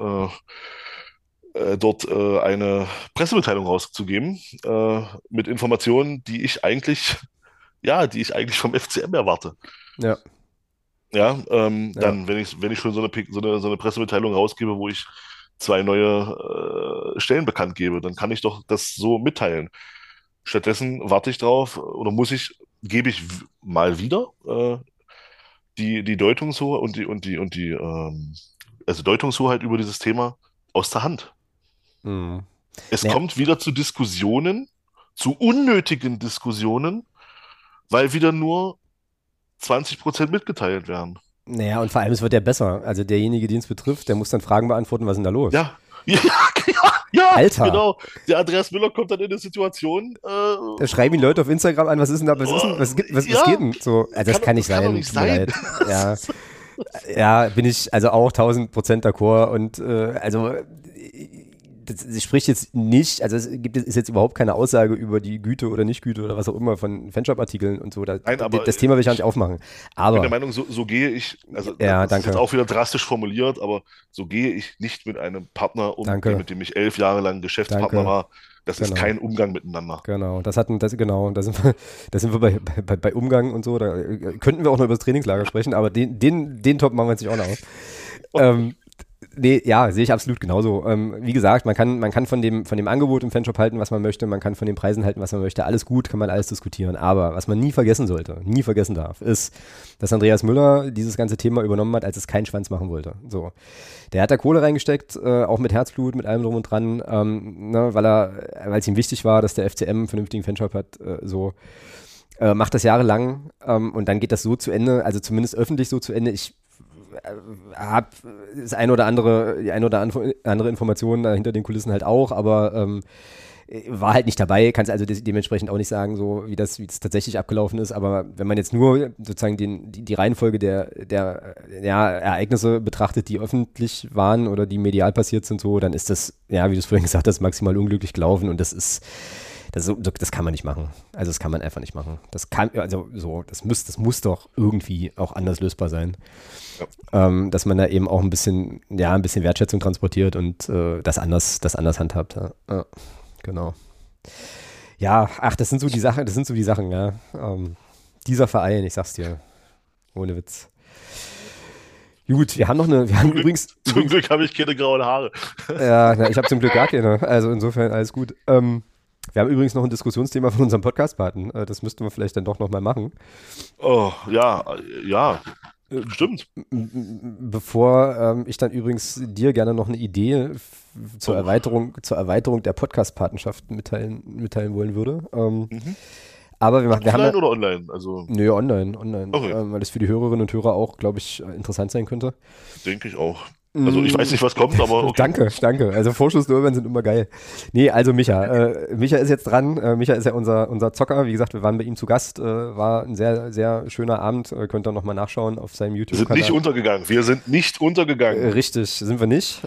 S2: dort eine Pressemitteilung rauszugeben mit Informationen, die ich eigentlich vom FCM erwarte.
S1: Ja.
S2: Ja,
S1: Ja.
S2: dann, wenn ich schon so eine Pressemitteilung rausgebe, wo ich 2 neue Stellen bekannt gebe, dann kann ich doch das so mitteilen. Stattdessen warte ich drauf oder gebe ich mal wieder die Deutungshoheit also Deutungshoheit über dieses Thema aus der Hand.
S1: Mhm.
S2: Es
S1: Naja.
S2: kommt wieder zu Diskussionen, zu unnötigen Diskussionen, weil wieder nur 20% mitgeteilt werden.
S1: Naja, und vor allem, es wird ja besser. Also derjenige, den es betrifft, der muss dann Fragen beantworten, was ist denn da los?
S2: Ja, ja,
S1: Alter.
S2: genau. Der Andreas Müller kommt dann in eine Situation,
S1: Da schreiben ihn Leute auf Instagram an, was ist denn da, was geht denn? So, also das kann nicht
S2: kann
S1: sein.
S2: doch nicht
S1: Tut mir
S2: sein.
S1: leid. Ja. Ja, bin ich also auch 1000% d'accord und also das spricht jetzt nicht, also ist jetzt überhaupt keine Aussage über die Güte oder Nicht-Güte oder was auch immer von Fanshop-Artikeln und so.
S2: Nein, aber
S1: das Thema will ich gar nicht aufmachen.
S2: Ich bin
S1: Aber
S2: der Meinung, so gehe ich, also
S1: Ja,
S2: das ist
S1: danke.
S2: jetzt auch wieder drastisch formuliert, aber so gehe ich nicht mit einem Partner um,
S1: Danke.
S2: mit dem ich 11 Jahre lang Geschäftspartner
S1: Danke.
S2: war. Das ist
S1: Genau.
S2: kein Umgang miteinander.
S1: genau, da sind wir bei Umgang und so. Da könnten wir auch noch über das Trainingslager sprechen, aber den Top machen wir jetzt nicht auch noch auf. Nee, ja, sehe ich absolut genauso. Wie gesagt, man kann von dem Angebot im Fanshop halten, was man möchte, man kann von den Preisen halten, was man möchte, alles gut, kann man alles diskutieren. Aber was man nie vergessen darf, ist, dass Andreas Müller dieses ganze Thema übernommen hat, als es keinen Schwanz machen wollte. So. Der hat da Kohle reingesteckt, auch mit Herzblut, mit allem drum und dran, weil es ihm wichtig war, dass der FCM einen vernünftigen Fanshop hat, so. Macht das jahrelang und dann geht das so zu Ende, also zumindest öffentlich so zu Ende. Ich habe die eine oder andere Information da hinter den Kulissen halt auch, aber war halt nicht dabei, kann es also dementsprechend auch nicht sagen, so wie das tatsächlich abgelaufen ist, aber wenn man jetzt nur sozusagen die Reihenfolge der Ereignisse betrachtet, die öffentlich waren oder die medial passiert sind, so, dann ist das, ja, wie du es vorhin gesagt hast, maximal unglücklich gelaufen und das kann man nicht machen. Also das kann man einfach nicht machen. Das muss doch irgendwie auch anders lösbar sein. Ja. Dass man da eben auch ein bisschen Wertschätzung transportiert und das anders handhabt. Ja. Genau. Ja, das sind so die Sachen, ja. Dieser Verein, ich sag's dir. Ohne Witz. Gut, übrigens.
S2: Zum Glück habe ich keine grauen Haare.
S1: Ja, ich habe zum Glück gar keine. Also insofern alles gut. Wir haben übrigens noch ein Diskussionsthema von unserem Podcast-Paten. Das müssten wir vielleicht dann doch nochmal machen.
S2: Oh, ja, stimmt.
S1: Bevor ich dann übrigens dir gerne noch eine Idee zur Erweiterung der Podcast-Patenschaft mitteilen wollen würde. Aber wir haben
S2: Offline oder online? Also,
S1: nö, online.
S2: Okay.
S1: Weil das für die Hörerinnen und Hörer auch, glaube ich, interessant sein könnte.
S2: Denke ich auch. Also ich weiß nicht, was kommt, aber okay.
S1: Danke. Also Vorschusslorbeeren sind immer geil. Nee, also Micha. Micha ist jetzt dran. Micha ist ja unser Zocker. Wie gesagt, wir waren bei ihm zu Gast. War ein sehr, sehr schöner Abend. Könnt ihr nochmal nachschauen auf seinem YouTube-Kanal.
S2: Wir sind nicht untergegangen.
S1: Richtig, sind wir nicht.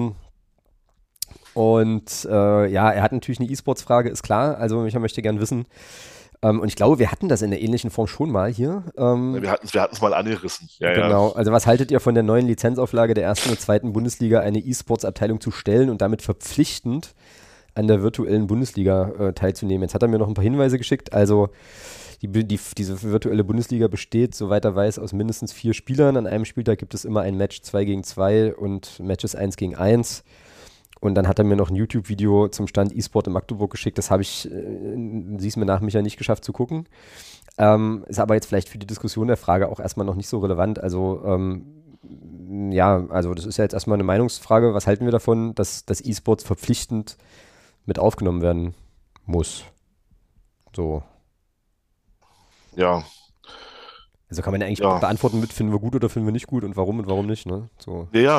S1: Er hat natürlich eine E-Sports-Frage, ist klar. Also Micha möchte gern wissen. Und ich glaube, wir hatten das in der ähnlichen Form schon mal hier.
S2: Wir hatten es mal angerissen. Ja,
S1: genau. Also was haltet ihr von der neuen Lizenzauflage der ersten und zweiten Bundesliga, eine E-Sports-Abteilung zu stellen und damit verpflichtend an der virtuellen Bundesliga teilzunehmen? Jetzt hat er mir noch ein paar Hinweise geschickt. Also diese virtuelle Bundesliga besteht, soweit er weiß, aus mindestens 4 Spielern. An einem Spieltag gibt es immer ein Match 2 gegen 2 und Matches 1 gegen 1. Und dann hat er mir noch ein YouTube-Video zum Stand E-Sport in Magdeburg geschickt. Das habe ich, sieh's mir nach, Micha nicht geschafft zu gucken. Ist aber jetzt vielleicht für die Diskussion der Frage auch erstmal noch nicht so relevant. Also, also das ist ja jetzt erstmal eine Meinungsfrage. Was halten wir davon, dass E-Sports verpflichtend mit aufgenommen werden muss? So.
S2: Ja.
S1: Also kann man ja eigentlich beantworten mit, finden wir gut oder finden wir nicht gut und warum nicht, ne? So.
S2: Ja.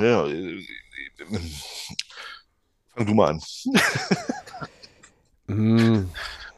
S2: Fang du mal an.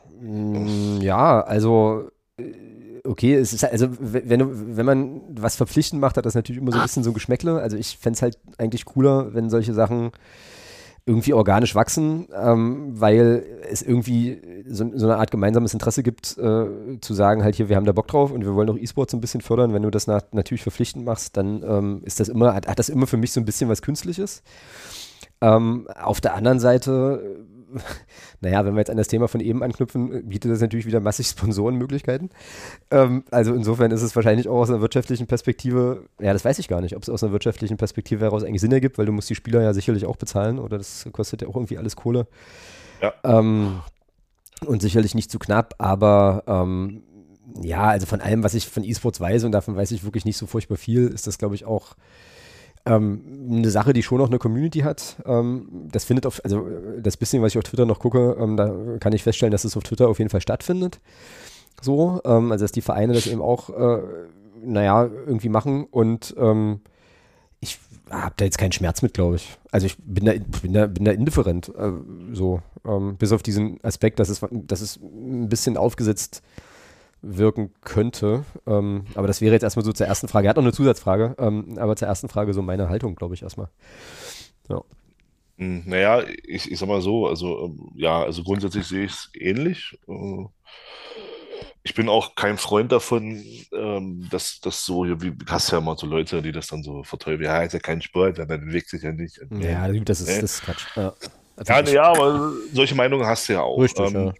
S1: Also okay, es ist also, wenn man was verpflichtend macht, hat das natürlich immer so ein bisschen so ein Geschmäckle. Also ich fände es halt eigentlich cooler, wenn solche Sachen irgendwie organisch wachsen, weil es irgendwie so eine Art gemeinsames Interesse gibt, zu sagen, halt hier, wir haben da Bock drauf und wir wollen auch E-Sports ein bisschen fördern. Wenn du das natürlich verpflichtend machst, dann hat das immer für mich so ein bisschen was Künstliches. Auf der anderen Seite, wenn wir jetzt an das Thema von eben anknüpfen, bietet das natürlich wieder massig Sponsorenmöglichkeiten. Also insofern ist es wahrscheinlich auch aus einer wirtschaftlichen Perspektive, das weiß ich gar nicht, ob es aus einer wirtschaftlichen Perspektive heraus eigentlich Sinn ergibt, weil du musst die Spieler ja sicherlich auch bezahlen oder das kostet ja auch irgendwie alles Kohle.
S2: Ja.
S1: Und sicherlich nicht zu knapp, aber also von allem, was ich von E-Sports weiß und davon weiß ich wirklich nicht so furchtbar viel, ist das, glaube ich, auch eine Sache, die schon noch eine Community hat. Das findet das bisschen, was ich auf Twitter noch gucke, da kann ich feststellen, dass es auf Twitter auf jeden Fall stattfindet. So, also dass die Vereine das eben auch, irgendwie machen und ich habe da jetzt keinen Schmerz mit, glaube ich. Also ich bin da indifferent, bis auf diesen Aspekt, dass es ein bisschen aufgesetzt wirken könnte. Aber das wäre jetzt erstmal so zur ersten Frage. Er hat noch eine Zusatzfrage, aber zur ersten Frage so meine Haltung, glaube ich, erstmal. Ja.
S2: Naja, ich sag mal so, also grundsätzlich sehe ich es ähnlich. Ich bin auch kein Freund davon, dass das so, wie hast ja immer so Leute, die das dann so verteufeln, ja, ist ja kein Sport, dann bewegt sich ja nicht.
S1: Ja, das ist Quatsch. Ja,
S2: aber solche Meinungen hast du ja auch.
S1: Richtig, ja.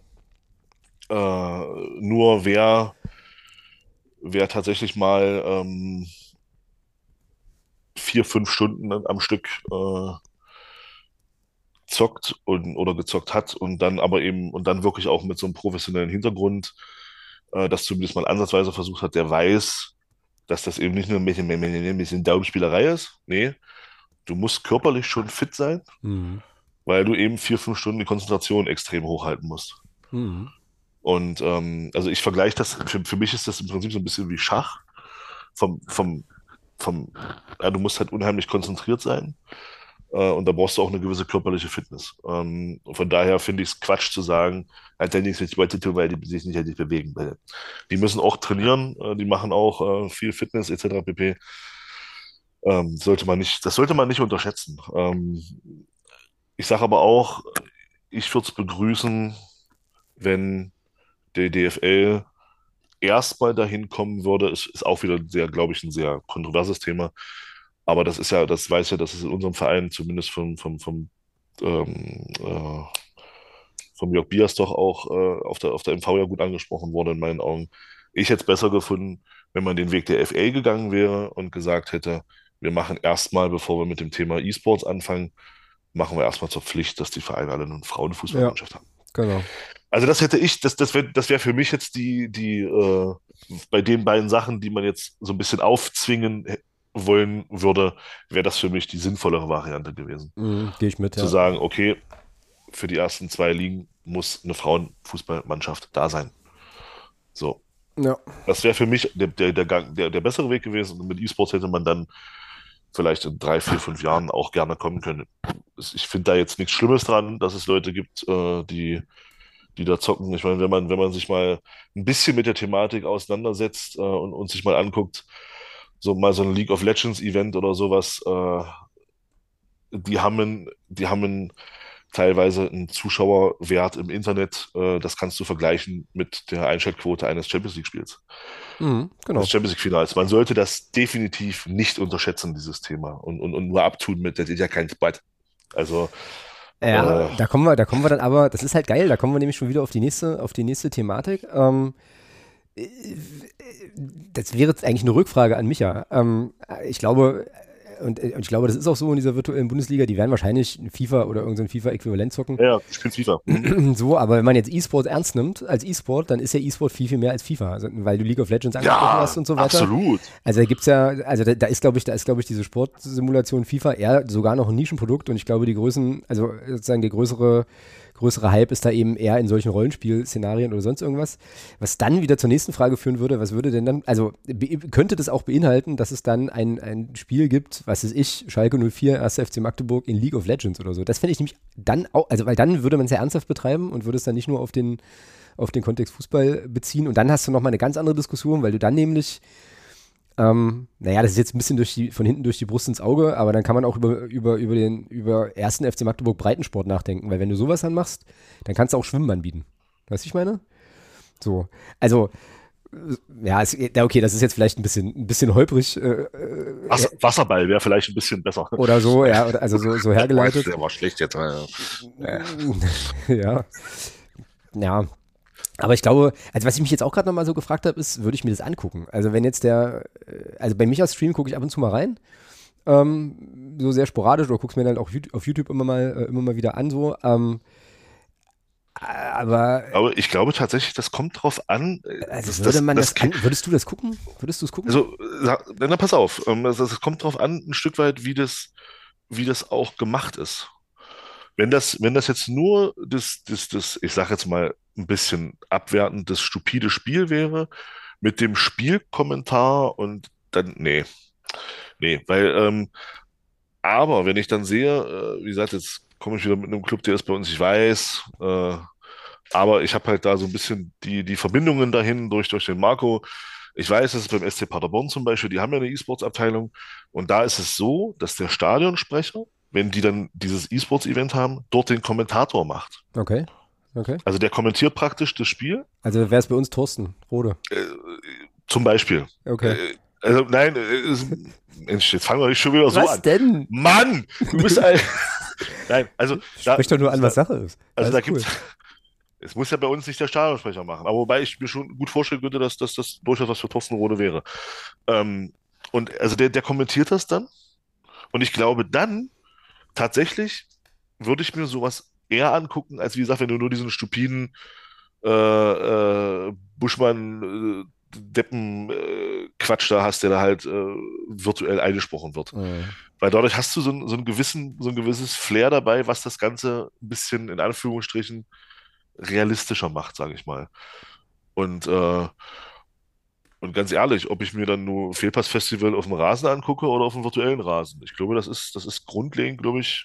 S2: Nur wer tatsächlich mal 4-5 Stunden am Stück zockt oder gezockt hat und dann wirklich auch mit so einem professionellen Hintergrund das zumindest mal ansatzweise versucht hat, der weiß, dass das eben nicht nur ein bisschen Daumenspielerei ist. Nee, du musst körperlich schon fit sein, weil du eben 4-5 Stunden die Konzentration extrem hochhalten musst. Und also ich vergleiche das, für mich ist das im Prinzip so ein bisschen wie Schach. Vom, vom, ja, du musst halt unheimlich konzentriert sein. Und da brauchst du auch eine gewisse körperliche Fitness. Von daher finde ich es Quatsch zu sagen, halt Tennis nicht weiter tun, weil die sich nicht halt nicht bewegen. Weil die müssen auch trainieren, die machen auch viel Fitness etc. pp. Das sollte man nicht unterschätzen. Ich sage aber auch, ich würde es begrüßen, wenn der DFL erstmal dahin kommen würde. Es ist auch wieder sehr, glaube ich, ein sehr kontroverses Thema. Aber das ist ja, das weiß ja, dass es in unserem Verein zumindest ähm, äh, vom Jörg Bias doch auch auf der MV ja gut angesprochen wurde in meinen Augen. Ich hätte es besser gefunden, wenn man den Weg der FA gegangen wäre und gesagt hätte, wir machen erstmal, bevor wir mit dem Thema E-Sports anfangen, machen wir erstmal zur Pflicht, dass die Vereine alle eine
S1: Ja,
S2: Frauenfußballmannschaft haben.
S1: genau.
S2: Also das wäre für mich jetzt bei den beiden Sachen, die man jetzt so ein bisschen aufzwingen wollen würde, wäre das für mich die sinnvollere Variante gewesen.
S1: Gehe ich mit,
S2: Zu
S1: ja.
S2: sagen, okay, für die ersten zwei Ligen muss eine Frauenfußballmannschaft da sein. So.
S1: Ja.
S2: Das wäre für mich der bessere Weg gewesen. Und mit E-Sports hätte man dann vielleicht in 3, 4, 5 Jahren auch gerne kommen können. Ich finde da jetzt nichts Schlimmes dran, dass es Leute gibt, die da zocken. Ich meine, wenn man sich mal ein bisschen mit der Thematik auseinandersetzt und sich mal anguckt, mal so ein League of Legends Event oder sowas, die haben teilweise einen Zuschauerwert im Internet, das kannst du vergleichen mit der Einschaltquote eines Champions League Spiels,
S1: Genau.
S2: eines Champions League Finals. Man sollte das definitiv nicht unterschätzen, dieses Thema, und nur abtun mit, das ist ja kein Sport. Also,
S1: Ja, da kommen wir dann aber, das ist halt geil, da kommen wir nämlich schon wieder auf die nächste Thematik. Das wäre jetzt eigentlich eine Rückfrage an Micha. Ich glaube, und ich glaube, das ist auch so in dieser virtuellen Bundesliga, die werden wahrscheinlich FIFA oder irgendein FIFA-Äquivalent zocken.
S2: ja, ich spiele FIFA.
S1: So, aber wenn man jetzt E-Sport ernst nimmt als E-Sport, dann ist ja E-Sport viel, viel mehr als FIFA, also, weil du League of Legends angesprochen
S2: Ja,
S1: hast und so weiter.
S2: absolut.
S1: Also da gibt's ja, also da ist, glaube ich, diese Sportsimulation FIFA eher sogar noch ein Nischenprodukt und ich glaube, die Größen, also sozusagen der größere Hype ist da eben eher in solchen Rollenspiel-Szenarien oder sonst irgendwas. Was dann wieder zur nächsten Frage führen würde, was würde denn dann, also könnte das auch beinhalten, dass es dann ein Spiel gibt, was weiß ich, Schalke 04, 1. FC Magdeburg in League of Legends oder so. Das fände ich nämlich dann auch, also weil dann würde man es ja ernsthaft betreiben und würde es dann nicht nur auf den Kontext Fußball beziehen und dann hast du nochmal eine ganz andere Diskussion, weil du dann nämlich naja, das ist jetzt ein bisschen von hinten durch die Brust ins Auge, aber dann kann man auch über 1. FC Magdeburg Breitensport nachdenken, weil wenn du sowas dann machst, dann kannst du auch Schwimmen anbieten. Weißt du, ich meine? So, also, ja, okay, das ist jetzt vielleicht ein bisschen holprig.
S2: Wasserball wäre vielleicht ein bisschen besser.
S1: Oder so, ja, also so hergeleitet.
S2: Der war schlecht jetzt.
S1: Ja. Ja. Aber ich glaube, also was ich mich jetzt auch gerade nochmal so gefragt habe, ist, würde ich mir das angucken? Also wenn jetzt also bei Michas Stream gucke ich ab und zu mal rein, so sehr sporadisch, oder guck's mir dann auch auf YouTube immer mal wieder an, so, aber
S2: ich glaube tatsächlich, das kommt drauf an.
S1: also würdest du das gucken? Würdest du es gucken?
S2: Also, na, pass auf, es kommt drauf an, ein Stück weit, wie das auch gemacht ist. Wenn das jetzt nur ich sage jetzt mal ein bisschen abwertend, das stupide Spiel wäre, mit dem Spielkommentar und dann, nee, weil, aber wenn ich dann sehe, wie gesagt, jetzt komme ich wieder mit einem Club, der ist bei uns, ich weiß, aber ich habe halt da so ein bisschen die Verbindungen dahin durch den Marco. Ich weiß, dass es beim SC Paderborn zum Beispiel, die haben ja eine E-Sports-Abteilung und da ist es so, dass der Stadionsprecher, wenn die dann dieses E-Sports-Event haben, dort den Kommentator macht.
S1: Okay.
S2: Also der kommentiert praktisch das Spiel.
S1: Also wäre es bei uns Thorsten Rode.
S2: Zum Beispiel.
S1: Okay.
S2: Also nein, Mensch, jetzt fangen wir nicht schon wieder so an.
S1: Was denn?
S2: Mann, du bist ein... Nein, also...
S1: Sprich doch nur an, was Sache ist.
S2: Also
S1: Alles
S2: da
S1: cool.
S2: gibt's... Es muss ja bei uns nicht der Stadionsprecher machen, aber wobei ich mir schon gut vorstellen könnte, dass das durchaus was für Thorsten Rode wäre. Und also der kommentiert das dann und ich glaube dann tatsächlich würde ich mir sowas eher angucken, als wie gesagt, wenn du nur diesen stupiden Buschmann Deppen Quatsch da hast, der da halt virtuell eingesprochen wird. Weil dadurch hast du so ein gewisses Flair dabei, was das Ganze ein bisschen in Anführungsstrichen realistischer macht, sage ich mal. Und, äh, und ganz ehrlich, ob ich mir dann nur Fehlpass-Festival auf dem Rasen angucke oder auf dem virtuellen Rasen, ich glaube, das ist grundlegend, glaube ich,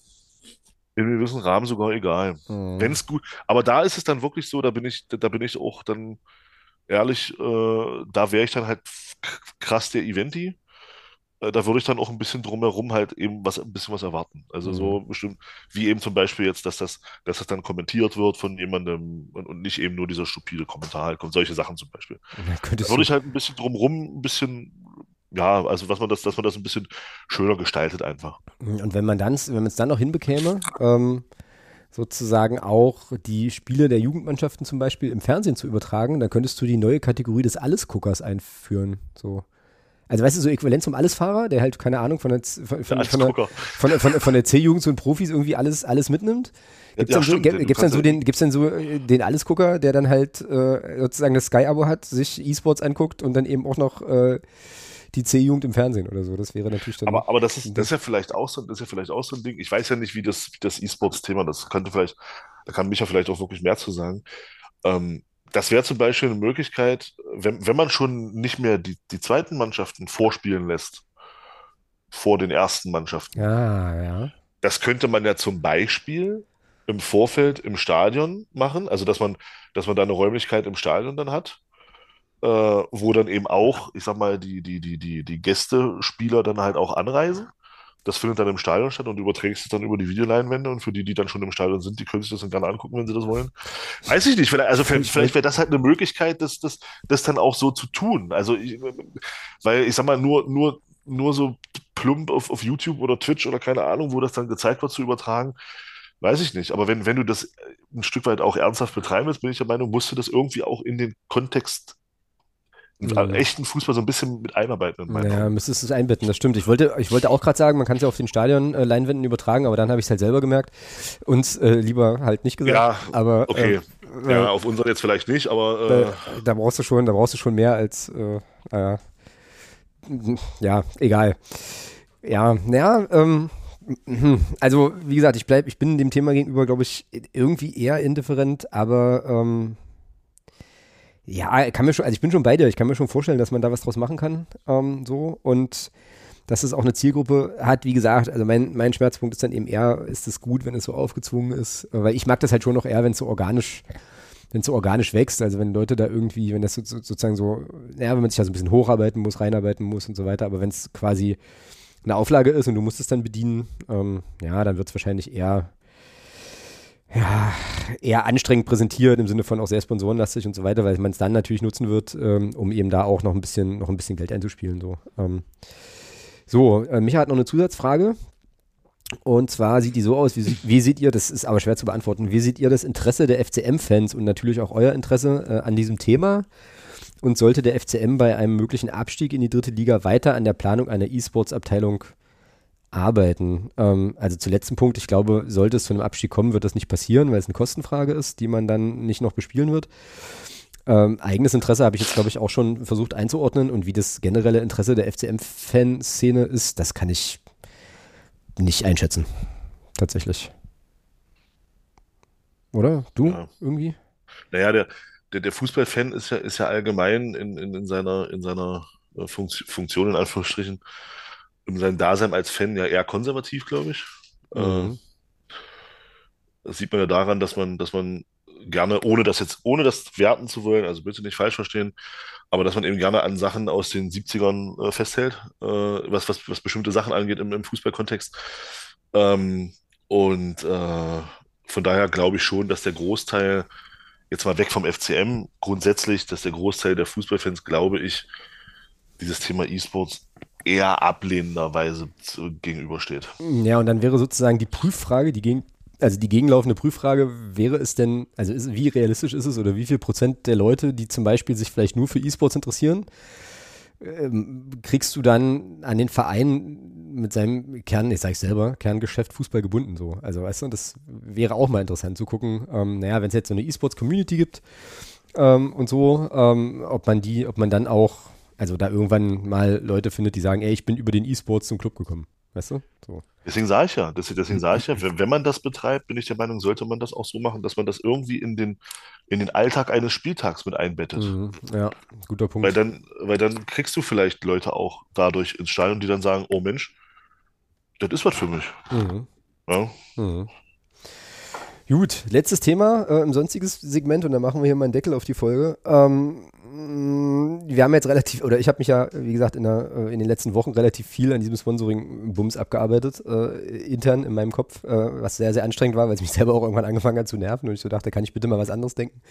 S2: in einem gewissen Rahmen sogar egal. Wenn
S1: Mhm.
S2: es gut, aber da ist es dann wirklich so, da bin ich auch dann ehrlich, da wäre ich dann halt krass der Eventi. Da würde ich dann auch ein bisschen drumherum halt eben ein bisschen was erwarten. Also
S1: Mhm.
S2: so bestimmt, wie eben zum Beispiel jetzt, dass das dann kommentiert wird von jemandem und nicht eben nur dieser stupide Kommentar halt kommt, solche Sachen zum Beispiel.
S1: Dann
S2: Da
S1: könntest
S2: würde
S1: du.
S2: ich halt ein bisschen drumherum, ja, also dass man das ein bisschen schöner gestaltet einfach.
S1: Und wenn man es dann noch hinbekäme, sozusagen auch die Spiele der Jugendmannschaften zum Beispiel im Fernsehen zu übertragen, dann könntest du die neue Kategorie des Allesguckers einführen. So. Also weißt du, so äquivalent zum Allesfahrer, der halt, keine Ahnung,
S2: Als Gucker.
S1: von der C-Jugend zu den Profis irgendwie alles mitnimmt.
S2: Ja,
S1: Gibt's
S2: ja,
S1: dann so,
S2: stimmt, du
S1: gibt's dann
S2: kannst
S1: so
S2: ja,
S1: den Allesgucker, der dann halt sozusagen das Sky-Abo hat, sich E-Sports anguckt und dann eben auch noch die C-Jugend im Fernsehen oder so. Das wäre natürlich dann
S2: aber das
S1: ein
S2: ist, das
S1: Ding.
S2: ist ja vielleicht auch so, das ist ja vielleicht auch so ein Ding. Ich weiß ja nicht, wie das E-Sports-Thema, da kann Micha vielleicht auch wirklich mehr zu sagen. Das wäre zum Beispiel eine Möglichkeit, wenn man schon nicht mehr die zweiten Mannschaften vorspielen lässt vor den ersten Mannschaften.
S1: Ah, ja.
S2: Das könnte man ja zum Beispiel im Vorfeld im Stadion machen, also dass man da eine Räumlichkeit im Stadion dann hat, wo dann eben auch, ich sag mal, die Gästespieler dann halt auch anreisen. Das findet dann im Stadion statt und du überträgst es dann über die Videoleinwände und für die, die dann schon im Stadion sind, die können sich das dann gerne angucken, wenn sie das wollen. Weiß ich nicht,
S1: Ich
S2: vielleicht
S1: wollte,
S2: wäre das halt eine Möglichkeit, das dann auch so zu tun. Weil ich sag mal, nur so plump auf YouTube oder Twitch oder keine Ahnung, wo das dann gezeigt wird, zu übertragen, weiß ich nicht. Aber wenn du das ein Stück weit auch ernsthaft betreiben willst, bin ich der Meinung, musst du das irgendwie auch in den Kontext, in
S1: hm.
S2: echten Fußball so ein bisschen mit einarbeiten, in meinen
S1: Naja,
S2: Augen.
S1: müsstest du es einbetten, das stimmt. Ich wollte auch gerade sagen, man kann es ja auf den Stadion-Leinwänden übertragen, aber dann habe ich es halt selber gemerkt. Uns lieber halt nicht gesagt.
S2: Ja,
S1: Aber
S2: okay.
S1: weil,
S2: Ja, auf unseren jetzt vielleicht nicht,
S1: da,
S2: aber
S1: da brauchst du schon mehr als naja, ja, egal. Ja, naja, also wie gesagt, ich bin dem Thema gegenüber, glaube ich, irgendwie eher indifferent, aber ja, also ich bin schon bei dir, ich kann mir schon vorstellen, dass man da was draus machen kann, so, und dass es auch eine Zielgruppe hat, wie gesagt, also mein Schmerzpunkt ist dann eben eher, ist es gut, wenn es so aufgezwungen ist, weil ich mag das halt schon noch eher, wenn es so organisch wächst, also wenn Leute da irgendwie, wenn das sozusagen so, naja, wenn man sich da so ein bisschen hocharbeiten muss, reinarbeiten muss und so weiter, aber wenn es quasi eine Auflage ist und du musst es dann bedienen, ja, dann wird es wahrscheinlich eher anstrengend präsentiert, im Sinne von auch sehr sponsorenlastig und so weiter, weil man es dann natürlich nutzen wird, um eben da auch noch ein bisschen Geld einzuspielen. Micha hat noch eine Zusatzfrage. Und zwar sieht die so aus, wie seht ihr, das ist aber schwer zu beantworten, wie seht ihr das Interesse der FCM-Fans und natürlich auch euer Interesse an diesem Thema? Und sollte der FCM bei einem möglichen Abstieg in die dritte Liga weiter an der Planung einer E-Sports-Abteilung arbeiten? Also zum letzten Punkt, ich glaube, sollte es zu einem Abstieg kommen, wird das nicht passieren, weil es eine Kostenfrage ist, die man dann nicht noch bespielen wird. Eigenes Interesse habe ich jetzt, glaube ich, auch schon versucht einzuordnen und wie das generelle Interesse der FCM-Fanszene ist, das kann ich nicht einschätzen. Tatsächlich. Oder? Du?
S2: ja.
S1: Irgendwie?
S2: Naja, der Fußballfan ist ja allgemein in seiner Funktion, in Anführungsstrichen, in seinem Dasein als Fan ja eher konservativ, glaube ich. Äh,
S1: Mhm.
S2: Das sieht man ja daran, dass man gerne, ohne das werten zu wollen, also bitte nicht falsch verstehen, aber dass man eben gerne an Sachen aus den 70ern festhält, was bestimmte Sachen angeht im Fußballkontext. Ähm, und von daher glaube ich schon, dass der Großteil, jetzt mal weg vom FCM, grundsätzlich, dass der Großteil der Fußballfans, glaube ich, dieses Thema E-Sports eher ablehnenderweise gegenübersteht.
S1: Ja, und dann wäre sozusagen die Prüffrage, also die gegenlaufende Prüffrage, wäre es denn, also wie realistisch ist es oder wie viel Prozent der Leute, die zum Beispiel sich vielleicht nur für E-Sports interessieren, kriegst du dann an den Verein mit seinem ich sag's selber, Kerngeschäft Fußball gebunden so. Also weißt du, das wäre auch mal interessant zu gucken, naja, wenn es jetzt so eine E-Sports-Community gibt und so, ob man dann auch, also da irgendwann mal Leute findet, die sagen, ey, ich bin über den E-Sports zum Club gekommen. Weißt du? So.
S2: Deswegen sage ich ja, wenn man das betreibt, bin ich der Meinung, sollte man das auch so machen, dass man das irgendwie in den Alltag eines Spieltags mit einbettet.
S1: Ja, guter
S2: Weil
S1: Punkt.
S2: dann kriegst du vielleicht Leute auch dadurch ins Stadion, die dann sagen, oh Mensch, das ist was für mich.
S1: Mhm.
S2: Ja,
S1: Mhm. Gut, letztes Thema im sonstiges Segment und dann machen wir hier mal einen Deckel auf die Folge. Wir haben jetzt relativ, oder ich habe mich ja, wie gesagt, in den letzten Wochen relativ viel an diesem Sponsoring-Bums abgearbeitet, intern in meinem Kopf, was sehr, sehr anstrengend war, weil es mich selber auch irgendwann angefangen hat zu nerven und ich so dachte, kann ich bitte mal was anderes denken?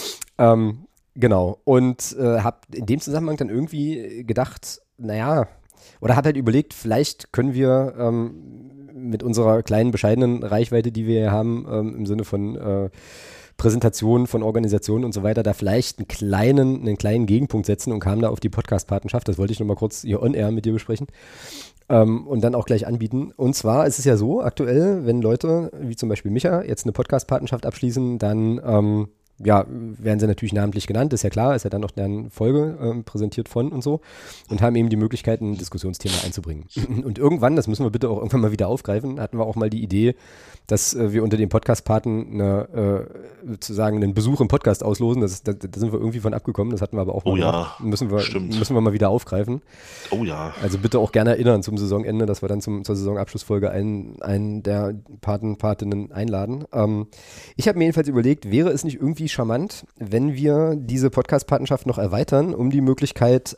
S1: Genau, und habe in dem Zusammenhang dann irgendwie gedacht, naja, oder habe halt überlegt, vielleicht können wir mit unserer kleinen, bescheidenen Reichweite, die wir hier haben, im Sinne von Präsentationen von Organisationen und so weiter, da vielleicht einen kleinen Gegenpunkt setzen und kam da auf die Podcast-Patenschaft. Das wollte ich nochmal kurz hier on-air mit dir besprechen und dann auch gleich anbieten. Und zwar ist es ja so, aktuell, wenn Leute, wie zum Beispiel Micha, jetzt eine Podcast-Patenschaft abschließen, dann ja, werden sie natürlich namentlich genannt, ist ja klar, ist ja dann auch deren Folge präsentiert von und so und haben eben die Möglichkeit, ein Diskussionsthema einzubringen. Und irgendwann, das müssen wir bitte auch irgendwann mal wieder aufgreifen, hatten wir auch mal die Idee, dass wir unter den Podcast-Paten sozusagen einen Besuch im Podcast auslosen. Da sind wir irgendwie von abgekommen, das hatten wir aber auch mal
S2: oh
S1: gemacht.
S2: ja, stimmt.
S1: Müssen wir mal wieder aufgreifen.
S2: Oh ja.
S1: Also bitte auch gerne erinnern zum Saisonende, dass wir dann zur Saisonabschlussfolge einen der Patinnen einladen. Ich habe mir jedenfalls überlegt, wäre es nicht irgendwie charmant, wenn wir diese Podcast-Patenschaft noch erweitern, um die Möglichkeit,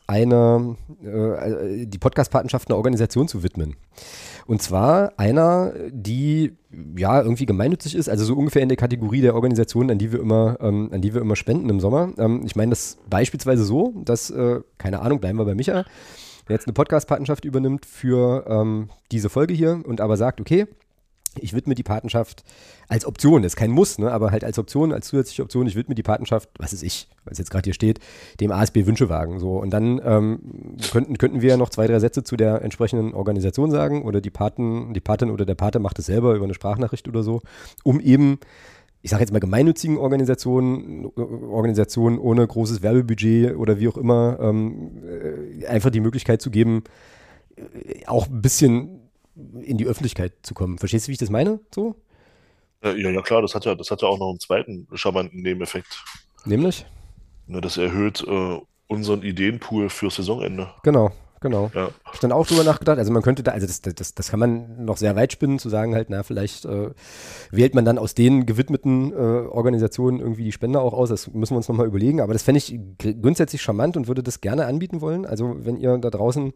S1: die Podcast-Patenschaft einer Organisation zu widmen. Und zwar einer, die ja irgendwie gemeinnützig ist, also so ungefähr in der Kategorie der Organisationen, an die wir immer spenden im Sommer. Ich meine das beispielsweise so, dass, keine Ahnung, bleiben wir bei Micha, der jetzt eine Podcast-Patenschaft übernimmt für diese Folge hier und aber sagt, okay, ich widme die Patenschaft als Option, das ist kein Muss, ne, aber halt als Option, als zusätzliche Option, ich widme die Patenschaft, was ist ich, was jetzt gerade hier steht, dem ASB Wünschewagen. So. Und dann könnten wir noch 2, 3 Sätze zu der entsprechenden Organisation sagen oder die Patin oder der Pate macht es selber über eine Sprachnachricht oder so, um eben, ich sage jetzt mal gemeinnützigen Organisationen ohne großes Werbebudget oder wie auch immer, einfach die Möglichkeit zu geben, auch ein bisschen in die Öffentlichkeit zu kommen. Verstehst du, wie ich das meine? So?
S2: Ja, klar, das hat ja auch noch einen zweiten charmanten Nebeneffekt.
S1: Nämlich?
S2: Ne, das erhöht unseren Ideenpool für Saisonende.
S1: Genau.
S2: Ja.
S1: Hab ich dann auch drüber nachgedacht. Also man könnte da, also das kann man noch sehr weit spinnen, zu sagen halt, na, vielleicht wählt man dann aus den gewidmeten Organisationen irgendwie die Spender auch aus. Das müssen wir uns nochmal überlegen. Aber das fände ich grundsätzlich charmant und würde das gerne anbieten wollen. Also wenn ihr da draußen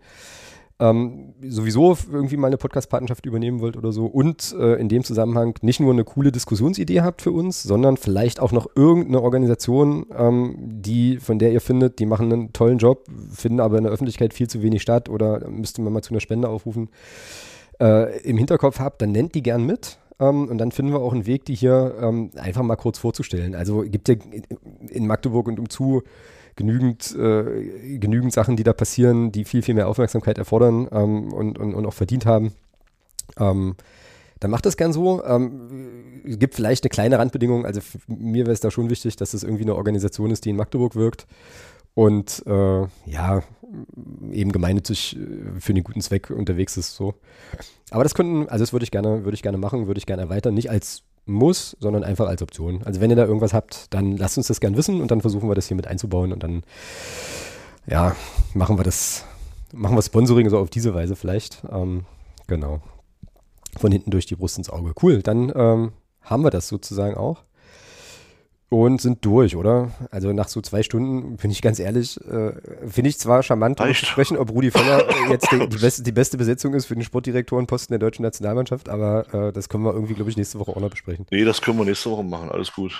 S1: sowieso irgendwie mal eine Podcast-Patenschaft übernehmen wollt oder so und in dem Zusammenhang nicht nur eine coole Diskussionsidee habt für uns, sondern vielleicht auch noch irgendeine Organisation, von der ihr findet, die machen einen tollen Job, finden aber in der Öffentlichkeit viel zu wenig statt oder müsste man mal zu einer Spende aufrufen, im Hinterkopf habt, dann nennt die gern mit. Und dann finden wir auch einen Weg, die hier einfach mal kurz vorzustellen. Also gibt ja in Magdeburg und umzu genügend Sachen, die da passieren, die viel, viel mehr Aufmerksamkeit erfordern und auch verdient haben. Dann macht das gern so. Es gibt vielleicht eine kleine Randbedingung. Also mir wäre es da schon wichtig, dass es irgendwie eine Organisation ist, die in Magdeburg wirkt und ja, eben gemeinnützig für den guten Zweck unterwegs ist. So. Aber das würde ich gerne machen, würde ich gerne erweitern. Nicht als Muss, sondern einfach als Option. Also wenn ihr da irgendwas habt, dann lasst uns das gern wissen und dann versuchen wir das hier mit einzubauen und dann, ja, machen wir Sponsoring so auf diese Weise vielleicht. Genau. Von hinten durch die Brust ins Auge. Cool, dann haben wir das sozusagen auch. Und sind durch, oder? Also nach so 2 Stunden, bin ich ganz ehrlich, finde ich zwar charmant, darüber zu sprechen, ob Rudi Völler jetzt die beste Besetzung ist für den Sportdirektorenposten der deutschen Nationalmannschaft, aber das können wir irgendwie, glaube ich, nächste Woche auch noch besprechen.
S2: Nee, das können wir nächste Woche machen, alles gut.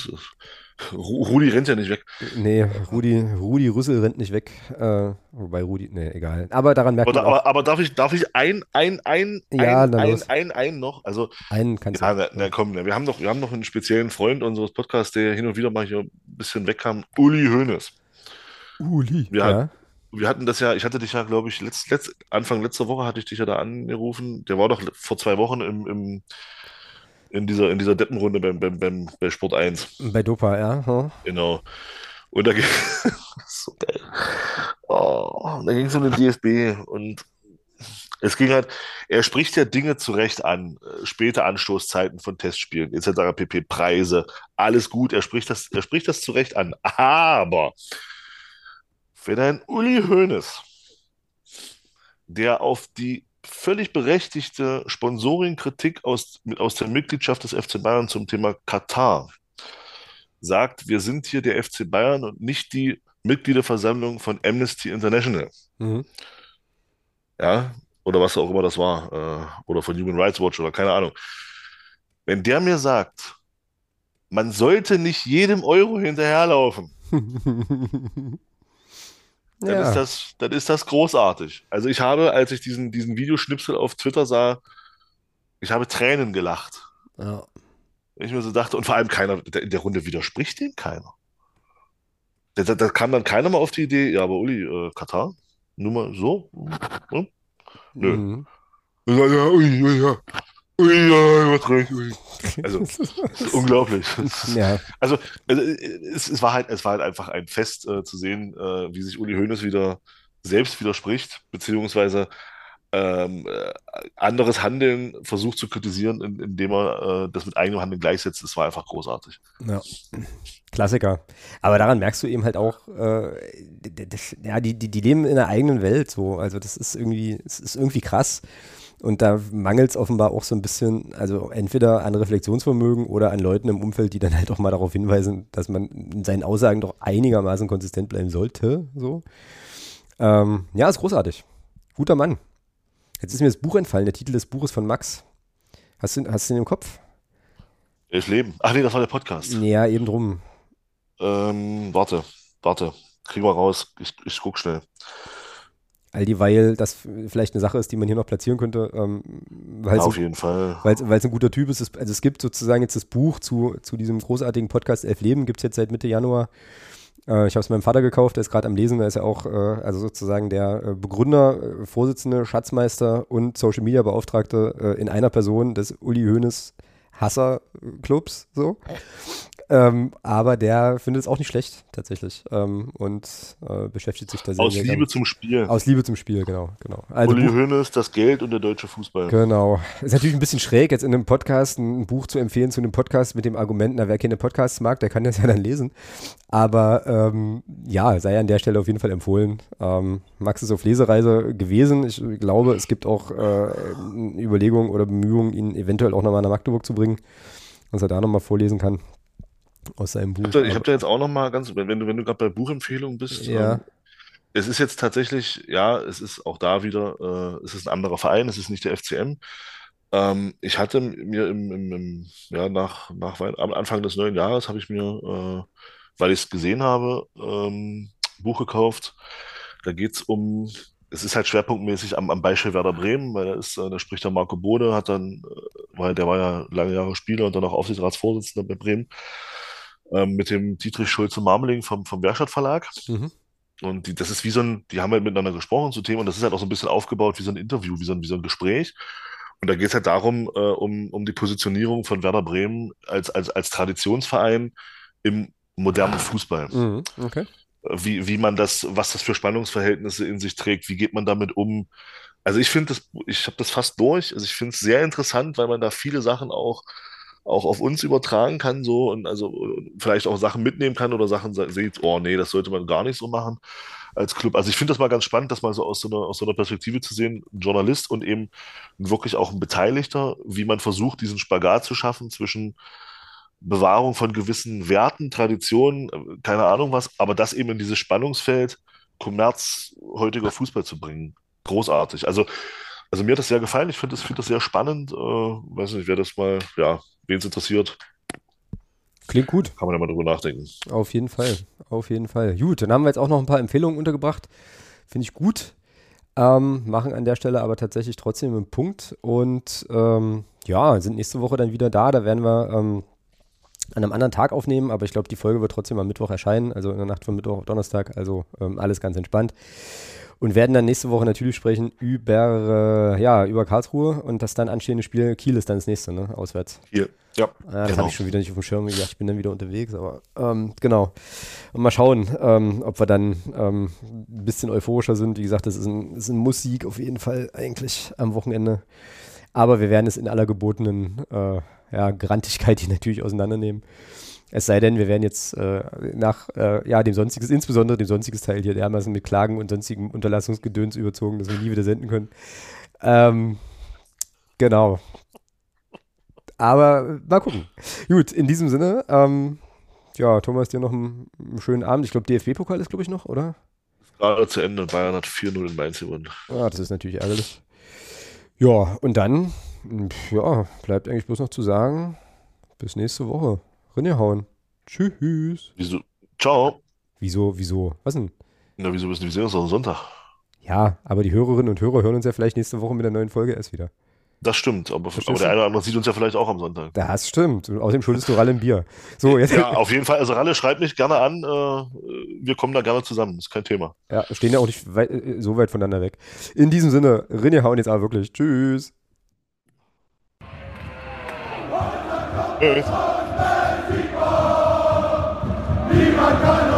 S2: Rudi rennt ja nicht weg.
S1: Nee, Rudi Rüssel rennt nicht weg. Wobei Rudi, nee, egal. Aber daran merkt man auch.
S2: Aber darf ich noch? Also,
S1: einen kannst
S2: ja,
S1: du.
S2: na komm, wir haben noch einen speziellen Freund unseres Podcasts, der hin und wieder mal hier ein bisschen wegkam, Uli Hoeneß.
S1: Uli,
S2: Wir hatten das ja, ich hatte dich ja, glaube ich, Anfang letzter Woche hatte ich dich ja da angerufen. Der war doch vor 2 Wochen in dieser Deppenrunde bei Sport 1.
S1: Bei Dopa, ja. Hm.
S2: Genau. Und da ging so geil. Oh, da ging es um den DFB und Es ging halt, er spricht ja Dinge zu Recht an, späte Anstoßzeiten von Testspielen, etc. pp. Preise, alles gut, er spricht das zu Recht an. Aber wenn ein Uli Hoeneß, der auf die völlig berechtigte Sponsoring-Kritik aus der Mitgliedschaft des FC Bayern zum Thema Katar sagt, wir sind hier der FC Bayern und nicht die Mitgliederversammlung von Amnesty International.
S1: Mhm.
S2: Ja, oder was auch immer das war, oder von Human Rights Watch oder keine Ahnung. Wenn der mir sagt, man sollte nicht jedem Euro hinterherlaufen,
S1: Ja.
S2: dann ist das großartig. Also ich habe, als ich diesen Videoschnipsel auf Twitter sah, ich habe Tränen gelacht.
S1: Ja.
S2: Ich mir so dachte, und vor allem keiner, in der Runde widerspricht dem keiner. Da kam dann keiner mal auf die Idee, ja, aber Uli, Katar, nur mal so? Hm? Nö.
S1: Mhm.
S2: Ja, ja, ui, ui, ja. Ui, ja, was recht, ui. Also, das ist unglaublich.
S1: Ja.
S2: Also es war halt einfach ein Fest zu sehen, wie sich Uli Hoeneß wieder selbst widerspricht, beziehungsweise äh, anderes Handeln versucht zu kritisieren, indem er das mit eigenem Handeln gleichsetzt. Das war einfach großartig.
S1: Ja. Klassiker. Aber daran merkst du eben halt auch, ja, die leben in einer eigenen Welt so. Also es ist irgendwie krass. Und da mangelt es offenbar auch so ein bisschen, also entweder an Reflexionsvermögen oder an Leuten im Umfeld, die dann halt auch mal darauf hinweisen, dass man in seinen Aussagen doch einigermaßen konsistent bleiben sollte. So. Ja, ist großartig. Guter Mann. Jetzt ist mir das Buch entfallen, der Titel des Buches von Max. Hast du den im Kopf?
S2: Elf Leben. Ach nee, das war der Podcast.
S1: Ja, eben drum.
S2: Warte. Kriegen wir raus. Ich guck schnell.
S1: All dieweil das vielleicht eine Sache ist, die man hier noch platzieren könnte, weil
S2: Auf jeden Fall.
S1: es ein guter Typ ist. Also es gibt sozusagen jetzt das Buch zu diesem großartigen Podcast Elf Leben, gibt es jetzt seit Mitte Januar. Ich habe es meinem Vater gekauft, der ist gerade am Lesen, der ist ja auch also sozusagen der Begründer, Vorsitzende, Schatzmeister und Social Media Beauftragte in einer Person des Uli Hoeneß Hasser-Clubs, so. Aber der findet es auch nicht schlecht, tatsächlich. Und beschäftigt sich da sehr
S2: Aus
S1: sehr
S2: Liebe
S1: gern.
S2: zum Spiel.
S1: Aus Liebe zum Spiel, genau. Also
S2: Uli Hoeneß, das Geld und der deutsche Fußball.
S1: genau. Ist natürlich ein bisschen schräg, jetzt in einem Podcast ein Buch zu empfehlen zu einem Podcast mit dem Argument, na, wer keine Podcasts mag, der kann das ja dann lesen. Aber ja, sei an der Stelle auf jeden Fall empfohlen. Max ist auf Lesereise gewesen. Ich glaube, es gibt auch Überlegungen oder Bemühungen, ihn eventuell auch nochmal nach Magdeburg zu bringen, dass er da nochmal vorlesen kann aus seinem Buch.
S2: Ich hab da jetzt auch noch mal wenn du gerade bei Buchempfehlungen bist,
S1: Ja.
S2: es ist jetzt tatsächlich, ja, es ist auch da wieder, es ist ein anderer Verein, es ist nicht der FCM. Ich hatte mir am Anfang des neuen Jahres habe ich mir, weil ich es gesehen habe, ein Buch gekauft. Da geht es es ist halt schwerpunktmäßig am Beispiel Werder Bremen, weil da spricht der Marco Bode, der war ja lange Jahre Spieler und dann auch Aufsichtsratsvorsitzender bei Bremen, mit dem Dietrich Schulze-Marmeling vom Werkstatt Verlag.
S1: Mhm.
S2: Und das ist die haben halt miteinander gesprochen zu Themen und das ist halt auch so ein bisschen aufgebaut wie so ein Interview, wie so ein Gespräch. Und da geht es halt darum, um die Positionierung von Werder Bremen als Traditionsverein im modernen Fußball.
S1: Mhm. Okay.
S2: Wie man was das für Spannungsverhältnisse in sich trägt, wie geht man damit um? Also ich habe das fast durch. Also ich finde es sehr interessant, weil man da viele Sachen auch auf uns übertragen kann, so und also vielleicht auch Sachen mitnehmen kann oder Sachen sieht, oh nee, das sollte man gar nicht so machen als Club. Also ich finde das mal ganz spannend, das mal so aus so einer Perspektive zu sehen, ein Journalist und eben wirklich auch ein Beteiligter, wie man versucht, diesen Spagat zu schaffen zwischen Bewahrung von gewissen Werten, Traditionen, keine Ahnung was, aber das eben in dieses Spannungsfeld Kommerz heutiger Fußball zu bringen. Großartig. Also mir hat das sehr gefallen. Ich finde das sehr spannend. Weiß nicht, wen es interessiert,
S1: Klingt gut.
S2: kann man ja mal drüber nachdenken.
S1: Auf jeden Fall. Auf jeden Fall. Gut, dann haben wir jetzt auch noch ein paar Empfehlungen untergebracht. Finde ich gut. Machen an der Stelle aber tatsächlich trotzdem einen Punkt. Und ja, sind nächste Woche dann wieder da. Da werden wir an einem anderen Tag aufnehmen, aber ich glaube, die Folge wird trotzdem am Mittwoch erscheinen, also in der Nacht von Mittwoch auf Donnerstag. Also alles ganz entspannt. Und werden dann nächste Woche natürlich sprechen über Karlsruhe und das dann anstehende Spiel. Kiel ist dann das nächste, ne? Auswärts.
S2: Hier. Ja,
S1: Das habe
S2: genau.
S1: ich schon wieder nicht auf dem Schirm. Wie gesagt, ich bin dann wieder unterwegs, aber genau. Und mal schauen, ob wir dann ein bisschen euphorischer sind. Wie gesagt, das ist ein Muss-Sieg auf jeden Fall eigentlich am Wochenende. Aber wir werden es in aller gebotenen Grantigkeit hier natürlich auseinandernehmen. Es sei denn, wir werden jetzt nach dem sonstiges, insbesondere dem sonstiges Teil hier dermaßen mit Klagen und sonstigem Unterlassungsgedöns überzogen, dass wir nie wieder senden können. Genau. Aber mal gucken. Gut, in diesem Sinne, Thomas, dir noch einen schönen Abend. Ich glaube, DFB-Pokal ist, glaube ich, noch, oder?
S2: Gerade zu Ende. Bayern hat 4-0 in Mainz gewonnen.
S1: Das ist natürlich ärgerlich. Ja, und dann, bleibt eigentlich bloß noch zu sagen, bis nächste Woche. Rinnehauen. Tschüss.
S2: Wieso? Ciao.
S1: Wieso? Was denn?
S2: Na, wieso müssen wir sehen uns am Sonntag?
S1: Ja, aber die Hörerinnen und Hörer hören uns ja vielleicht nächste Woche mit der neuen Folge erst wieder.
S2: Das stimmt, aber
S1: Verstehst
S2: der
S1: du?
S2: eine oder andere sieht uns ja vielleicht auch am Sonntag.
S1: Das stimmt. Und außerdem schuldest du Ralle ein Bier. So, jetzt.
S2: Ja, auf jeden Fall. Also Ralle, schreibt mich gerne an. Wir kommen da gerne zusammen. Ist kein Thema.
S1: Ja, stehen ja auch nicht so weit voneinander weg. In diesem Sinne, Rinnehauen jetzt aber wirklich. Tschüss.
S2: Tschüss.
S6: Niemand kann